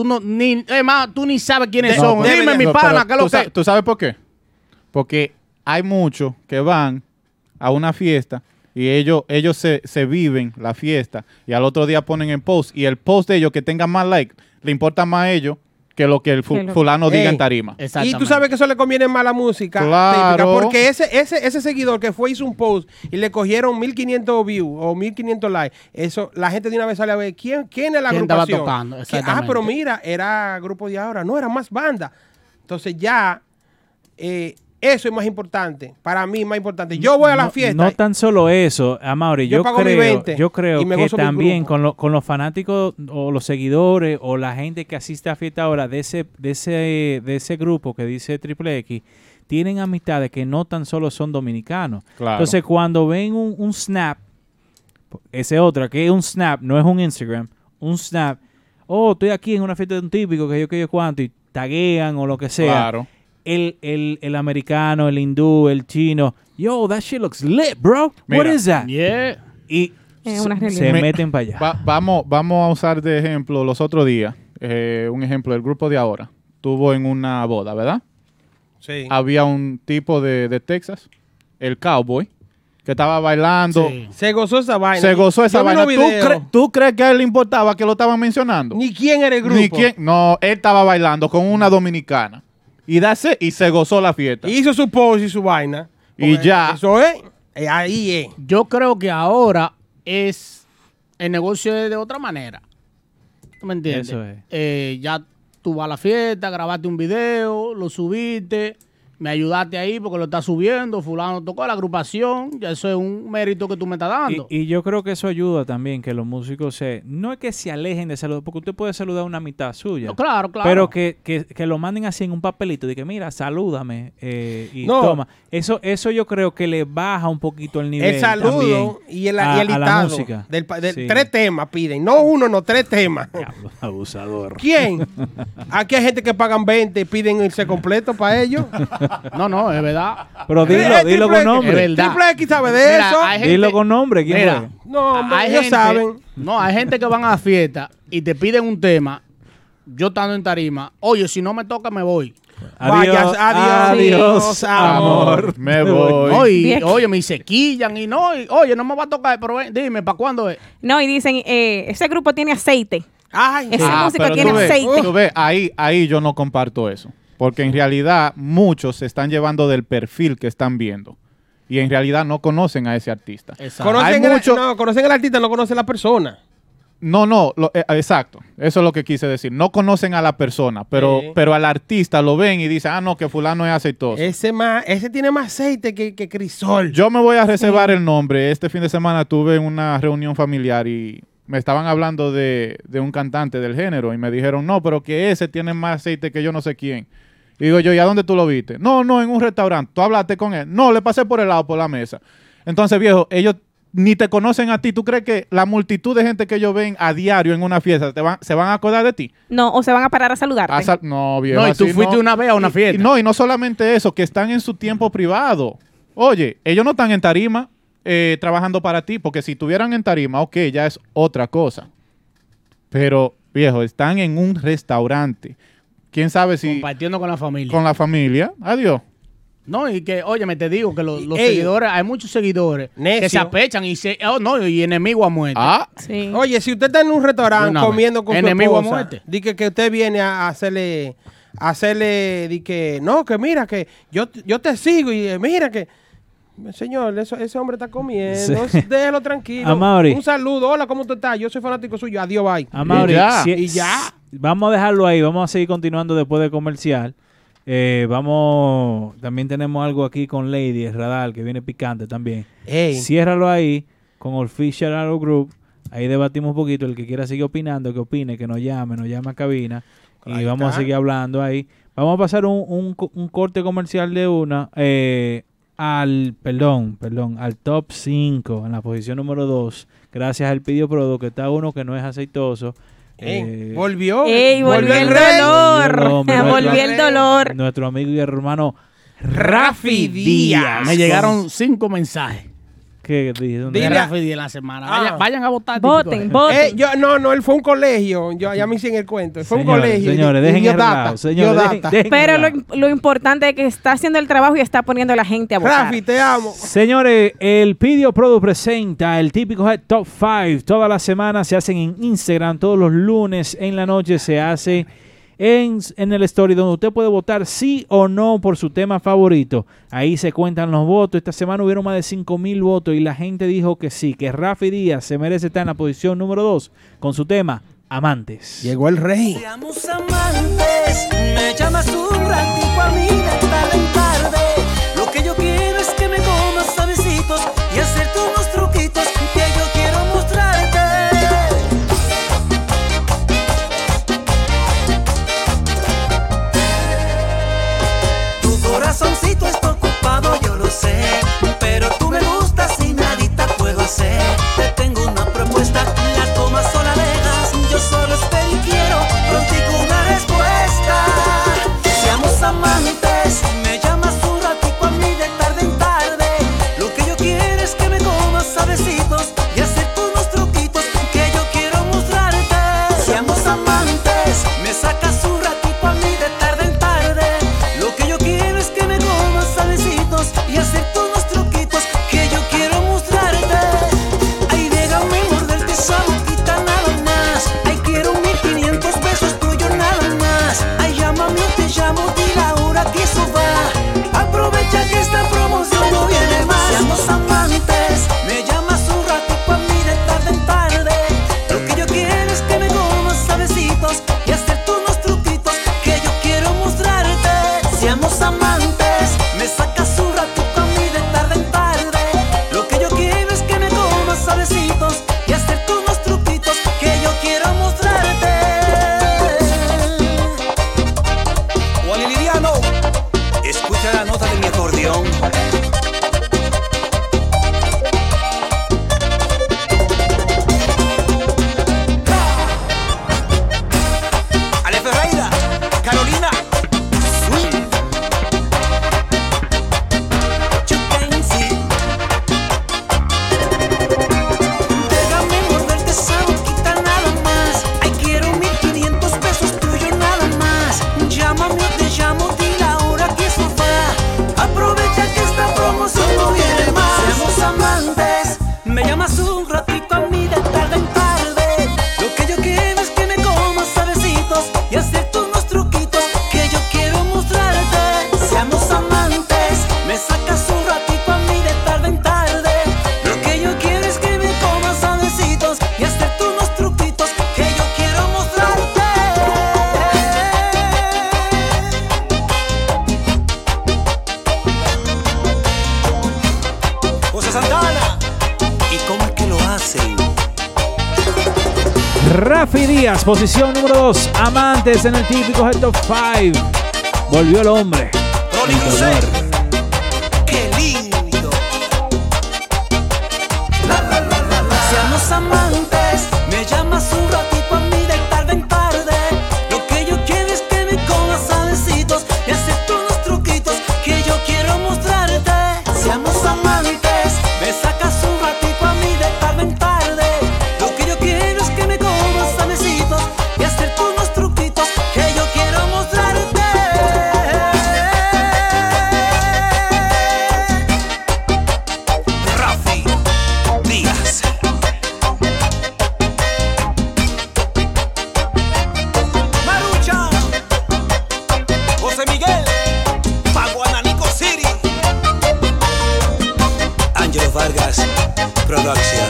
ni sabes quiénes son. Dime, mi pana, ¿qué es lo que? ¿Tú sabes por qué? Porque hay muchos que van a una fiesta y ellos se viven la fiesta y al otro día ponen en post y el post de ellos que tenga más like le importa más a ellos que lo que el fulano diga en tarima. Y tú sabes que eso le conviene más a la música típica, porque ese seguidor que fue hizo un post y le cogieron 1500 views o 1500 likes, eso la gente de una vez sale a ver quién es la agrupación. Estaba tocando, pero mira, era grupo de ahora, no, era más banda. Entonces ya eso es más importante, para mí más importante. Yo voy a la fiesta. No tan solo eso, Amaury, yo creo que también con los fanáticos o los seguidores o la gente que asiste a fiesta ahora de ese grupo que dice Triple X, tienen amistades que no tan solo son dominicanos. Claro. Entonces cuando ven un snap, ese otra que es un snap, no es un Instagram, un snap, estoy aquí en una fiesta de un típico que yo cuánto, y taguean o lo que sea. Claro. El americano, el hindú, el chino, yo, that shit looks lit, bro. Mira, what is that? Yeah. Y se meten para allá. Vamos a usar de ejemplo los otros días. Un ejemplo, el grupo de ahora estuvo en una boda, ¿verdad? Sí. Había un tipo de Texas, el cowboy, que estaba bailando. Sí. Se gozó esa vaina. ¿Tú crees que a él le importaba que lo estaban mencionando? Ni quién era el grupo. No, él estaba bailando con una dominicana. Y se gozó la fiesta. Hizo su post y su vaina. Y ya. Eso es. Ahí es. Yo creo que ahora el negocio es de otra manera. ¿Tú me entiendes? Eso es. Ya tú vas a la fiesta, grabaste un video, lo subiste, me ayudaste ahí porque lo estás subiendo, fulano tocó la agrupación, ya eso es un mérito que tú me estás dando. Y yo creo que eso ayuda también, que los músicos no es que se alejen de saludar, porque usted puede saludar a una mitad suya. No, claro. Pero que lo manden así en un papelito, de que mira, salúdame y toma. Eso yo creo que le baja un poquito el nivel. El saludo y el listado. La música. Sí. 3 temas piden. No 1, no 3 temas. Abusador. ¿Quién? Aquí hay gente que pagan 20 y piden irse completo para ellos. No, es verdad. Pero dilo con nombre. Es verdad. Triple X sabe de eso. Dilo con nombre. ¿Quién Mira, no, ellos saben. No, hay gente que van a la fiesta y te piden un tema. Yo estando en tarima, oye, si no me toca, me voy. Adiós, amor. Me voy. Oye, me sequillan y oye, no me va a tocar, pero dime, ¿para cuándo es? No, y dicen, ese grupo tiene aceite. Ay, esa música tiene aceite. Tú ves, ahí yo no comparto eso. Porque en realidad muchos se están llevando del perfil que están viendo. Y en realidad no conocen a ese artista. Conocen al artista, no conocen a la persona. Exacto. Eso es lo que quise decir. No conocen a la persona, pero al artista lo ven y dicen, que fulano es aceitoso. Ese tiene más aceite que crisol. Yo me voy a reservar el nombre. Este fin de semana tuve una reunión familiar y me estaban hablando de un cantante del género y me dijeron, no, pero que ese tiene más aceite que yo no sé quién. Y digo yo, ¿y a dónde tú lo viste? No, en un restaurante. ¿Tú hablaste con él? No, le pasé por el lado, por la mesa. Entonces, viejo, ellos ni te conocen a ti. ¿Tú crees que la multitud de gente que ellos ven a diario en una fiesta se van a acordar de ti? No, o se van a parar a saludarte. No, viejo. No, y tú fuiste una vez a una fiesta. Y no solamente eso, que están en su tiempo privado. Oye, ellos no están en tarima trabajando para ti, porque si estuvieran en tarima, ok, ya es otra cosa. Pero, viejo, están en un restaurante. ¿Quién sabe si... Compartiendo con la familia. Con la familia. Adiós. No, y que, óyeme, te digo que los seguidores, hay muchos seguidores que se apechan y y enemigo a muerte. Sí. Oye, si usted está en un restaurante comiendo con enemigo su a esposa, muerte. di que usted viene a hacerle, di que, no, que mira, que yo te sigo y mira que... Señor, ese hombre está comiendo. Sí. Déjelo tranquilo. Amaury. Un saludo. Hola, ¿cómo tú estás? Yo soy fanático suyo. Adiós, bye. Amaury, Y ya. Vamos a dejarlo ahí. Vamos a seguir continuando después de comercial. También tenemos algo aquí con Lady, el radar, que viene picante también. Ciérralo ahí con Official Arrow Group. Ahí debatimos un poquito. El que quiera seguir opinando, que opine, que nos llame a cabina. Y vamos a seguir hablando ahí. Vamos a pasar un corte comercial de una. Al top 5 en la posición número 2, gracias al Pidio Prodo, que está uno que no es aceitoso. Volvió el dolor. Volvió el dolor. Nuestro amigo y hermano Rafi Díaz. Me llegaron 5 mensajes. ¿Qué dice? De Rafi Díaz en la semana. Vayan a votar. Voten. No, él fue un colegio. Ya me hice en el cuento. Fue un colegio. Señores, dejen el relajo. Pero lo importante es que está haciendo el trabajo y está poniendo a la gente a votar. Rafi, te amo. Señores, el Pidio Product presenta el típico Head Top 5. Todas las semanas se hacen en Instagram. Todos los lunes en la noche se hace en el story, donde usted puede votar sí o no por su tema favorito. Ahí se cuentan los votos. Esta semana hubieron más de 5,000 votos y la gente dijo que sí, que Rafi Díaz se merece estar en la posición número 2 con su tema Amantes. Llegó el rey. Seamos amantes, me llamas un ratito a mí de tarde en tarde. Lo que yo quiero es que me comas suavecitos y hacerte unos truquitos que yo quiero mostrarte. Corazoncito está ocupado, yo lo sé, pero tú me gustas y nadita puedo hacer. Te tengo una propuesta, la tomas o la dejas. Yo solo espero y quiero contigo una respuesta. Seamos amantes, me llamas un ratico a mí de tarde en tarde. Lo que yo quiero es que me comas suavecitos y hacerte unos truquitos que yo quiero mostrarte. Seamos amantes, me sacas un ratico a mí de tarde en tarde. Lo que yo quiero es que me comas suavecitos y hacerte unos truquitos que yo quiero mostrarte. Ay, déjame morderte esa boquita nada más. Ay, quiero 1500 besos tuyos nada más. Ay, llámame o te llamo, di la hora que eso va. Aprovecha que esta promoción no viene más. Seamos amantes, me llamas un ratico a mí de tarde en tarde. Lo que yo quiero es que me comas suavecitos y hacerte unos truquitos que yo quiero mostrarte. Seamos amantes, me sacas un ratico a mí de tarde en tarde. Lo que yo quiero es que me comas suavecitos y hacerte unos truquitos que yo quiero mostrarte. Wally Liriano, escucha la nota de mi acordeón. Ale Ferreira, Carolina, Swing. Déjame morderte esa boquita nada más. Ay, quiero 1500 pesos tuyos nada más. Llámame o te llamo, di la hora que eso va. Aprovecha que esta promoción no viene más. Seamos amantes, me llamas un ratito a mí de tarde en tarde. Lo que yo quiero es que me comas suavecitos y hacerte unos truquitos que yo quiero mostrarte. Seamos amantes, me sacas un ratito a mí de tarde en tarde. Lo que yo quiero es que me comas suavecitos y hacerte unos truquitos que yo quiero mostrarte. José Santana, ¿y cómo es que lo hacen? Rafi Díaz, posición número 2, Amantes en el típico Head Top 5. Volvió el hombre. Rolling Lucero, qué lindo. La Production.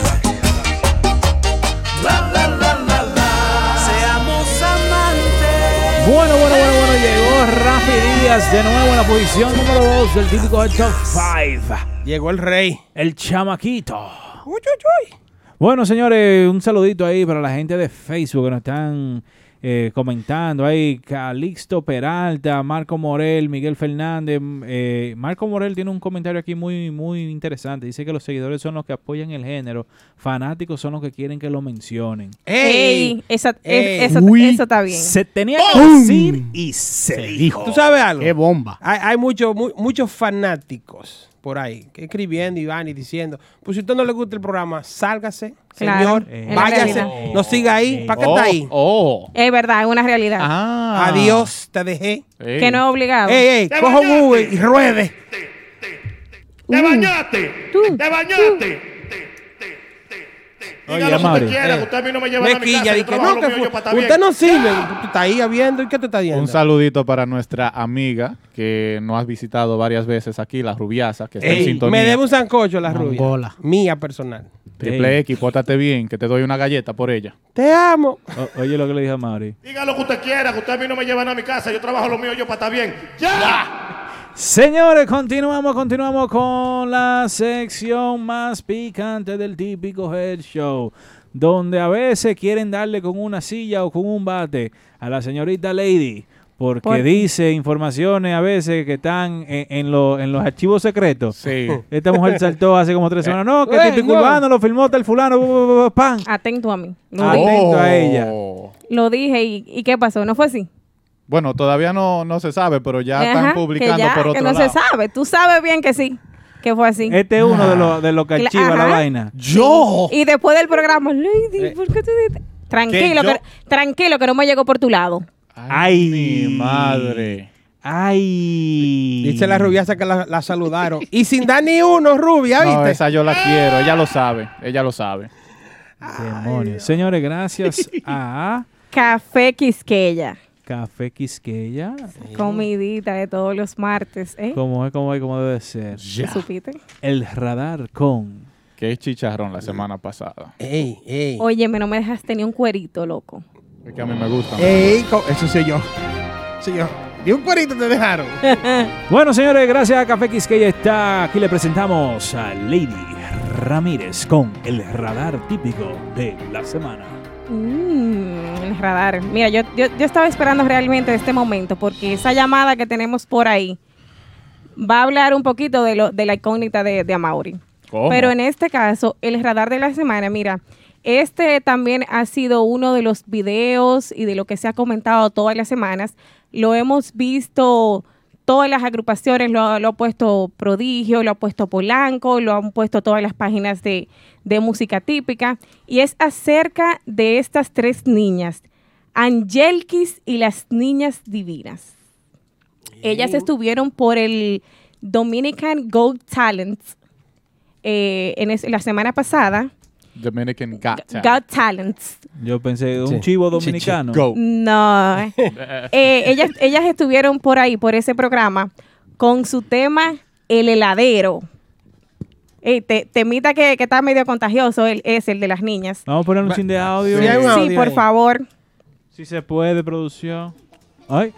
Seamos amantes. Bueno, llegó Rafi Díaz de nuevo en la posición número 2 del típico Head Top 5. Llegó el rey. El chamaquito. Bueno, señores, un saludito ahí para la gente de Facebook que nos están comentando. Ahí Calixto Peralta, Marco Morel, Miguel Fernández. Marco Morel tiene un comentario aquí muy, muy interesante. Dice que los seguidores son los que apoyan el género. Fanáticos son los que quieren que lo mencionen. ¡Ey! Eso está bien. Se tenía que decir y se dijo. ¿Tú sabes algo? ¡Qué bomba! Hay muchos fanáticos por ahí escribiendo y van y diciendo, pues si a usted no le gusta el programa, sálgase, Claro, señor, es la váyase, realidad. no siga ahí, ¿para qué está ahí? Es verdad, es una realidad. Adiós, te dejé. Que no es obligado. Ey, coja un Uber y ruede. ¡Te bañaste! ¡Te bañaste! Oye, Dígalo si Amaury. usted quiera, que usted a mí no me lleva a mi Mequilla, casa. di Yo que trabajo no, lo que mío, yo para estar usted bien. no sirve. Tú estás ahí viendo y ¿qué te estás viendo? Un saludito para nuestra amiga que nos has visitado varias veces aquí, la Rubiasa, que está en Ey, sintonía. me debe un sancocho la rubia. Mongola. Mía personal. Triple X, pórtate bien, que te doy una galleta por ella. Te amo. Oye lo que le dije a Mauri. Diga lo que usted quiera, que usted a mí no me lleva a mi casa. Yo trabajo lo mío, yo para estar bien. ¡Ya! Señores, continuamos con la sección más picante del típico Head Show, donde a veces quieren darle con una silla o con un bate a la señorita Lady, porque dice informaciones a veces que están en los archivos secretos. Sí. Esta mujer saltó hace como 3 semanas. No, que típico no. urbano lo filmó tal fulano. ¡Pam! Atento a mí. Atento a ella. Lo dije y ¿qué pasó? ¿No fue así? Bueno, todavía no se sabe, pero ya Ajá, están publicando que ya, por otro que no lado. se sabe. Tú sabes bien que sí, que fue así. Este es uno de los que archiva la Ajá. vaina. ¡Yo! Y después del programa, Lady, ¿por qué tú dices? Tranquilo, yo? tranquilo, que no me llegó por tu lado. ¡Ay! Mi madre. ¡Ay! Dice la rubiasa que la saludaron. Y sin dar ni uno, rubia, ¿viste? No, esa yo la quiero, ella lo sabe, ella lo sabe. Demonios. Señores, gracias a Café Quisqueya. Café Quisqueya. Comidita de todos los martes, ¿eh? Como debe ser. ¿Supiste? El radar con. Que es chicharrón la semana pasada. Ey. Óyeme, no me dejaste ni un cuerito, loco. Es que a mí me gusta. Eso soy yo. Soy yo. Ni un cuerito te dejaron. Bueno, señores, gracias a Café Quisqueya está. Aquí le presentamos a Lady Ramírez con el radar típico de la semana. El radar. Mira, yo estaba esperando realmente este momento porque esa llamada que tenemos por ahí va a hablar un poquito de la incógnita de Amaury. ¿Cómo? Pero en este caso, el radar de la semana, mira, este también ha sido uno de los videos y de lo que se ha comentado todas las semanas. Lo hemos visto todas las agrupaciones, lo ha puesto Prodigio, lo ha puesto Polanco, lo han puesto todas las páginas de música típica. Y es acerca de estas 3 niñas, Angelkis y las Niñas Divinas. Ellas estuvieron por el Dominican Got Talent la semana pasada. Dominican Got Got Talent. Yo pensé un chivo dominicano. No. Ellas estuvieron por ahí, por ese programa, con su tema El Heladero. Temita que está medio contagioso, es el de las niñas. Vamos a poner un chin de audio. Sí, hay un audio por ahí. favor. Si se puede, producción. Ay.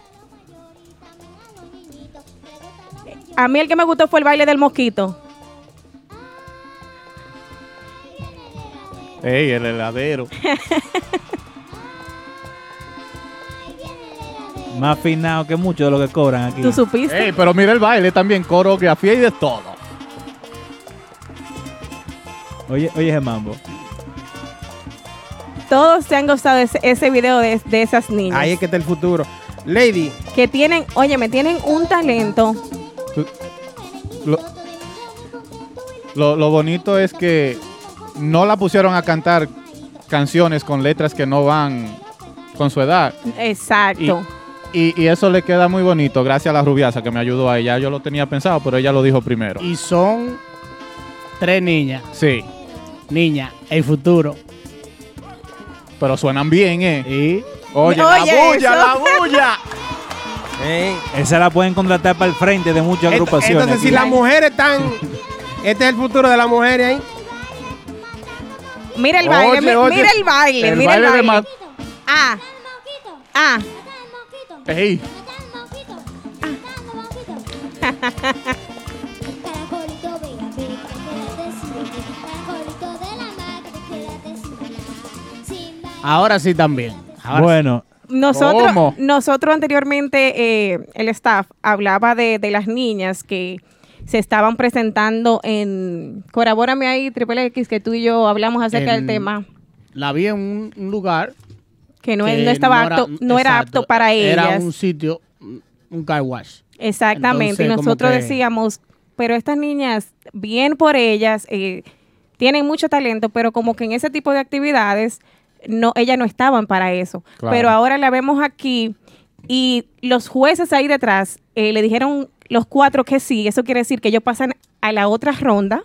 A mí el que me gustó fue el baile del mosquito. Ey, el heladero. Más afinado que mucho de lo que cobran aquí. ¿Tú supiste? Ey, pero mira el baile también, coreografía y de todo. Oye ese mambo. Todos se han gustado ese video de esas niñas. Ahí es que está el futuro. Lady. Que tienen, tienen un talento. Lo bonito es que no la pusieron a cantar canciones con letras que no van con su edad. Exacto. Y eso le queda muy bonito, gracias a la rubiasa que me ayudó a ella. Yo lo tenía pensado, pero ella lo dijo primero. Y son 3 niñas. Sí. Niña, el futuro. Pero suenan bien, ¿eh? Sí. Oye, Oye, la bulla, eso. la bulla. Esa la pueden contratar para el frente de muchas agrupaciones. Entonces, si aquí. las mujeres están... Este es el futuro de las mujeres ahí. Mira el baile, mira el baile, mira el baile. Ey. Ahora sí también. Ahora Bueno. Nosotros anteriormente, el staff hablaba de las niñas que se estaban presentando en... Corabórame ahí, Triple X, que tú y yo hablamos acerca del tema. La vi en un lugar que no era apto para ellas. Era un sitio, un car wash. Exactamente. Entonces, y nosotros decíamos, pero estas niñas, bien por ellas, tienen mucho talento, pero como que en ese tipo de actividades, ellas no estaban para eso. Claro. Pero ahora la vemos aquí y los jueces ahí detrás le dijeron los 4 que sí. Eso quiere decir que ellos pasan a la otra ronda.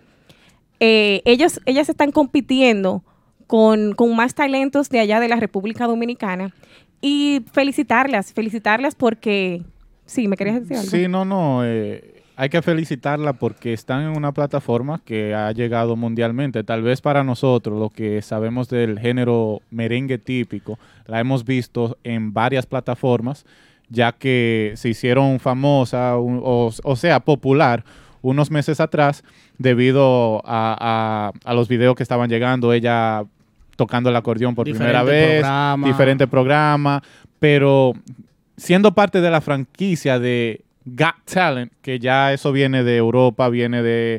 Ellas están compitiendo con más talentos de allá de la República Dominicana. Y felicitarlas porque... Sí, ¿me querías decir algo? Sí, no. Hay que felicitarla porque están en una plataforma que ha llegado mundialmente. Tal vez para nosotros, lo que sabemos del género merengue típico, la hemos visto en varias plataformas, ya que se hicieron famosa, o sea, popular, unos meses atrás, debido a los videos que estaban llegando, ella tocando el acordeón por primera vez, diferente programa, pero siendo parte de la franquicia de Got Talent, que ya eso viene de Europa, viene de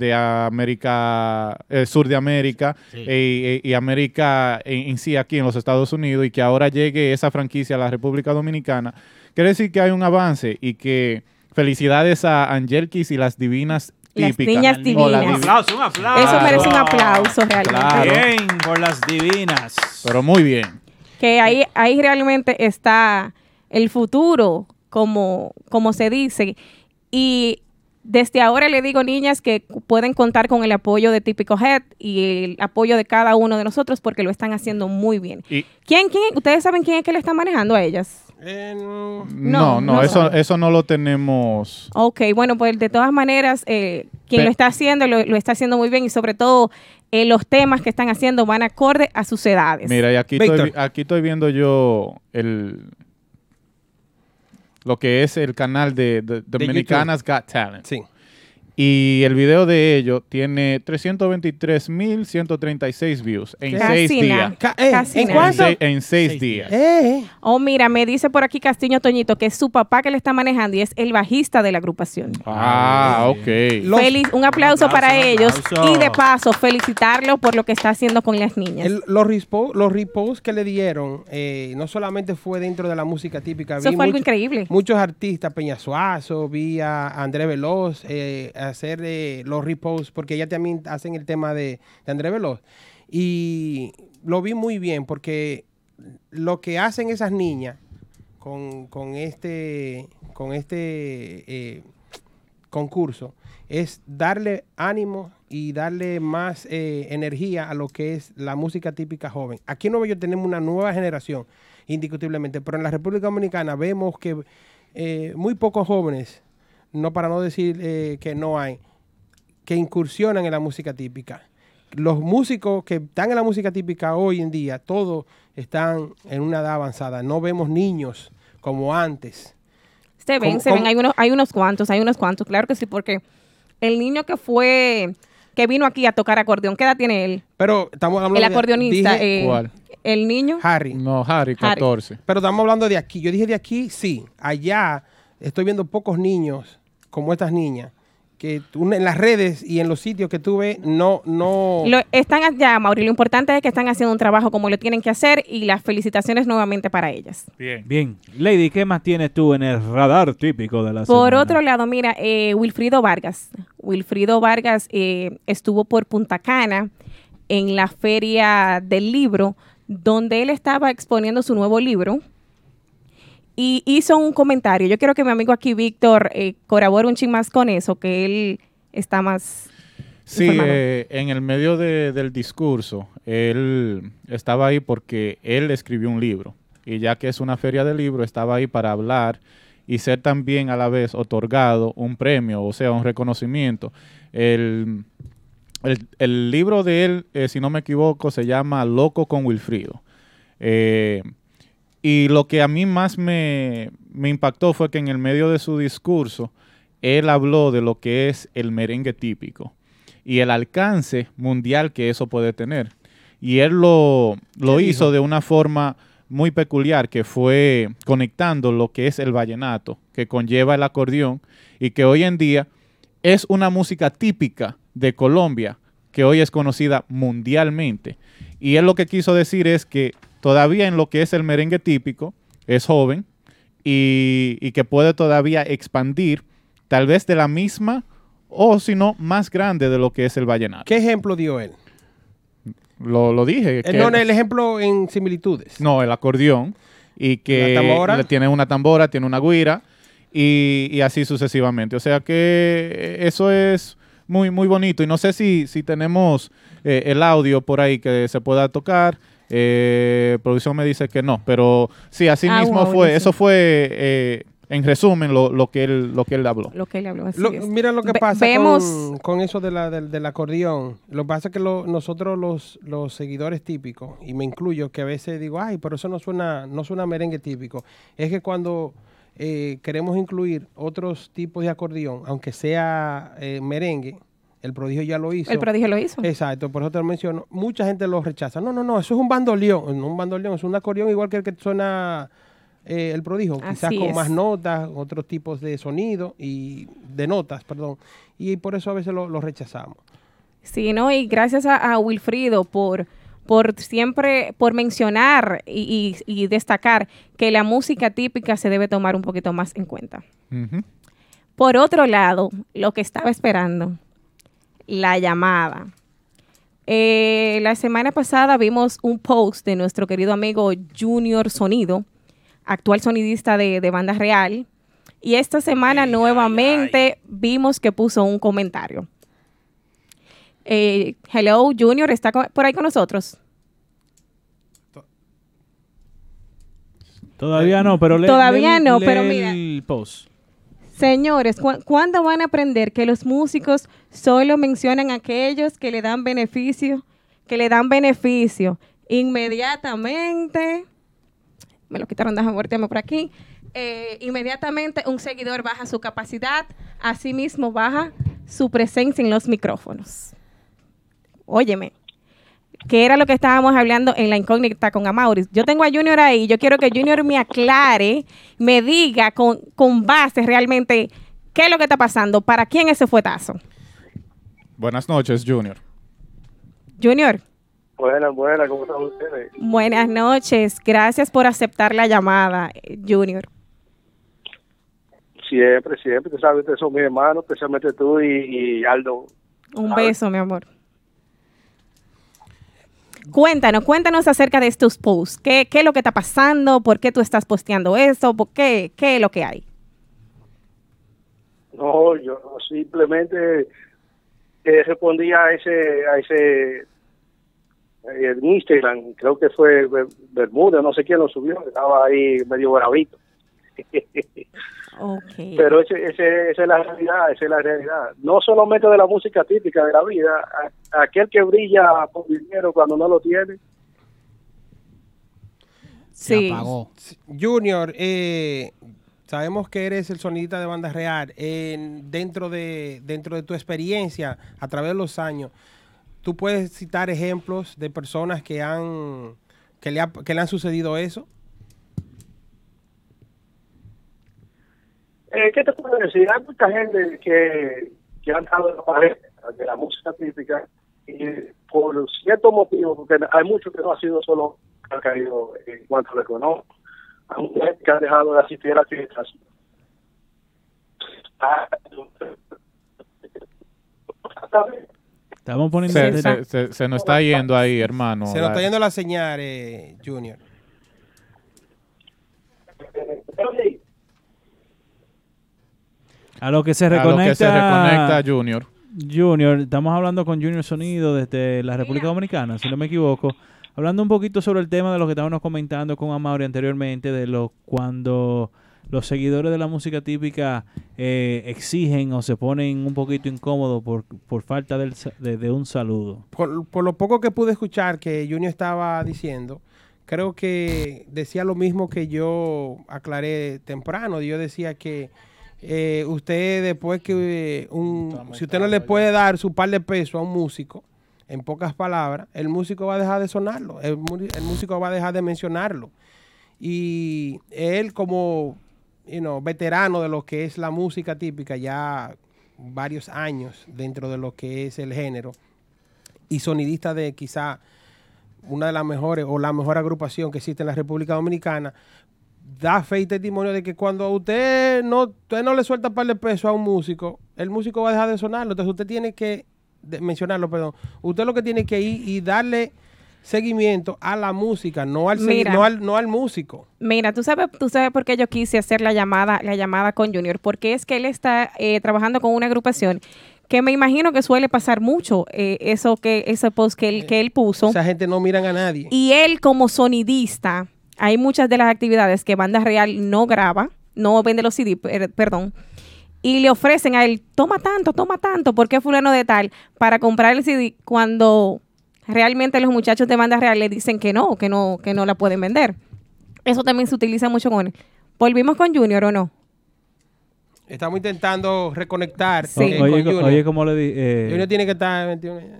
América, sur de América, sí. y América en sí aquí en los Estados Unidos, y que ahora llegue esa franquicia a la República Dominicana, quiere decir que hay un avance y que felicidades a Angelkis y las divinas típicas. Las niñas divinas. Un aplauso. Eso merece un aplauso realmente. Claro. Bien por las divinas. Pero muy bien. Que ahí realmente está el futuro, como se dice. Y desde ahora le digo, niñas, que pueden contar con el apoyo de Típico Head y el apoyo de cada uno de nosotros porque lo están haciendo muy bien. ¿Quién? ¿Ustedes saben quién es que le está manejando a ellas? No, eso no lo tenemos. Ok, bueno, pues de todas maneras, quien lo está haciendo, lo está haciendo muy bien y sobre todo los temas que están haciendo van acorde a sus edades. Mira, y aquí estoy viendo yo lo que es el canal de Dominicanas Got Talent. Sí. Y el video de ellos tiene 323,136 views en 6 días. ¿En cuánto? En 6 días. Oh, mira, me dice por aquí Castiño Toñito que es su papá que le está manejando y es el bajista de la agrupación. Ok. Un aplauso para ellos y de paso felicitarlo por lo que está haciendo con las niñas. Los reposts que le dieron no solamente fue dentro de la música típica. Eso fue algo increíble. Muchos artistas, Peña Suazo, vi a André Veloz, hacer los reposts, porque ella también hacen el tema de André Veloz. Y lo vi muy bien, porque lo que hacen esas niñas con este concurso es darle ánimo y darle más energía a lo que es la música típica joven. Aquí en Nueva York tenemos una nueva generación, indiscutiblemente, pero en la República Dominicana vemos que muy pocos jóvenes, no para no decir que no hay, que incursionan en la música típica. Los músicos que están en la música típica hoy en día, todos están en una edad avanzada. No vemos niños como antes. Se ven, hay unos cuantos, claro que sí, porque el niño que vino aquí a tocar acordeón, ¿qué edad tiene él? Pero estamos hablando el acordeonista. ¿Cuál? El niño. Harry. No, Harry, 14. Pero estamos hablando de aquí. Yo dije de aquí, sí. Allá estoy viendo pocos niños como estas niñas, que en las redes y en los sitios que tú ves, no. Están allá, Mauri. Lo importante es que están haciendo un trabajo como lo tienen que hacer y las felicitaciones nuevamente para ellas. Bien. Lady, ¿qué más tienes tú en el radar típico de la semana? Por otro lado, mira, Wilfrido Vargas. Wilfrido Vargas estuvo por Punta Cana en la Feria del Libro, donde él estaba exponiendo su nuevo libro. Y hizo un comentario. Yo quiero que mi amigo aquí, Víctor, colabore un ching más con eso, que él está más informado. En el medio del discurso, él estaba ahí porque él escribió un libro. Y ya que es una feria de libros, estaba ahí para hablar y ser también a la vez otorgado un premio, o sea, un reconocimiento. Él el libro de él, si no me equivoco, se llama Loco con Wilfrido. Y lo que a mí más me impactó fue que en el medio de su discurso, él habló de lo que es el merengue típico y el alcance mundial que eso puede tener. Y él lo hizo de una forma muy peculiar, que fue conectando lo que es el vallenato, que conlleva el acordeón, y que hoy en día es una música típica de Colombia, que hoy es conocida mundialmente. Y él lo que quiso decir es que todavía en lo que es el merengue típico es joven y que puede todavía expandir, tal vez de la misma o si no más grande de lo que es el vallenato. ¿Qué ejemplo dio él? Lo dije. El ejemplo en similitudes. No, el acordeón. Y que tiene una tambora, tiene una güira y así sucesivamente. O sea que eso es muy, muy bonito. Y no sé si tenemos el audio por ahí que se pueda tocar. Producción me dice que no. Pero sí, así mismo fue. Eso fue... en resumen, lo que él habló. Lo que él habló, así es. Mira lo que pasa con eso del acordeón. Lo que pasa es que nosotros los seguidores típicos, y me incluyo, que a veces digo, ay, pero eso no suena merengue típico. Es que cuando queremos incluir otros tipos de acordeón, aunque sea merengue, el Prodigio ya lo hizo. El Prodigio lo hizo. Exacto, por eso te lo menciono. Mucha gente lo rechaza. No, eso es un bandoleón. No un bandoleón, es un acordeón igual que el que suena... el Prodigio, quizás con más notas, otros tipos de sonido y de notas, perdón. Y por eso a veces lo rechazamos. Sí, ¿no? Y gracias a Wilfrido por siempre, por mencionar y destacar que la música típica se debe tomar un poquito más en cuenta. Uh-huh. Por otro lado, lo que estaba esperando, la llamada. La semana pasada vimos un post de nuestro querido amigo Junior Sonido, actual sonidista de Banda Real, y esta semana nuevamente vimos que puso un comentario. Hello, Junior, ¿está por ahí con nosotros? Todavía no, pero lee mira. el post. Señores, ¿cuándo van a aprender que los músicos solo mencionan a aquellos que le dan beneficio? Inmediatamente... Me lo quitaron, déjame voltearme por aquí. Inmediatamente un seguidor baja su capacidad, asimismo baja su presencia en los micrófonos. Óyeme, ¿qué era lo que estábamos hablando en la incógnita con Amaury? Yo tengo a Junior ahí, yo quiero que Junior me aclare, me diga con base realmente qué es lo que está pasando, para quién ese fuetazo. Buenas noches, Junior. Junior. Buenas, ¿cómo están ustedes? Buenas noches, gracias por aceptar la llamada, Junior. Siempre, tú sabes, ustedes son mis hermanos, especialmente tú y Aldo. Un beso, mi amor. Cuéntanos acerca de estos posts. ¿Qué es lo que está pasando? ¿Por qué tú estás posteando eso? ¿Qué es lo que hay? No, yo simplemente respondí a ese en Instagram, creo que fue Bermuda, no sé quién lo subió, estaba ahí medio bravito. Okay. Pero esa es la realidad, no solamente de la música típica de la vida, aquel que brilla por dinero cuando no lo tiene. Sí. Junior, sabemos que eres el sonidista de Banda Real. Dentro de tu experiencia a través de los años, ¿tú puedes citar ejemplos de personas que le han sucedido eso? ¿Qué te puedo decir? Hay mucha gente que han dado la pared de la música típica y por cierto motivo, porque hay muchos que no ha sido solo que han caído en cuanto a lo económico. Hay mucha gente que han dejado de asistir a las fiestas. Estamos poniendo... Se nos está yendo ahí, hermano. Se nos está yendo la señal, Junior. A lo que se reconecta Junior. Junior, estamos hablando con Junior Sonido desde la República Dominicana, si no me equivoco. Hablando un poquito sobre el tema de lo que estábamos comentando con Amaury anteriormente, de cuando los seguidores de la música típica exigen o se ponen un poquito incómodos por falta de un saludo? Por lo poco que pude escuchar que Junior estaba diciendo, creo que decía lo mismo que yo aclaré temprano. Yo decía que usted después que si usted no le puede dar su par de pesos a un músico, en pocas palabras, el músico va a dejar de sonarlo, el músico va a dejar de mencionarlo. Y él como veterano de lo que es la música típica, ya varios años dentro de lo que es el género, y sonidista de quizá una de las mejores o la mejor agrupación que existe en la República Dominicana, da fe y testimonio de que cuando usted no le suelta un par de pesos a un músico, el músico va a dejar de sonarlo. Entonces usted tiene que mencionarlo, perdón. Usted lo que tiene que ir y darle seguimiento a la música, no al músico. Mira, tú sabes por qué yo quise hacer la llamada con Junior, porque es que él está trabajando con una agrupación que me imagino que suele pasar mucho, ese post que él puso. Esa gente no miran a nadie. Y él como sonidista, hay muchas de las actividades que Banda Real no graba, no vende los CD, perdón, y le ofrecen a él, toma tanto, porque fulano de tal, para comprar el CD, cuando realmente los muchachos de Banda Real le dicen que no la pueden vender. Eso también se utiliza mucho con él. ¿Volvimos con Junior o no? Estamos intentando reconectar con Junior. Oye, ¿cómo le di? Junior tiene que estar...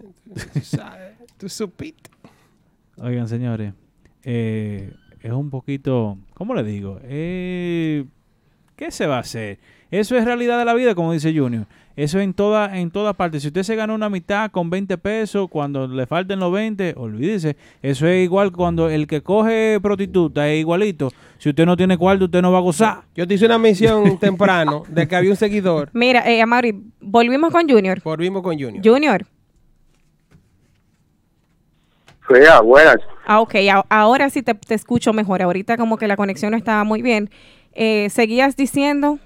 Tú supiste. Oigan, señores, es un poquito... ¿Cómo le digo? ¿Qué se va a hacer? Eso es realidad de la vida, como dice Junior. Eso en toda parte. Si usted se gana una mitad con 20 pesos, cuando le falten los 20, olvídese. Eso es igual cuando el que coge prostituta es igualito. Si usted no tiene cuarto, usted no va a gozar. Yo te hice una mención temprano de que había un seguidor. Mira, Amaury, volvimos con Junior. Volvimos con Junior. Junior. Buenas. Ok, ahora sí te escucho mejor. Ahorita como que la conexión no estaba muy bien. ¿Seguías diciendo?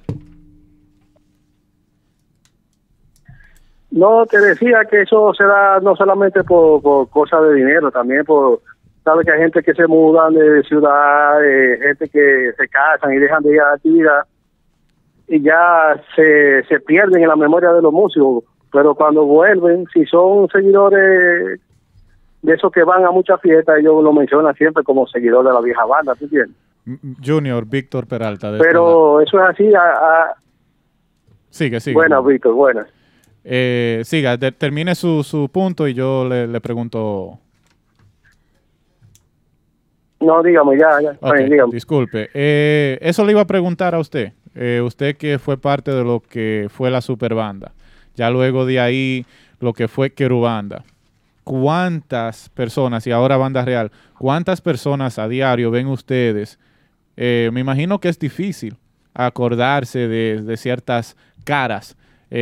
No, te decía que eso se da no solamente por cosas de dinero, también sabes que hay gente que se mudan de ciudad, gente que se casan y dejan de ir a la actividad y ya se pierden en la memoria de los músicos, pero cuando vuelven, si son seguidores de esos que van a muchas fiestas, ellos lo mencionan siempre como seguidor de la vieja banda, ¿tú entiendes? Junior, Víctor Peralta. Pero eso es así. Sigue. Buenas, Víctor, buenas. Siga, termine su punto y yo le pregunto. No, dígame, ya. Okay, dígame. Disculpe. Eso le iba a preguntar a usted. Usted que fue parte de lo que fue la Superbanda. Ya luego de ahí, lo que fue Querubanda. ¿Cuántas personas, y ahora Banda Real, cuántas personas a diario ven ustedes? Me imagino que es difícil acordarse de ciertas caras.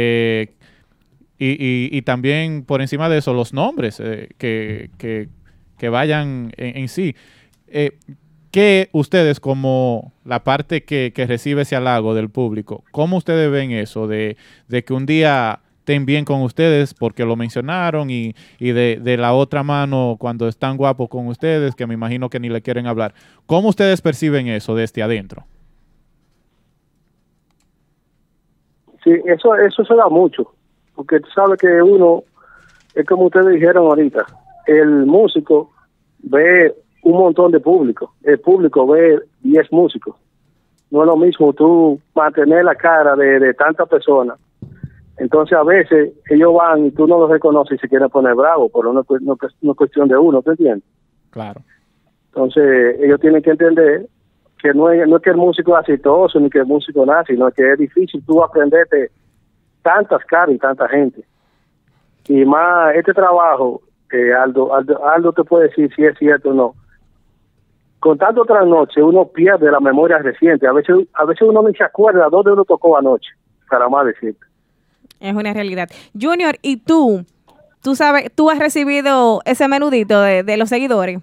Y también por encima de eso, los nombres que vayan en sí. ¿Qué ustedes como la parte que recibe ese halago del público, cómo ustedes ven eso de que un día estén bien con ustedes porque lo mencionaron y de la otra mano cuando están guapos con ustedes, que me imagino que ni le quieren hablar? ¿Cómo ustedes perciben eso desde adentro? Sí, eso se da mucho, porque tú sabes que uno, es como ustedes dijeron ahorita, el músico ve un montón de público, el público ve 10 músicos. No es lo mismo tú mantener la cara de tantas personas. Entonces a veces ellos van y tú no los reconoces y se quieren poner bravos, pero no es cuestión de uno, ¿te entiendes? Claro. Entonces ellos tienen que entender que no es que el músico es exitoso ni que el músico nada, sino que es difícil tú aprenderte tantas caras y tanta gente. Y más este trabajo, Aldo te puede decir si es cierto o no. Con tanto trasnoche uno pierde la memoria reciente. A veces uno ni se acuerda dónde uno tocó anoche, para más decirte. Es una realidad. Junior, ¿y tú sabes, tú has recibido ese menudito de los seguidores?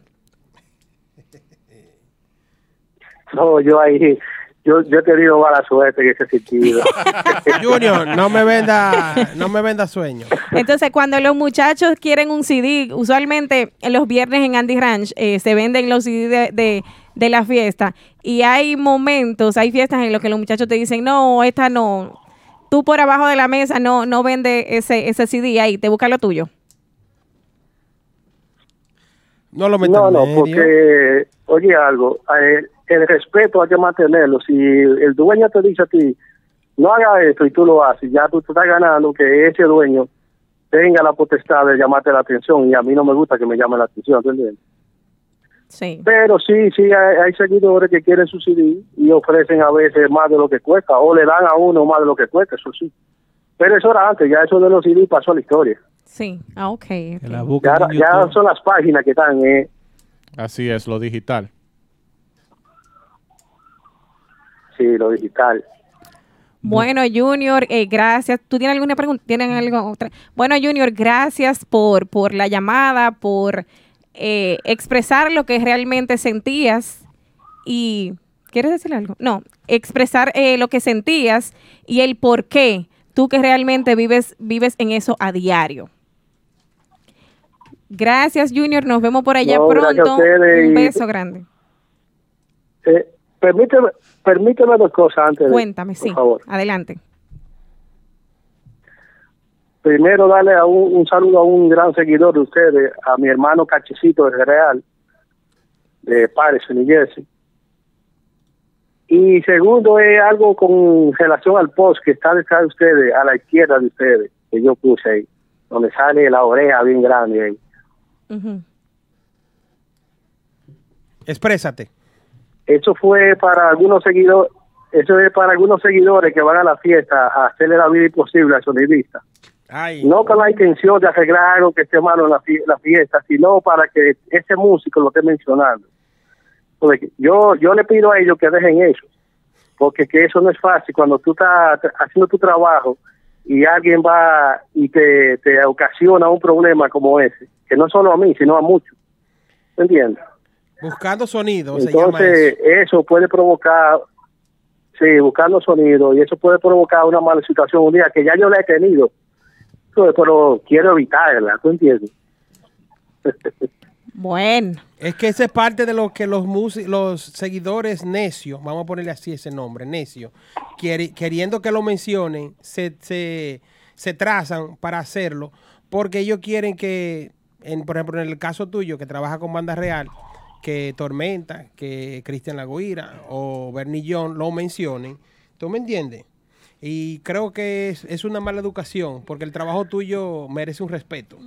No, yo he tenido mala suerte en ese sentido. Junior, no me venda sueño. Entonces, cuando los muchachos quieren un CD, usualmente en los viernes en Andy Ranch se venden los CD de la fiesta. Y hay momentos, hay fiestas en los que los muchachos te dicen, no, esta no. Tú por abajo de la mesa no vende ese CD ahí, te busca lo tuyo. No lo metas No, en medio. porque, oye algo, el respeto hay que mantenerlo. Si el dueño te dice a ti, no haga esto y tú lo haces, ya tú te estás ganando que ese dueño tenga la potestad de llamarte la atención, y a mí no me gusta que me llame la atención, ¿entiendes? Sí. Pero sí, hay seguidores que quieren su CD y ofrecen a veces más de lo que cuesta, o le dan a uno más de lo que cuesta, eso sí. Pero eso era antes, ya eso de los CD pasó a la historia. Sí, ok. Ya son las páginas que están, Así es, lo digital. sí, lo digital. Bueno, Junior, gracias. ¿Tú tienes alguna pregunta? ¿Tienen algo otra? Bueno, Junior, gracias por la llamada, por expresar lo que realmente sentías y... ¿Quieres decir algo? No, expresar lo que sentías y el por qué tú que realmente vives en eso a diario. Gracias, Junior. Nos vemos por allá pronto. Un beso grande. Permíteme dos cosas antes. Cuéntame, por sí. favor. Adelante. Primero, darle un saludo a un gran seguidor de ustedes, a mi hermano Cachecito de Real, de Patterson, New Jersey. Y segundo, es algo con relación al post que está detrás de ustedes, a la izquierda de ustedes, que yo puse ahí, donde sale la oreja bien grande ahí. Exprésate. Eso fue para algunos seguidores, que van a la fiesta a hacerle la vida imposible al sonidista. No con la intención de arreglar algo que esté malo en la fiesta, sino para que ese músico lo esté mencionando. Porque yo le pido a ellos que dejen eso, porque que eso no es fácil cuando tú estás haciendo tu trabajo y alguien va y te ocasiona un problema como ese, que no solo a mí, sino a muchos. ¿Me entiendes? Buscando sonido, se llama Entonces, eso puede provocar, sí, buscando sonido, y eso puede provocar una mala situación un día, que ya yo la he tenido, pero quiero evitarla, ¿tú entiendes? Bueno. Es que esa es parte de lo que los seguidores necios, vamos a ponerle así ese nombre, necio, queriendo que lo mencionen, se trazan para hacerlo, porque ellos quieren que, por ejemplo, en el caso tuyo, que trabaja con Banda Real, que Tormenta, que Cristian Laguira o Bernie John lo mencionen. ¿Tú me entiendes? Y creo que es una mala educación, porque el trabajo tuyo merece un respeto.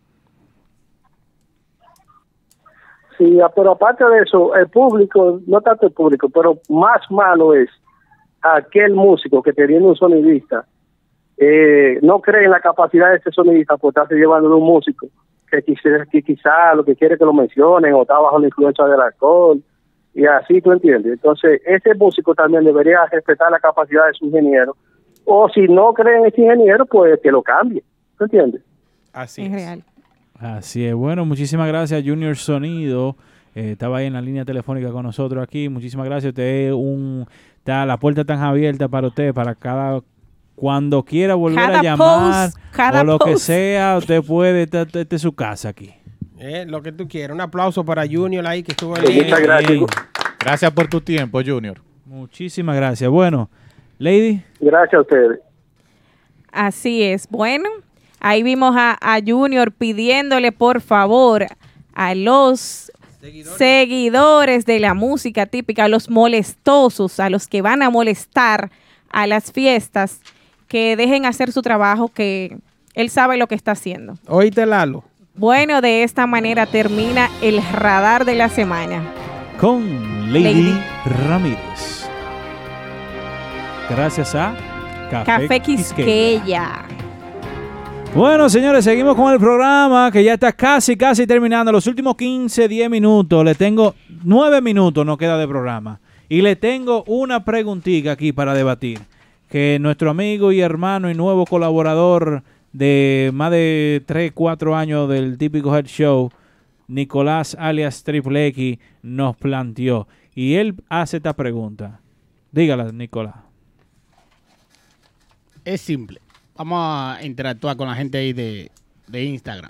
Sí, pero aparte de eso, el público, no tanto el público, pero más malo es aquel músico que teniendo un sonidista, no cree en la capacidad de ese sonidista por estarse llevando de un músico que quizá lo que quiere que lo mencionen o está bajo la influencia del alcohol y así, ¿tú entiendes? Entonces, ese músico también debería respetar la capacidad de su ingeniero, o si no cree en ese ingeniero, pues que lo cambie, ¿tú entiendes? Así es. Real. Así es. Bueno, muchísimas gracias, Junior Sonido. Estaba ahí en la línea telefónica con nosotros aquí. Muchísimas gracias. La puerta está abierta para usted, cuando quiera volver a llamar o lo que sea, usted puede, esta es su casa aquí. Lo que tú quieras. Un aplauso para Junior ahí que estuvo en Muchas gracias. Gracias por tu tiempo, Junior. Muchísimas gracias. Bueno, Lady. Gracias a ustedes. Así es. Bueno, ahí vimos a Junior pidiéndole por favor a los seguidores de la música típica, a los molestosos, a los que van a molestar a las fiestas, que dejen hacer su trabajo, que él sabe lo que está haciendo. Oíste, Lalo. Bueno, de esta manera termina el radar de la semana. Con Lady Ramírez. Gracias a Café Quisqueya. Bueno, señores, seguimos con el programa que ya está casi terminando. Los últimos 10 minutos. Le tengo 9 minutos, no queda de programa. Y le tengo una preguntita aquí para debatir. Que nuestro amigo y hermano y nuevo colaborador de más de 3-4 años del Típico Head Show, Nicolás alias Triple X, nos planteó. Y él hace esta pregunta. Dígala, Nicolás. Es simple. vamos a interactuar con la gente ahí de Instagram.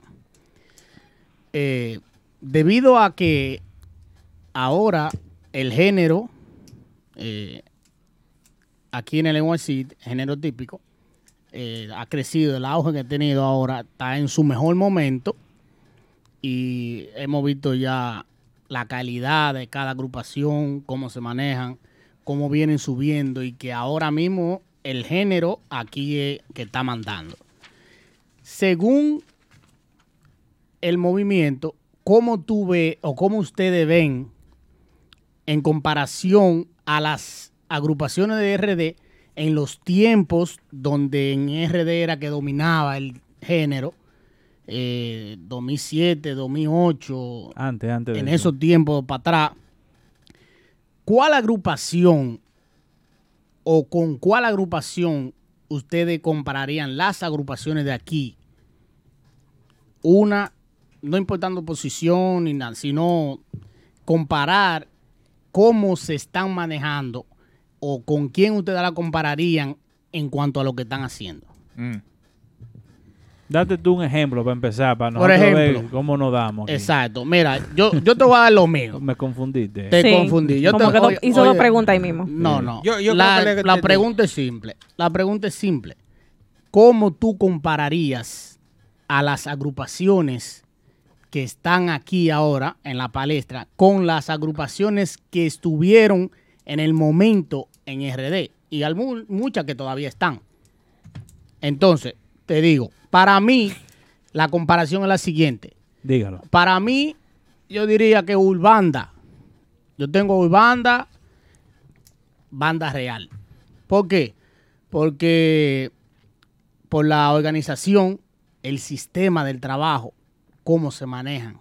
Debido a que ahora el género, aquí en el NYC, género típico, ha crecido, el auge que ha tenido ahora está en su mejor momento y hemos visto ya la calidad de cada agrupación, cómo se manejan, cómo vienen subiendo y que ahora mismo el género aquí es que está mandando. Según el movimiento, ¿cómo tú ves o cómo ustedes ven en comparación a las agrupaciones de RD en los tiempos donde en RD era que dominaba el género, 2007, 2008, antes en esos tiempos para atrás? ¿Cuál agrupación o con cuál agrupación ustedes compararían las agrupaciones de aquí? Una, no importando posición ni nada, sino comparar cómo se están manejando o con quién ustedes la compararían en cuanto a lo que están haciendo. Date tú un ejemplo para empezar, para Por nosotros ejemplo, ver cómo nos damos aquí. Exacto. Mira, yo te voy a dar lo mío. Me confundiste. Te confundí. Yo Como te, que hizo dos preguntas ahí mismo. No. Yo creo que La pregunta es simple. La pregunta es simple. ¿Cómo tú compararías a las agrupaciones que están aquí ahora en la palestra con las agrupaciones que estuvieron en el momento en RD? Y hay muchas que todavía están. Entonces, te digo, para mí, la comparación es la siguiente. Dígalo. Para mí, yo diría que Urbanda. Yo tengo Urbanda, Banda Real. ¿Por qué? Porque por la organización, el sistema del trabajo, cómo se manejan,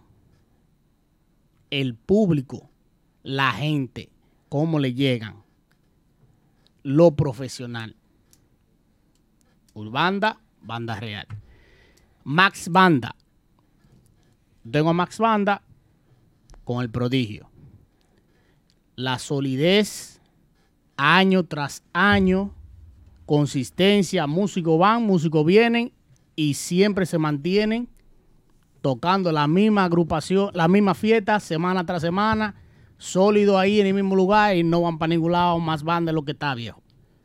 el público, la gente, cómo le llegan, lo profesional. Urbanda, Banda Real. Max Banda. Tengo a Max Banda con el Prodigio. La solidez, año tras año, consistencia, músicos van, músicos vienen y siempre se mantienen tocando la misma agrupación, la misma fiesta, semana tras semana, sólido ahí en el mismo lugar y no van para ningún lado. Más Banda es lo que está, viejo.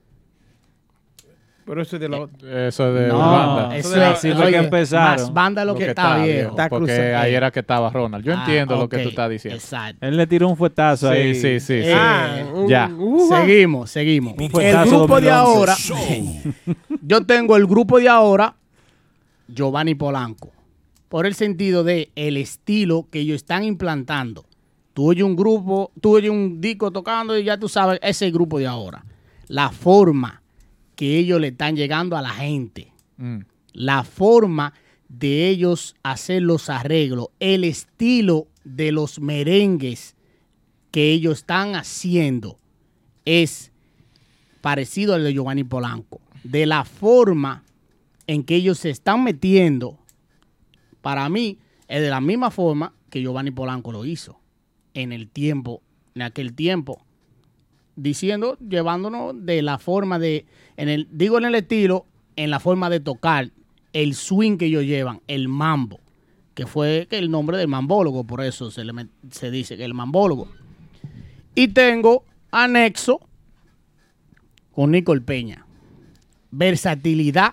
Pero eso es de Urbanda. Eso es así fue que empezaron. Más Banda es lo que está, viejo. Porque ahí era que estaba Ronald. Yo entiendo lo que tú estás diciendo. Exacto. Él le tiró un fuetazo ahí. Sí. Ya. Seguimos. Un El grupo de ahora, yo tengo el grupo de ahora, Giovanni Polanco, por el sentido de el estilo que ellos están implantando. Tú oyes un grupo, tú oyes un disco tocando y ya tú sabes, ese es el grupo de ahora. La forma que ellos le están llegando a la gente, la forma de ellos hacer los arreglos, el estilo de los merengues que ellos están haciendo es parecido al de Giovanni Polanco. De la forma en que ellos se están metiendo, para mí, es de la misma forma que Giovanni Polanco lo hizo en aquel tiempo, diciendo, llevándonos de la forma de, en el estilo, en la forma de tocar, el swing que ellos llevan, el mambo, que fue el nombre del mambólogo, por eso se dice que el mambólogo. Y tengo anexo con Nicole Peña. Versatilidad,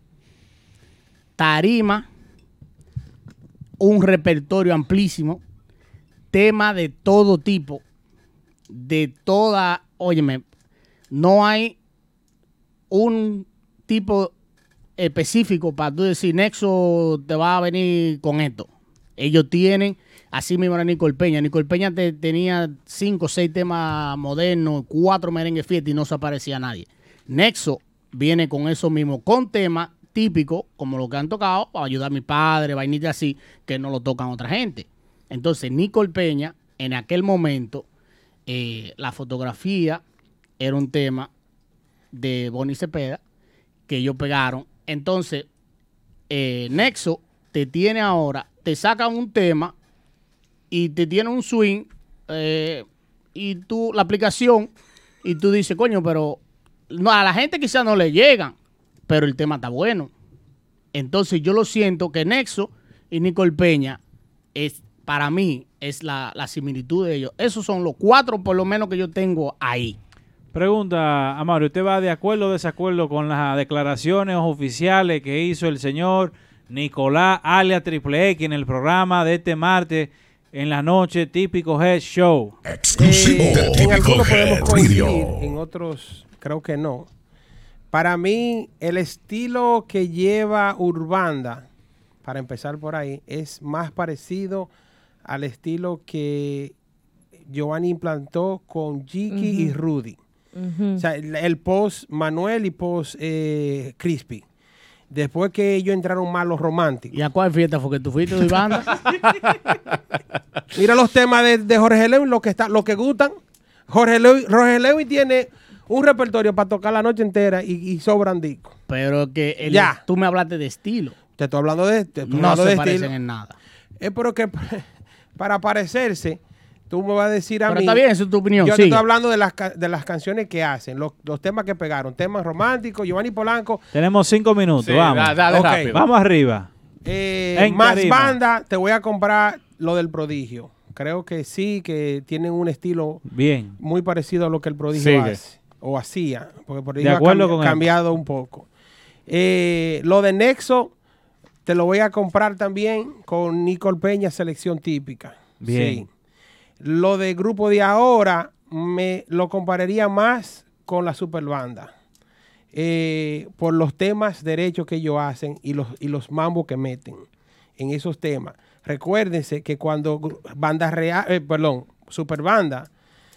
tarima, un repertorio amplísimo, tema de todo tipo, de toda, óyeme, no hay un tipo específico para tú decir, Nexo te va a venir con esto. Ellos tienen, así mismo era Nicole Peña. Nicole Peña tenía 5 o 6 temas modernos, 4 merengues fiesta y no se aparecía a nadie. Nexo viene con eso mismo, con temas típicos, como lo que han tocado, para ayudar a mi padre, vainitas así, que no lo tocan otra gente. Entonces, Nicole Peña, en aquel momento, la fotografía era un tema de Bonnie Cepeda que ellos pegaron. Entonces, Nexo te tiene ahora, te saca un tema y te tiene un swing y la aplicación, y tú dices, coño, pero no, a la gente quizás no le llegan, pero el tema está bueno. Entonces yo lo siento que Nexo y Nicole Peña para mí es la similitud de ellos. Esos son los 4 por lo menos que yo tengo ahí. Pregunta, Amaury, ¿usted va de acuerdo o desacuerdo con las declaraciones oficiales que hizo el señor Nicolás alias Triple X en el programa de este martes en la noche, Típico Head Show? Exclusivo de En Típico algunos Head podemos coincidir, Radio. en otros creo que no. Para mí, el estilo que lleva Urbanda, para empezar por ahí, es más parecido al estilo que Giovanni implantó con Jiki y Rudy. O sea, el post Manuel y post Crispy. Después que ellos entraron más los románticos. ¿Y a cuál fiesta fue que tú fuiste de banda? Mira los temas de Jorge Lewin, lo que gustan. Jorge Lewin tiene un repertorio para tocar la noche entera y sobran discos. Pero que Ya. tú me hablaste de estilo. Te estoy hablando de No se de parecen estilo. en nada. Es porque para parecerse, tú me vas a decir a Pero mí. está bien, esa es tu opinión, Yo te sigue. estoy hablando de las canciones que hacen, los temas que pegaron, temas románticos, Giovanni Polanco. Tenemos 5 minutos, Sí, vamos. dale Ok. rápido. Vamos arriba. Más tarima. banda, te voy a comprar lo del Prodigio. Creo que sí, que tienen un estilo Bien. muy parecido a lo que el Prodigio Sigue. hace o hacía, porque el Prodigio De acuerdo ha con él. cambiado un poco. Lo de Nexo te lo voy a comprar también con Nicole Peña, Selección Típica. Bien. Sí. Lo de Grupo de Ahora me lo compararía más con la Superbanda. Por los temas derechos que ellos hacen y los mambos que meten en esos temas. Recuérdense que cuando Superbanda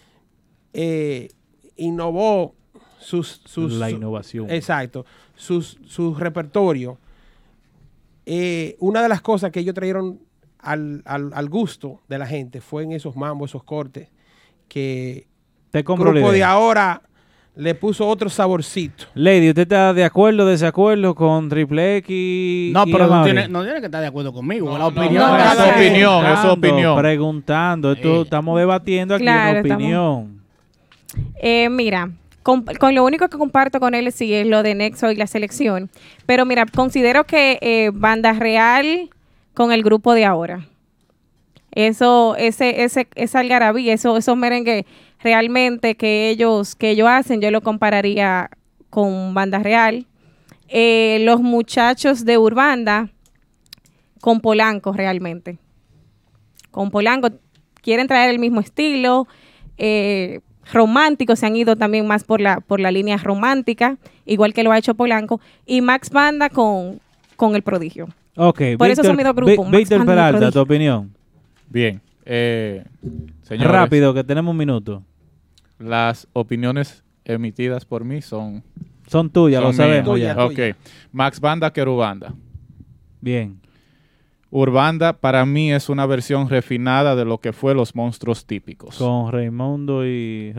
innovó La innovación. Exacto, su repertorio. Una de las cosas que ellos trajeron al gusto de la gente fue en esos mambos, esos cortes, que Te el compro la Grupo de idea. Ahora le puso otro saborcito. Lady, ¿usted está de acuerdo o desacuerdo con Triple X? No, y pero Amaury? no tiene que estar de acuerdo conmigo. la no, opinión no, de es cada su quien. opinión, es su opinión. Preguntando, esto estamos debatiendo aquí Claro, en opinión. Mira, con lo único que comparto con él sí es lo de Nexo y la selección. Pero mira, considero que Banda Real con el Grupo de Ahora. Esa algarabía, esos merengues realmente que ellos hacen, yo lo compararía con Banda Real. Los muchachos de Urbanda con Polanco realmente. Con Polanco quieren traer el mismo estilo. Románticos se han ido también más por la línea romántica, igual que lo ha hecho Polanco. Y Max Banda con el Prodigio. Ok, Por eso son mis dos grupos, Max Víctor Banda y Peralta, Prodigio. tu opinión. Bien. Señores, Rápido, que tenemos un minuto. las opiniones emitidas por mí son tuyas, lo mías. sabemos ya. Ok. Max Banda que Urbanda. Bien. Urbanda para mí es una versión refinada de lo que fue Los Monstruos Típicos. Con Raymambo y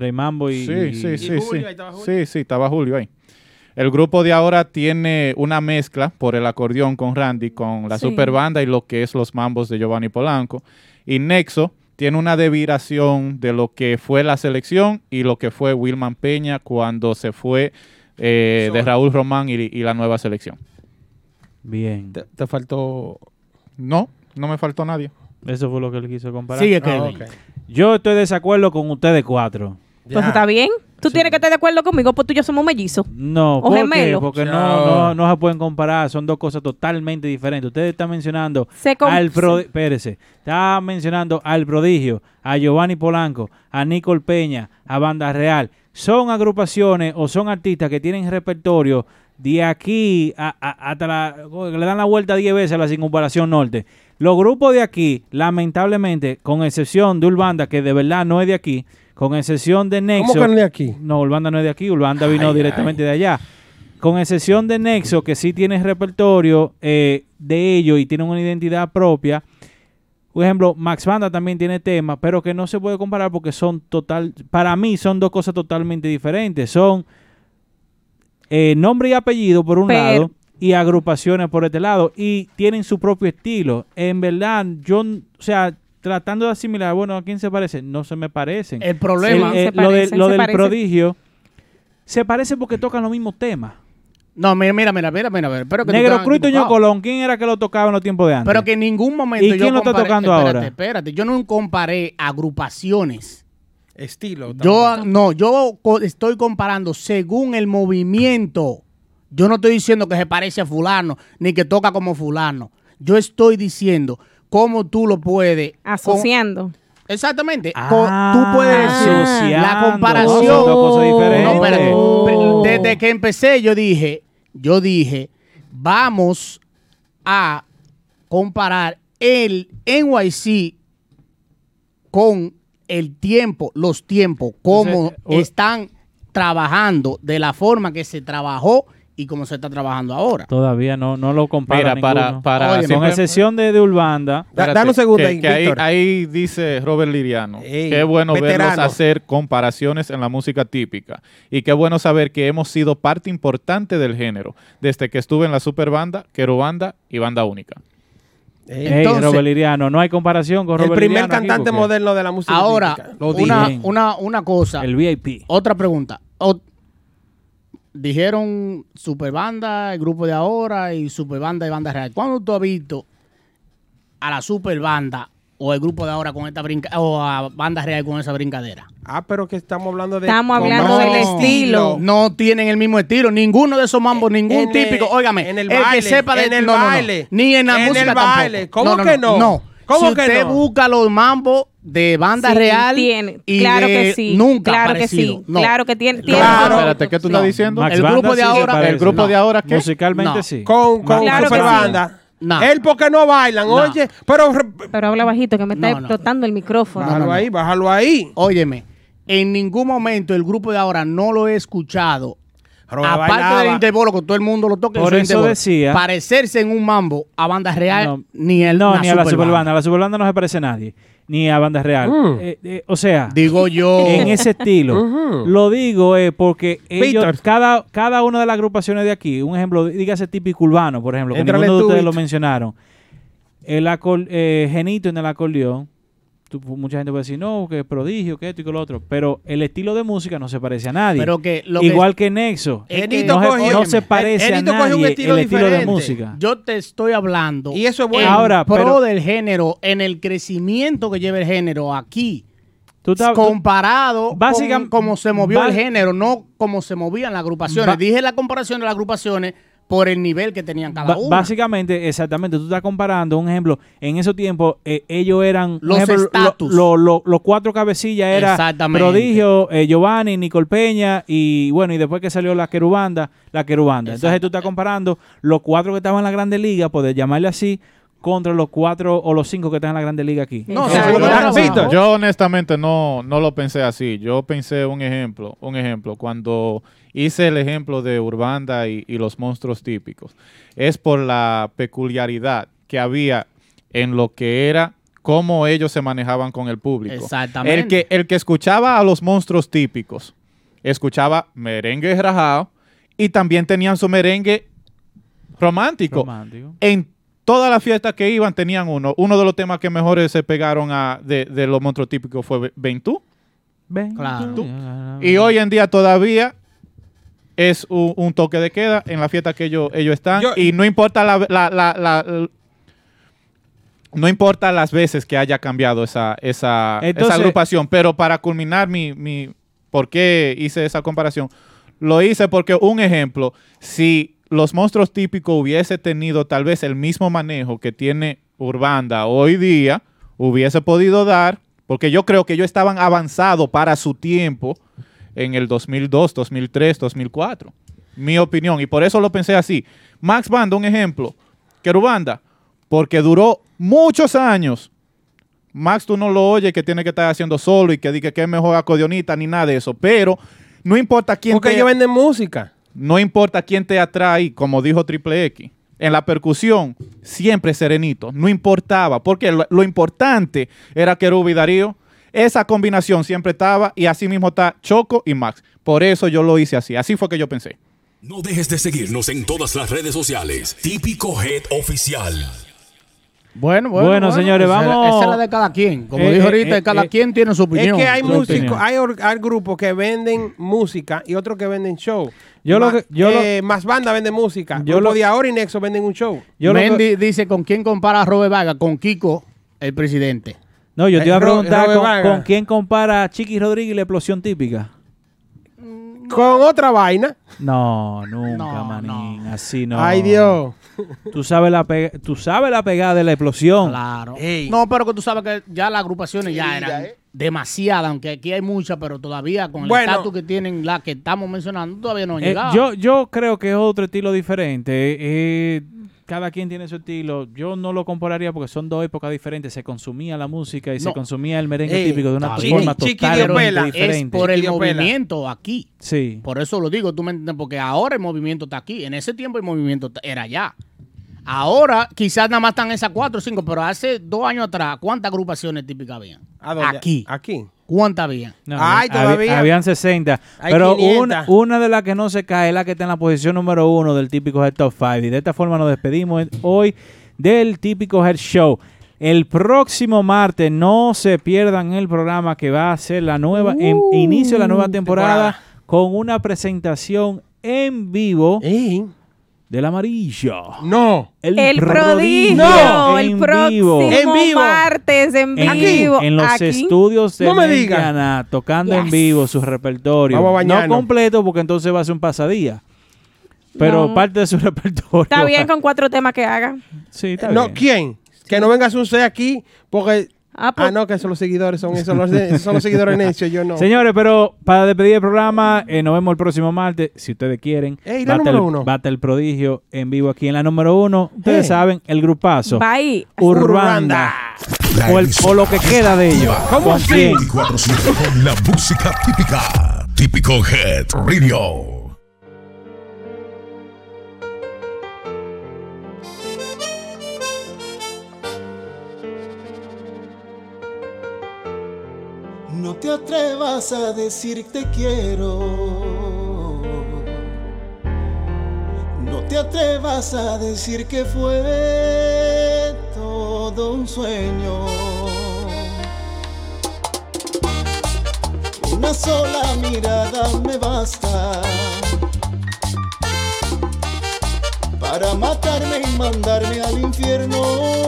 Sí, estaba Julio ahí. El grupo de ahora tiene una mezcla por el acordeón con Randy, con la Sí. Superbanda y lo que es los mambos de Giovanni Polanco. Y Nexo tiene una deviración de lo que fue la selección y lo que fue Wilman Peña cuando se fue de Raúl Román y la nueva selección. Bien. Te faltó... No me faltó nadie. Eso fue lo que él quiso comparar. Sigue, Kevin. Yo estoy de desacuerdo con ustedes 4. Pues está bien. Tú tienes que estar de acuerdo conmigo, pues tú y yo somos mellizos. No, O ¿por qué? gemelos. Porque no se pueden comparar, son dos cosas totalmente diferentes. Ustedes están mencionando espérese, está mencionando al Prodigio, a Giovanni Polanco, a Nicole Peña, a Banda Real. Son agrupaciones o son artistas que tienen repertorio de aquí hasta que le dan la vuelta 10 veces a la circunvalación norte. Los grupos de aquí, lamentablemente, con excepción de Urbanda, que de verdad no es de aquí, con excepción de Nexo. ¿Cómo que no es de aquí? No, Urbanda no es de aquí, Urbanda vino directamente de allá. Con excepción de Nexo, que sí tiene repertorio de ellos y tiene una identidad propia. Por ejemplo, Max Banda también tiene temas, pero que no se puede comparar porque para mí son dos cosas totalmente diferentes. Son nombre y apellido por un lado y agrupaciones por este lado y tienen su propio estilo. En verdad, tratando de asimilar, bueno, ¿a quién se parece? No se me parecen. El problema lo del Prodigio se parece porque tocan los mismos temas. No, mira. Pero que Negro tú Cruz y estás Toño equivocado. Colón, ¿quién era que lo tocaba en los tiempos de antes? Pero que en ningún momento ¿Y quién lo está tocando ahora? Espérate, yo no comparé agrupaciones. Estilo. Yo estoy comparando según el movimiento. Yo no estoy diciendo que se parece a fulano, ni que toca como fulano. Yo estoy diciendo cómo tú lo puedes... Asociando. Exactamente. Tú puedes decir asociando. la comparación. Son dos cosas diferentes. No, espérate. Desde que empecé yo dije, vamos a comparar el NYC con el tiempo, los tiempos, cómo están trabajando, de la forma que se trabajó y cómo se está trabajando ahora. Todavía no lo compara ninguno. Oye, con excepción de Urbanda. Dame un segundo ahí, que ahí dice Robert Liriano. Qué bueno verlos hacer comparaciones en la música típica. Y qué bueno saber que hemos sido parte importante del género desde que estuve en la Superbanda, Querubanda y Banda Única. Entonces, Robert Liriano, no hay comparación con Robert Liriano. El primer cantante moderno de la música ahora, típica. una cosa. El VIP. Otra pregunta. Dijeron Superbanda, el grupo de ahora, y Superbanda y Banda Real. ¿Cuándo tú has visto a la Superbanda o el grupo de ahora con esta o a Banda Real con esa brincadera? Pero que estamos hablando de... Estamos hablando del estilo. No tienen el mismo estilo. Ninguno de esos mambos, ningún típico. Óigame, en el el baile, que sepa de... en el no, baile. Ni en la en música el baile. tampoco. ¿Cómo que no? No. ¿Cómo si que usted no? busca los mambos de Banda Sí, Real tiene. y Claro de que sí. nunca Claro que parecido. sí. No. Claro que tiene. Claro. Espérate, ¿qué tú estás diciendo? Max El Banda grupo de sí se ahora... parece. ¿El grupo de ahora qué? Musicalmente No. sí. Con Claro que Superbanda. No. Él porque no bailan, No. oye. Pero habla bajito, que me está No. explotando el micrófono. Bájalo ahí. Óyeme, en ningún momento el grupo de ahora no lo he escuchado. Robert Aparte bailaba. del interbolo, que todo el mundo lo toca. Por eso decía... Parecerse en un mambo a Banda Real, No, ni ni a la Superbanda. Superbanda. A la Superbanda no se parece a nadie. Ni a Banda Real. O sea... Digo yo... En ese estilo. Lo digo porque ellos, cada una de las agrupaciones de aquí, un ejemplo, dígase típico urbano, por ejemplo, que Éntrale ninguno de tú, ustedes Vito. lo mencionaron. El Genito en el acordeón, mucha gente puede decir, no, que prodigio, que esto y que lo otro, pero el estilo de música no se parece a nadie. Pero que lo igual que Nexo, Genito no se parece a Genito coge un nadie estilo el estilo de diferente. música. Yo te estoy hablando Y eso es bueno. Ahora, pro pero- del género, en el crecimiento que lleva el género aquí, Tú estás- comparado Básicamente- con cómo se movió ba- el género, no cómo se movían las agrupaciones. Dije la comparación de las agrupaciones por el nivel que tenían cada una. Básicamente, exactamente, tú estás comparando, un ejemplo, en esos tiempos ellos eran, Los un ejemplo, estatus. los cuatro cabecillas era Exactamente. Prodigio, Giovanni, Nicole Peña y bueno, y después que salió la Querubanda. Entonces tú estás comparando los cuatro que estaban en la Grande Liga, por llamarle así, contra los 4 o los 5 que están en la Grande Liga aquí. No, Eso sí, es lo que claro. está pasando. Yo honestamente no lo pensé así. Yo pensé un ejemplo. Cuando hice el ejemplo de Urbanda y los monstruos típicos, es por la peculiaridad que había en lo que era cómo ellos se manejaban con el público. Exactamente. El que escuchaba a los monstruos típicos, escuchaba merengue rajado y también tenían su merengue romántico. En todas las fiestas que iban tenían uno. Uno de los temas que mejores se pegaron de los monstruos típicos fue Ven tú. Claro. Y hoy en día todavía es un toque de queda en la fiesta que ellos están. Y no importa no importa las veces que haya cambiado esa agrupación. Pero para culminar mi por qué hice esa comparación, lo hice porque, un ejemplo, si los monstruos típicos hubiese tenido tal vez el mismo manejo que tiene Urbanda hoy día, hubiese podido dar, porque yo creo que ellos estaban avanzados para su tiempo en el 2002, 2003, 2004. Mi opinión, y por eso lo pensé así. Max Banda, un ejemplo. Querubanda, porque duró muchos años. Max tú no lo oyes que tiene que estar haciendo solo y que diga que es mejor acordeonista ni nada de eso, pero no importa quién Porque ellos venden música. No importa quién te atrae, como dijo Triple X. En la percusión, siempre serenito. No importaba, porque lo importante era Querub y Darío. Esa combinación siempre estaba, y así mismo está Choco y Max. Por eso yo lo hice así. Así fue que yo pensé. No dejes de seguirnos en todas las redes sociales. Típico Head Oficial. Bueno, señores, vamos. Esa es la de cada quien. Como dijo ahorita, cada quien tiene su opinión. Es que hay músicos, hay grupos que venden música y otros que venden show. Más banda vende música. Grupo de ahora y Nexo venden un show. Mendy dice, ¿con quién compara a Robert Vargas? Con Kiko, el presidente. No, yo te iba a preguntar con quién compara a Chiqui Rodríguez y la explosión típica. Con otra vaina. No, nunca, manín. Así no. Ay, Dios. Tú sabes la pegada de la explosión. Claro. No, pero que tú sabes que ya las agrupaciones ya eran demasiadas, aunque aquí hay muchas, pero todavía con el estatus que tienen las que estamos mencionando, todavía no han llegado. Yo creo que es otro estilo diferente. Cada quien tiene su estilo. Yo no lo compararía porque son dos épocas diferentes. Se consumía la música y se consumía el merengue típico de una forma totalmente diferente. Es por el movimiento aquí. Sí. Por eso lo digo, tú me entiendes, porque ahora el movimiento está aquí. En ese tiempo el movimiento era allá. Ahora quizás nada más están esas 4 o 5, pero hace 2 años atrás, ¿cuántas agrupaciones típicas habían? Aquí. ¿Cuántas habían? No, todavía. Habían 60. Pero una de las que no se cae es la que está en la posición número 1 del Típico Head Top 5. Y de esta forma nos despedimos hoy del Típico Head Show. El próximo martes no se pierdan el programa que va a ser la nueva inicio de la nueva temporada con una presentación en vivo del Amarillo. No. El prodigio. No. El próximo martes en vivo. En los estudios de Meridiana, tocando en vivo su repertorio. No completo porque entonces va a ser un pasadía. Pero parte de su repertorio. Está bien con 4 temas que haga. Sí, está bien. ¿Quién? Que no venga a suceder aquí porque... no, que son los seguidores, son los seguidores necios, yo no. Señores, pero para despedir el programa, nos vemos el próximo martes, si ustedes quieren. La número 1. Bata el prodigio en vivo aquí en la número 1. Ustedes saben, el grupazo. Bye. Urbanda. O lo que queda de ellos. ¿Cómo así? 24/7 con la música típica. Típico Head Radio. No te atrevas a decir te quiero. No te atrevas a decir que fue todo un sueño. Una sola mirada me basta para matarme y mandarme al infierno.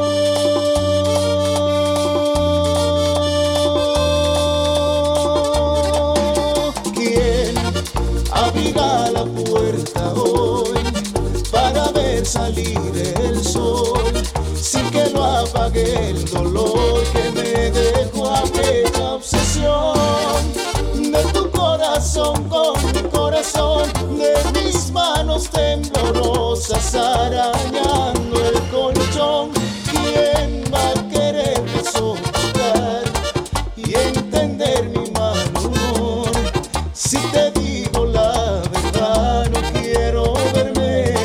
Abrirá la puerta hoy para ver salir el sol, sin que lo apague el dolor que me dejó aquella obsesión de tu corazón con mi corazón, de mis manos temblorosas arañando el colchón. ¿Quién va a quererme soportar y entender mi mal humor? Si te digo la verdad, no quiero verme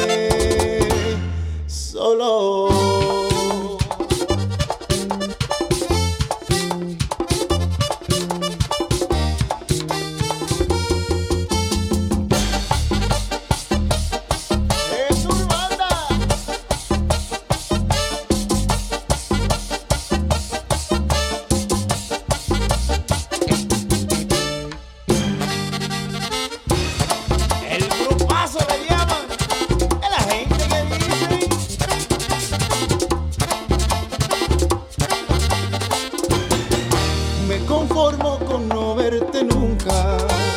solo. Es Urbanda. Conformo con no verte nunca.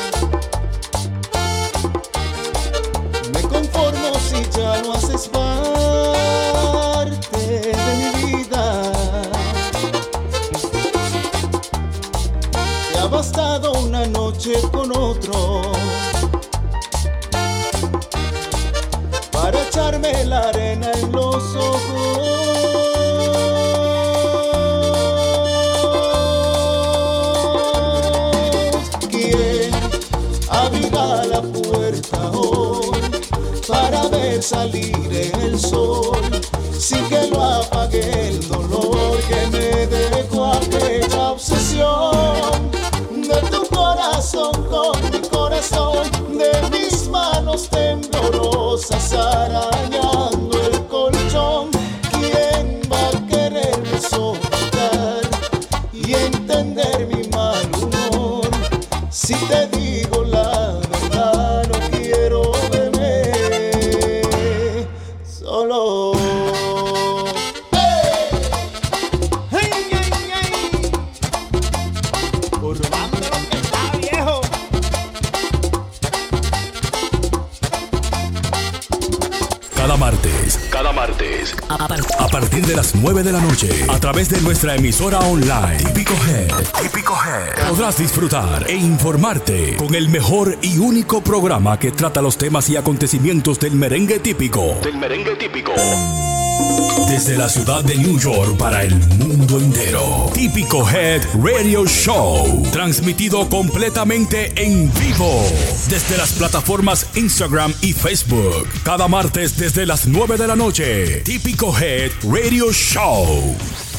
Me conformo si ya no haces parte de mi vida. Te ha bastado una noche con otro para echarme la arena en los ojos. Abrirá la puerta hoy para ver salir el sol, sin que lo apague el dolor que me dejó aquella obsesión de tu corazón con mi corazón, de mis manos temblorosas arañando el colchón. ¿Quién va a querer todo. Cada martes, a partir de las 9 de la noche, a través de nuestra emisora online, Típico Head, podrás disfrutar e informarte con el mejor y único programa que trata los temas y acontecimientos del merengue típico. Desde la ciudad de New York para el mundo entero. Típico Head Radio Show. Transmitido completamente en vivo. Desde las plataformas Instagram y Facebook. Cada martes desde las 9 de la noche. Típico Head Radio Show.